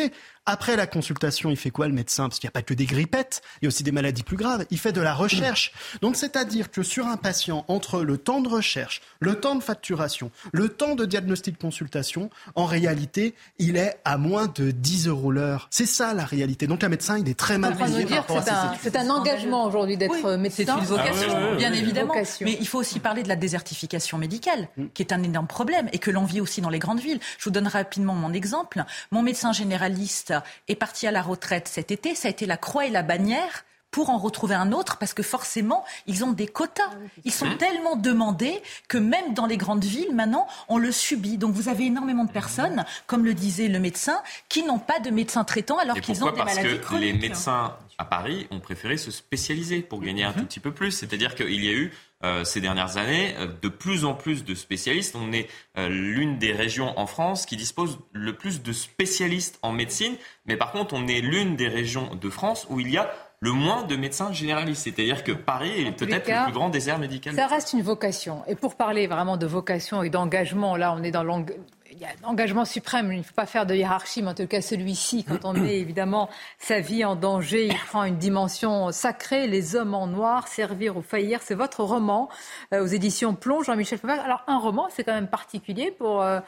Après la consultation, il fait quoi le médecin? Parce qu'il n'y a pas que des grippettes, il y a aussi des maladies plus graves. Il fait de la recherche. Donc c'est-à-dire que sur un patient, entre le temps de recherche, le temps de facturation, le temps de diagnostic consultation, en réalité, il est à moins de dix euros l'heure. C'est ça la réalité. Donc un médecin, il est très mal payé par rapport à ses études. C'est un engagement aujourd'hui d'être oui, médecin. C'est une vocation, ah, oui, oui, bien oui, évidemment. Vocation. Mais il faut aussi parler de la désertification médicale, mmh. qui est un énorme problème et que l'on vit aussi dans les grandes villes. Je vous donne rapidement mon exemple. Mon médecin généraliste est parti à la retraite cet été. Ça a été la croix et la bannière pour en retrouver un autre, parce que forcément, ils ont des quotas. Ils sont tellement demandés que même dans les grandes villes, maintenant, on le subit. Donc vous avez énormément de personnes, comme le disait le médecin, qui n'ont pas de médecin traitant alors qu'ils ont des maladies chroniques. Parce que les médecins à Paris ont préféré se spécialiser pour gagner un tout petit peu plus. C'est-à-dire qu'il y a eu, euh, ces dernières années, euh, de plus en plus de spécialistes. On est euh, l'une des régions en France qui dispose le plus de spécialistes en médecine. Mais par contre, on est l'une des régions de France où il y a le moins de médecins généralistes. C'est-à-dire que Paris est peut-être cas, le plus grand désert médical. Ça reste une vocation. Et pour parler vraiment de vocation et d'engagement, là, on est dans l'eng... il y a un engagement suprême. Il ne faut pas faire de hiérarchie, mais en tout cas, celui-ci, quand on met évidemment sa vie en danger, il prend une dimension sacrée. Les hommes en noir, servir ou faillir. C'est votre roman euh, aux éditions Plomb, Jean-Michel Fauvergue. Alors, un roman, c'est quand même particulier pour... Euh,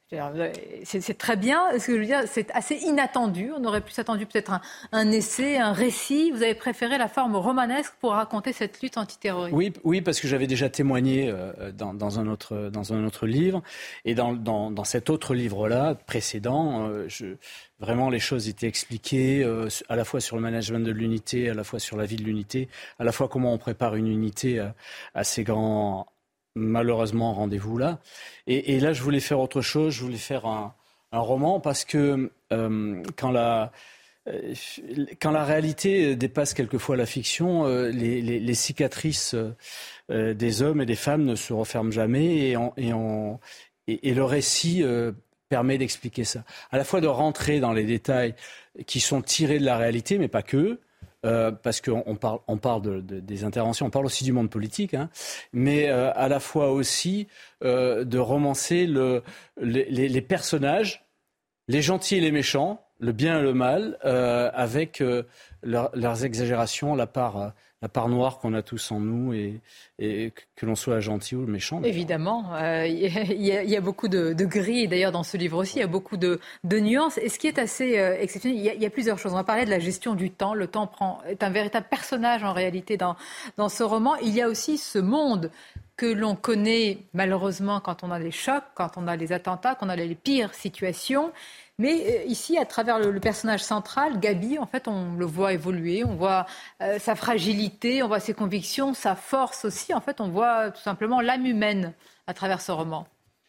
C'est, c'est très bien. Ce que je veux dire, c'est assez inattendu. On aurait pu s'attendre peut-être un, un essai, un récit. Vous avez préféré la forme romanesque pour raconter cette lutte antiterroriste. Oui, oui, parce que j'avais déjà témoigné euh, dans, dans un autre dans un autre livre, et dans dans, dans cet autre livre-là précédent, euh, je, vraiment les choses étaient expliquées euh, à la fois sur le management de l'unité, à la fois sur la vie de l'unité, à la fois comment on prépare une unité à, à ces grands malheureusement rendez-vous là. Et, et là, je voulais faire autre chose. Je voulais faire un, un roman parce que euh, quand la euh, quand la réalité dépasse quelquefois la fiction, euh, les, les, les cicatrices euh, des hommes et des femmes ne se referment jamais, et, en, et, en, et, et le récit euh, permet d'expliquer ça. À la fois de rentrer dans les détails qui sont tirés de la réalité, mais pas que. Euh, parce qu'on on parle, on parle de, de, des interventions, on parle aussi du monde politique, hein, mais euh, à la fois aussi euh, de romancer le, les, les personnages, les gentils et les méchants, le bien et le mal, euh, avec euh, leur, leurs exagérations, la part, la part noire qu'on a tous en nous, et, et que l'on soit gentil ou méchant. Évidemment, il euh, y, y, y a beaucoup de, de gris, et d'ailleurs dans ce livre aussi, il y a beaucoup de, de nuances. Et ce qui est assez euh, exceptionnel, il y, y a plusieurs choses. On va parler de la gestion du temps. Le temps prend, est un véritable personnage en réalité dans, dans ce roman. Il y a aussi ce monde que l'on connaît malheureusement quand on a les chocs, quand on a les attentats, quand on a les pires situations. Mais ici, à travers le, le personnage central, Gabi, en fait, on le voit évoluer, on voit euh, sa fragilité, on voit ses convictions, sa force aussi. En fait, on voit tout simplement l'âme humaine à travers ce roman.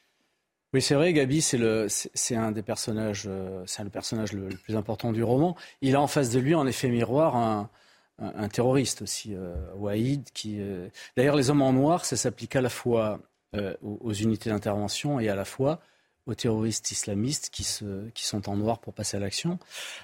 Oui, c'est vrai, Gabi, c'est, le, c'est, c'est un des personnages, euh, c'est le personnage le, le plus important du roman. Il a en face de lui, en effet miroir, un, un, un terroriste aussi, euh, Waïd, qui... Euh... D'ailleurs, les hommes en noir, ça s'applique à la fois euh, aux, aux unités d'intervention et à la fois aux terroristes islamistes qui, se, qui sont en noir pour passer à l'action.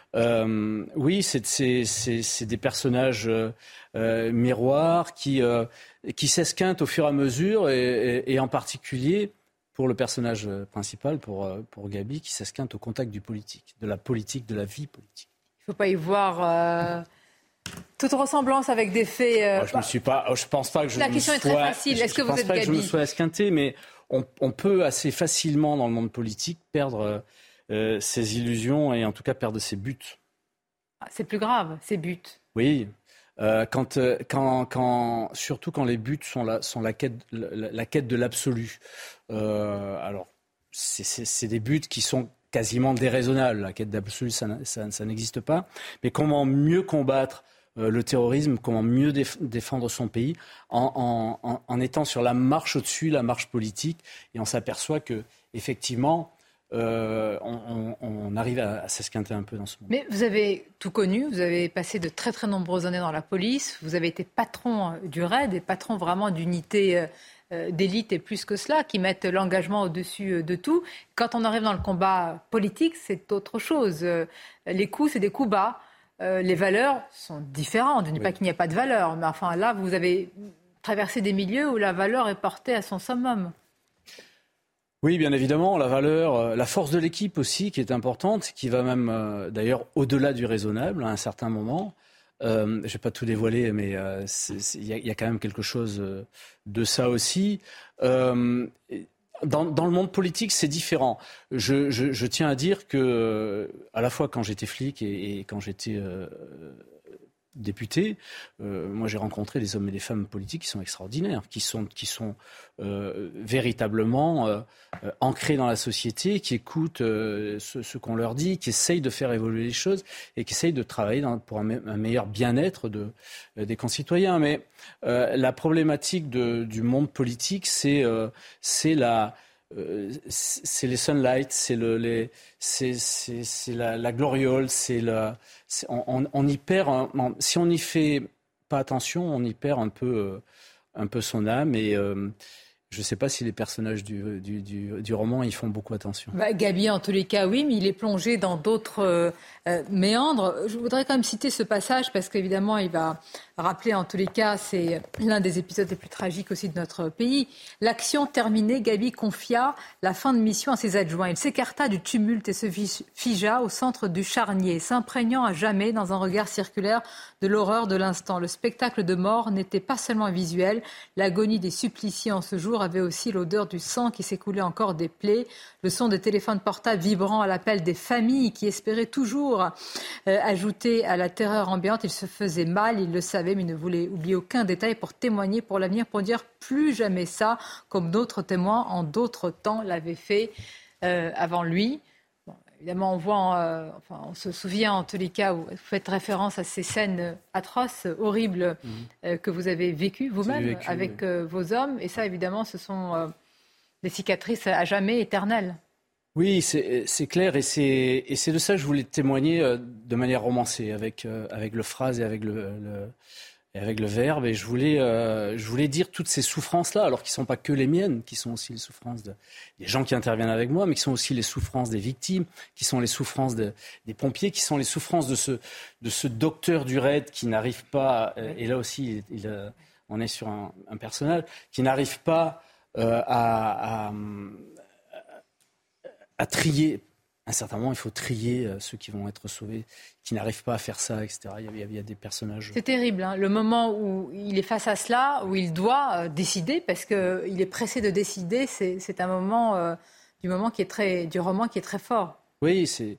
Euh, oui, c'est, c'est, c'est, c'est des personnages euh, miroirs qui, euh, qui s'esquintent au fur et à mesure, et, et, et en particulier pour le personnage principal, pour, pour Gabi, qui s'esquinte au contact du politique, de la politique, de la vie politique. Il ne faut pas y voir... Euh... toute ressemblance avec des faits. Euh, oh, je ne suis pas. Oh, je pense pas que je. La me question sois, est très facile. Est-ce que je vous pense êtes pas Gabi ? Que je me sois esquinté, mais on, on peut assez facilement dans le monde politique perdre euh, ses illusions et en tout cas perdre ses buts. Ah, c'est plus grave, ses buts. Oui. Euh, quand, quand, quand, surtout quand les buts sont la, sont la quête, la, la quête de l'absolu. Euh, alors, c'est, c'est, c'est des buts qui sont quasiment déraisonnables. La quête d'absolu, ça, ça, ça n'existe pas. Mais comment mieux combattre euh, le terrorisme, comment mieux déf- défendre son pays en, en, en étant sur la marche au-dessus, la marche politique, et on s'aperçoit que effectivement, euh, on, on, on arrive à, à s'esquinter un peu dans ce monde. Mais vous avez tout connu, vous avez passé de très très nombreuses années dans la police, vous avez été patron du R A I D et patron vraiment d'unités euh, d'élite et plus que cela, qui mettent l'engagement au-dessus de tout. Quand on arrive dans le combat politique, c'est autre chose. Les coups, c'est des coups bas. Euh, les valeurs sont différentes. Je ne dis oui. pas qu'il n'y a pas de valeur, mais enfin là, vous avez traversé des milieux où la valeur est portée à son summum. Oui, bien évidemment, la valeur, la force de l'équipe aussi qui est importante, qui va même euh, d'ailleurs au-delà du raisonnable à un certain moment. Euh, je ne vais pas tout dévoiler, mais il y, y a quand même quelque chose de ça aussi. Euh, dans, dans le monde politique, c'est différent. Je, je, je tiens à dire que, à la fois quand j'étais flic et, et quand j'étais euh, député, euh, moi j'ai rencontré des hommes et des femmes politiques qui sont extraordinaires, qui sont, qui sont euh, véritablement euh, euh, ancrés dans la société, qui écoutent euh, ce, ce qu'on leur dit, qui essayent de faire évoluer les choses et qui essayent de travailler dans, pour un, me, un meilleur bien-être de, euh, des concitoyens. Mais euh, la problématique de, du monde politique, c'est, euh, c'est la... Euh, c'est les sunlight, c'est, le, les, c'est, c'est, c'est la, la gloriole, c'est la, c'est, on, on y perd, un, on, si on n'y fait pas attention, on y perd un peu, euh, un peu son âme. Et euh, je ne sais pas si les personnages du, du, du, du roman y font beaucoup attention. Bah, Gabi, en tous les cas, oui, mais il est plongé dans d'autres euh, euh, méandres. Je voudrais quand même citer ce passage parce qu'évidemment, il va rappeler, en tous les cas, c'est l'un des épisodes les plus tragiques aussi de notre pays. L'action terminée, Gabi confia la fin de mission à ses adjoints. Il s'écarta du tumulte et se figea au centre du charnier, s'imprégnant à jamais dans un regard circulaire de l'horreur de l'instant. Le spectacle de mort n'était pas seulement visuel. L'agonie des suppliciés en ce jour avait aussi l'odeur du sang qui s'écoulait encore des plaies, le son des téléphones portables vibrant à l'appel des familles qui espéraient toujours euh, ajouter à la terreur ambiante. Il se faisait mal, il le savait, mais il ne voulait oublier aucun détail pour témoigner pour l'avenir, pour dire plus jamais ça, comme d'autres témoins en d'autres temps l'avaient fait euh, avant lui. Bon, évidemment, on voit, euh, enfin, on se souvient en tous les cas où vous faites référence à ces scènes atroces, horribles mmh. euh, que vous avez vécues vous-même vécu, avec oui. euh, vos hommes. Et ça, évidemment, ce sont euh, des cicatrices à jamais éternelles. Oui, c'est, c'est clair et c'est, et c'est de ça que je voulais témoigner euh, de manière romancée, avec, euh, avec le phrase et avec le, le, et avec le verbe. Et je voulais, euh, je voulais dire toutes ces souffrances-là, alors qui ne sont pas que les miennes, qui sont aussi les souffrances de, des gens qui interviennent avec moi, mais qui sont aussi les souffrances des victimes, qui sont les souffrances de, des pompiers, qui sont les souffrances de ce, de ce docteur du raid qui n'arrive pas, euh, et là aussi, il, il, on est sur un, un personnage, qui n'arrive pas euh, à... à à trier. À un certain moment, il faut trier euh, ceux qui vont être sauvés, qui n'arrivent pas à faire ça, et cetera. Il y a, il y a des personnages... C'est terrible, hein, le moment où il est face à cela, où il doit euh, décider, parce qu'il est pressé de décider, c'est, c'est un moment euh, du, moment qui est très, du roman qui est très fort. Oui, c'est...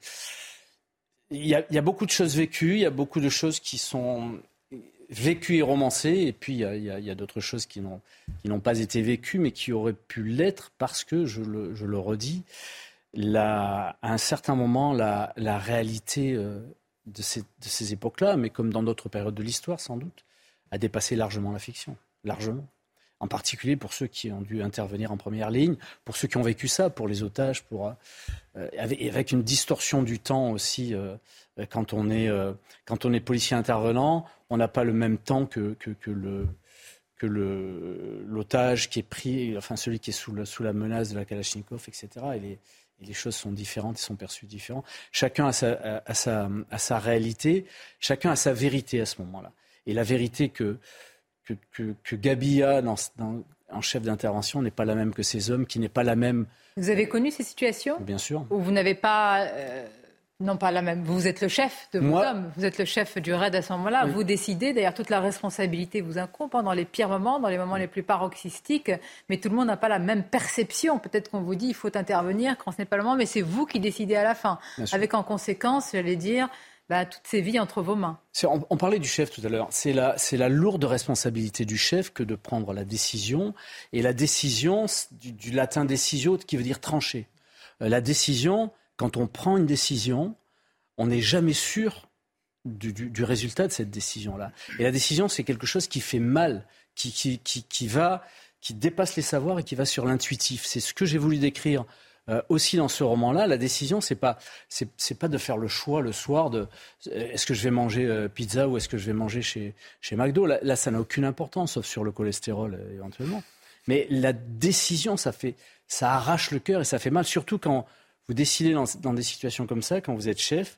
Il y a, il y a beaucoup de choses vécues, il y a beaucoup de choses qui sont vécues et romancées, et puis il y a, il y a, il y a d'autres choses qui n'ont, qui n'ont pas été vécues, mais qui auraient pu l'être, parce que, je le, je le redis, La, à un certain moment, la, la réalité euh, de, ces, de ces époques-là, mais comme dans d'autres périodes de l'histoire sans doute, a dépassé largement la fiction, largement. En particulier pour ceux qui ont dû intervenir en première ligne, pour ceux qui ont vécu ça, pour les otages, pour, euh, avec, avec une distorsion du temps aussi. Euh, quand, on est, euh, quand on est policier intervenant, on n'a pas le même temps que, que, que le... que le, l'otage qui est pris, enfin celui qui est sous, le, sous la menace de la Kalachnikov, et cetera. Et les, et les choses sont différentes, ils sont perçus différents. Chacun a sa, a, a sa, a sa réalité, chacun a sa vérité à ce moment-là. Et la vérité que, que, que, que Gabi a dans, dans, en chef d'intervention n'est pas la même que ces hommes, qui n'est pas la même... Vous avez connu ces situations ? Bien sûr. Où vous n'avez pas... Euh... Non, pas la même. Vous êtes le chef de vos Moi, hommes. Vous êtes le chef du raid à ce moment-là. Oui. Vous décidez. D'ailleurs, toute la responsabilité vous incombe pendant les pires moments, dans les moments les plus paroxystiques. Mais tout le monde n'a pas la même perception. Peut-être qu'on vous dit il faut intervenir quand ce n'est pas le moment, mais c'est vous qui décidez à la fin. Avec en conséquence, j'allais dire, bah, toutes ces vies entre vos mains. On, on parlait du chef tout à l'heure. C'est la, c'est la lourde responsabilité du chef que de prendre la décision. Et la décision, du, du latin decisio, qui veut dire trancher. Euh, la décision... Quand on prend une décision, on n'est jamais sûr du, du, du résultat de cette décision-là. Et la décision, c'est quelque chose qui fait mal, qui, qui, qui, qui, va, qui dépasse les savoirs et qui va sur l'intuitif. C'est ce que j'ai voulu décrire euh, aussi dans ce roman-là. La décision, c'est pas, c'est, c'est pas de faire le choix le soir de est-ce que je vais manger euh, pizza ou est-ce que je vais manger chez, chez McDo. Là, là, ça n'a aucune importance, sauf sur le cholestérol euh, éventuellement. Mais la décision, ça fait, ça arrache le cœur et ça fait mal, surtout quand vous décidez dans, dans des situations comme ça, quand vous êtes chef,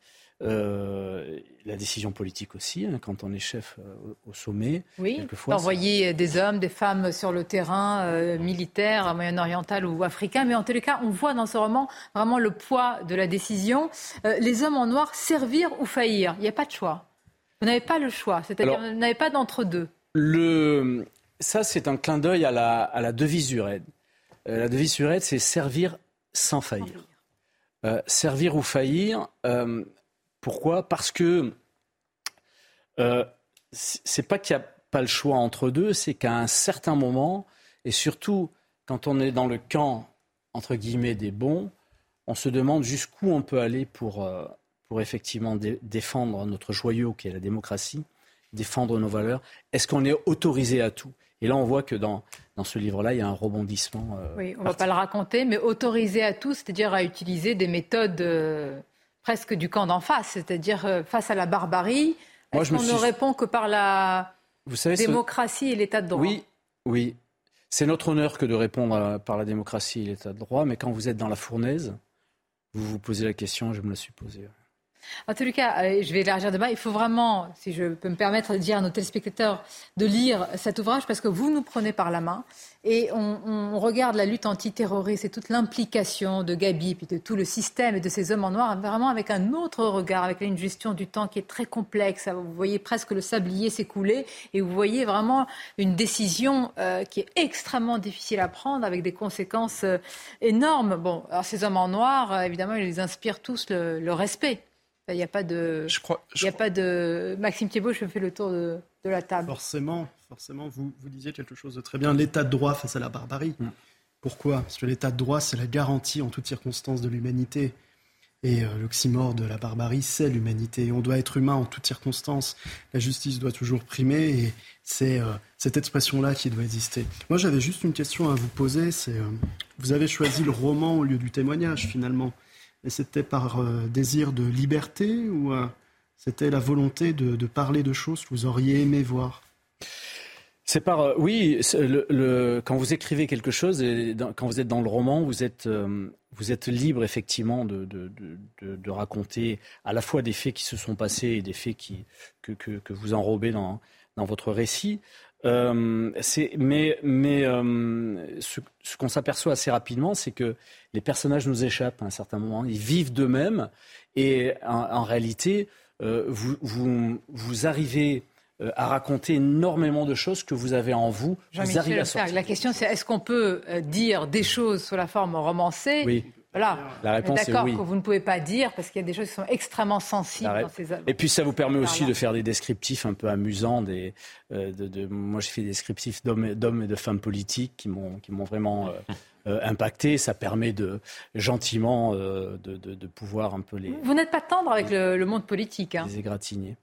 Euh, la décision politique aussi, hein, quand on est chef euh, au sommet. Oui, quelquefois, envoyer ça... des hommes, des femmes sur le terrain euh, militaire, moyen-oriental ou africain. Mais en tous les cas, on voit dans ce roman vraiment le poids de la décision. Euh, les hommes en noir, servir ou faillir. Il n'y a pas de choix. Vous n'avez pas le choix. C'est-à-dire, Alors, vous n'avez pas d'entre-deux. Le... Ça, c'est un clin d'œil à la, à la devise du raid. Euh, la devise du raid, c'est servir sans faillir. Sans faillir. Euh, servir ou faillir... Euh, Pourquoi ? Parce que euh, c'est pas qu'il n'y a pas le choix entre deux, c'est qu'à un certain moment, et surtout quand on est dans le camp, entre guillemets, des bons, on se demande jusqu'où on peut aller pour, euh, pour effectivement dé- défendre notre joyau qui est la démocratie, défendre nos valeurs. Est-ce qu'on est autorisé à tout ? Et là, on voit que dans, dans ce livre-là, il y a un rebondissement. Euh, oui, on ne va pas le raconter, mais autorisé à tout, c'est-à-dire à utiliser des méthodes... Euh... presque du camp d'en face, c'est-à-dire euh, face à la barbarie. Moi, est-ce qu'on suis... ne répond que par la Vous savez, démocratie ce... et l'état de droit ? Oui, oui. C'est notre honneur que de répondre à, par la démocratie et l'état de droit, mais quand vous êtes dans la fournaise, vous vous posez la question, je me la suis posée. En tout cas, euh, je vais élargir le débat. Il faut vraiment, si je peux me permettre de dire à nos téléspectateurs, de lire cet ouvrage parce que vous nous prenez par la main et on, on regarde la lutte antiterroriste et toute l'implication de Gabi puis de tout le système et de ces hommes en noir vraiment avec un autre regard, avec une gestion du temps qui est très complexe. Vous voyez presque le sablier s'écouler et vous voyez vraiment une décision euh, qui est extrêmement difficile à prendre avec des conséquences euh, énormes. Bon, alors ces hommes en noir, euh, évidemment, ils les inspirent tous le, le respect. Il n'y a pas de. Je crois, je il y a crois... pas de. Maxime Thiebaut, je fais le tour de, de la table. Forcément, forcément, vous, vous disiez quelque chose de très bien. L'état de droit face à la barbarie. Mm. Pourquoi ? Parce que l'état de droit, c'est la garantie en toutes circonstances de l'humanité. Et euh, l'oxymore de la barbarie, c'est l'humanité. On doit être humain en toutes circonstances. La justice doit toujours primer et c'est euh, cette expression-là qui doit exister. Moi, j'avais juste une question à vous poser. C'est, euh, vous avez choisi le roman au lieu du témoignage, finalement. Et c'était par euh, désir de liberté ou euh, c'était la volonté de, de parler de choses que vous auriez aimé voir ? C'est par euh, oui, c'est le, le, quand vous écrivez quelque chose, et dans, quand vous êtes dans le roman, vous êtes euh, vous êtes libre effectivement de, de, de, de, de raconter à la fois des faits qui se sont passés et des faits qui que, que, que vous enrobez dans dans votre récit. Euh, c'est, mais mais euh, ce, ce qu'on s'aperçoit assez rapidement, c'est que les personnages nous échappent à un certain moment. Ils vivent d'eux-mêmes et en, en réalité, euh, vous, vous, vous arrivez euh, à raconter énormément de choses que vous avez en vous. Vous arrivez à sortir. La question, c'est est-ce qu'on peut dire des choses sous la forme romancée ? Oui. Voilà. La réponse est oui. D'accord que vous ne pouvez pas dire parce qu'il y a des choses qui sont extrêmement sensibles ré... dans ces œuvres. Et puis ça vous permet aussi de faire des descriptifs un peu amusants. Des, euh, de, de, moi, j'ai fait des descriptifs d'hommes, d'hommes et de femmes politiques qui m'ont, qui m'ont vraiment euh, euh, impacté. Ça permet de gentiment euh, de, de, de pouvoir un peu les. Vous n'êtes pas tendre avec le, le monde politique. Hein. Les égratigner.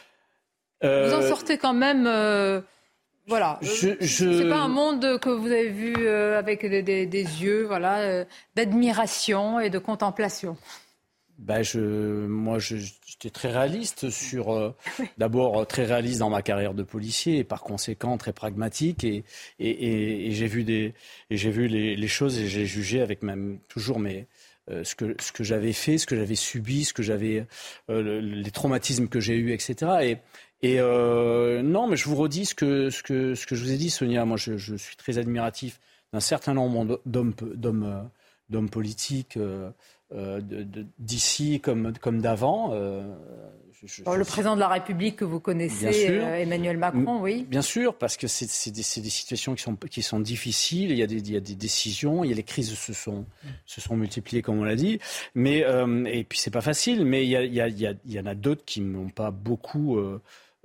Euh... Vous en sortez quand même. Euh... Voilà, je, je... c'est pas un monde que vous avez vu euh, avec des, des, des yeux, voilà, euh, d'admiration et de contemplation. Ben je, moi, je, j'étais très réaliste sur, euh, d'abord très réaliste dans ma carrière de policier et par conséquent très pragmatique et et, et, et j'ai vu des, et j'ai vu les, les choses et j'ai jugé avec même toujours mes euh, ce que ce que j'avais fait, ce que j'avais subi, ce que j'avais, euh, le, les traumatismes que j'ai eus, et cetera. Et Et euh, non, mais je vous redis ce que, ce que, ce que je vous ai dit, Sonia. Moi, je, je suis très admiratif d'un certain nombre d'hommes, d'hommes, d'hommes politiques euh, de, de, d'ici comme, comme d'avant. Euh, je, je, Alors, le président de la République que vous connaissez, euh, Emmanuel Macron, oui. Bien sûr, parce que c'est, c'est, des, c'est des situations qui sont, qui sont difficiles. Il y a des, il y a des décisions, il y a les crises se sont, se sont multipliées, comme on l'a dit. Mais euh, et puis c'est pas facile. Mais il y a, il y a, il y a, il y en a d'autres qui n'ont pas beaucoup. Euh,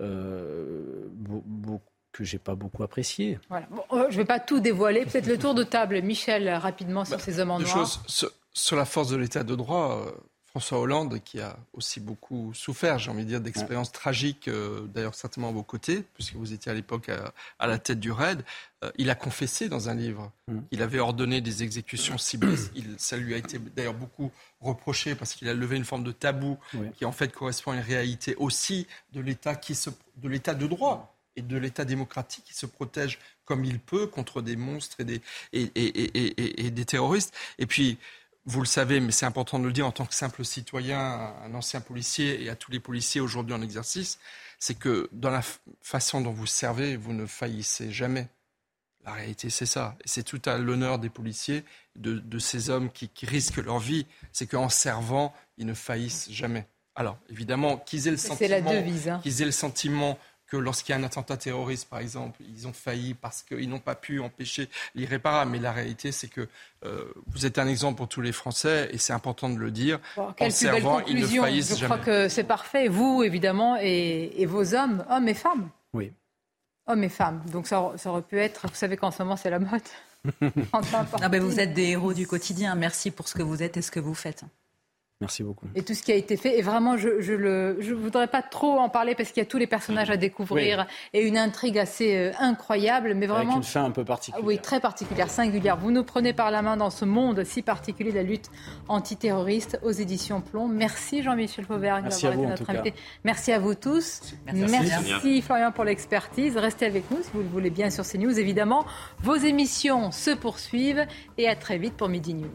Euh, beaucoup, que j'ai pas beaucoup apprécié. Voilà. Bon, euh, je ne vais pas tout dévoiler. Peut-être le tour de table, Michel, rapidement sur bah, ces hommes en noir. Choses, sur, sur la force de l'état de droit, euh, François Hollande, qui a aussi beaucoup souffert, j'ai envie de dire, d'expériences ouais. tragiques, euh, d'ailleurs certainement à vos côtés, puisque vous étiez à l'époque à, à la tête du raid, euh, il a confessé dans un livre. Mmh. Il avait ordonné des exécutions ciblées. Il, ça lui a été d'ailleurs beaucoup reproché parce qu'il a levé une forme de tabou oui. qui en fait correspond à une réalité aussi de l'État, qui se, de l'État de droit et de l'État démocratique qui se protège comme il peut contre des monstres et des, et, et, et, et, et des terroristes. Et puis, vous le savez, mais c'est important de le dire en tant que simple citoyen, un ancien policier et à tous les policiers aujourd'hui en exercice, c'est que dans la f- façon dont vous servez, vous ne faillissez jamais. La réalité, c'est ça. Et c'est tout à l'honneur des policiers, de, de ces hommes qui, qui risquent leur vie. C'est qu'en servant, ils ne faillissent jamais. Alors, évidemment, qu'ils aient le C'est sentiment, la devise, hein. qu'ils aient le sentiment que lorsqu'il y a un attentat terroriste, par exemple, ils ont failli parce qu'ils n'ont pas pu empêcher l'irréparable. Mais la réalité, c'est que euh, vous êtes un exemple pour tous les Français et c'est important de le dire. Bon, quelle en plus belle servant, ils ne conclusion. faillissent Je jamais. crois que c'est parfait. Vous, évidemment, et, et vos hommes, hommes et femmes. Oui. Hommes et femmes. Donc ça, ça aurait pu être, vous savez qu'en ce moment, c'est la mode. Non, mais vous êtes des héros du quotidien. Merci pour ce que vous êtes et ce que vous faites. Merci beaucoup. Et tout ce qui a été fait. Et vraiment, je ne je le, je voudrais pas trop en parler parce qu'il y a tous les personnages à découvrir Oui. et une intrigue assez euh, incroyable. Mais vraiment, Avec une fin un peu particulière. oui, très particulière, singulière. Vous nous prenez par la main dans ce monde si particulier de la lutte antiterroriste aux éditions Plomb. Merci Jean-Michel Fauvergue Merci d'avoir à vous, été notre en tout invité. Merci à vous tous. Merci. Merci, Merci. Florian pour l'expertise. Restez avec nous si vous le voulez bien sur CNews. Évidemment, vos émissions se poursuivent et à très vite pour Midi News.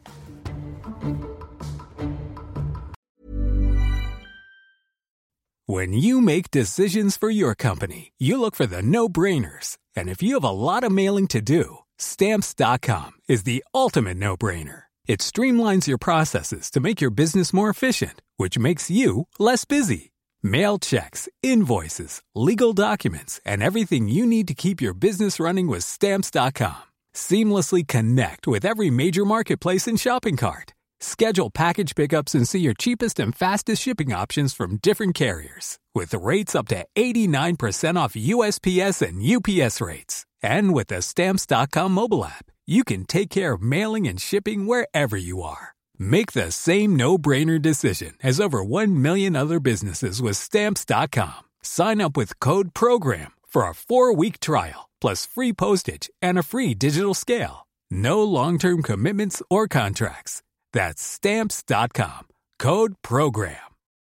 When you make decisions for your company, you look for the no-brainers. And if you have a lot of mailing to do, Stamps dot com is the ultimate no-brainer. It streamlines your processes to make your business more efficient, which makes you less busy. Mail checks, invoices, legal documents, and everything you need to keep your business running with Stamps dot com. Seamlessly connect with every major marketplace and shopping cart. Schedule package pickups and see your cheapest and fastest shipping options from different carriers. With rates up to eighty-nine percent off U S P S and U P S rates. And with the Stamps dot com mobile app, you can take care of mailing and shipping wherever you are. Make the same no-brainer decision as over one million other businesses with Stamps dot com. Sign up with code PROGRAM for a four-week trial, plus free postage and a free digital scale. No long-term commitments or contracts. That's Stamps dot com. Code PROGRAM.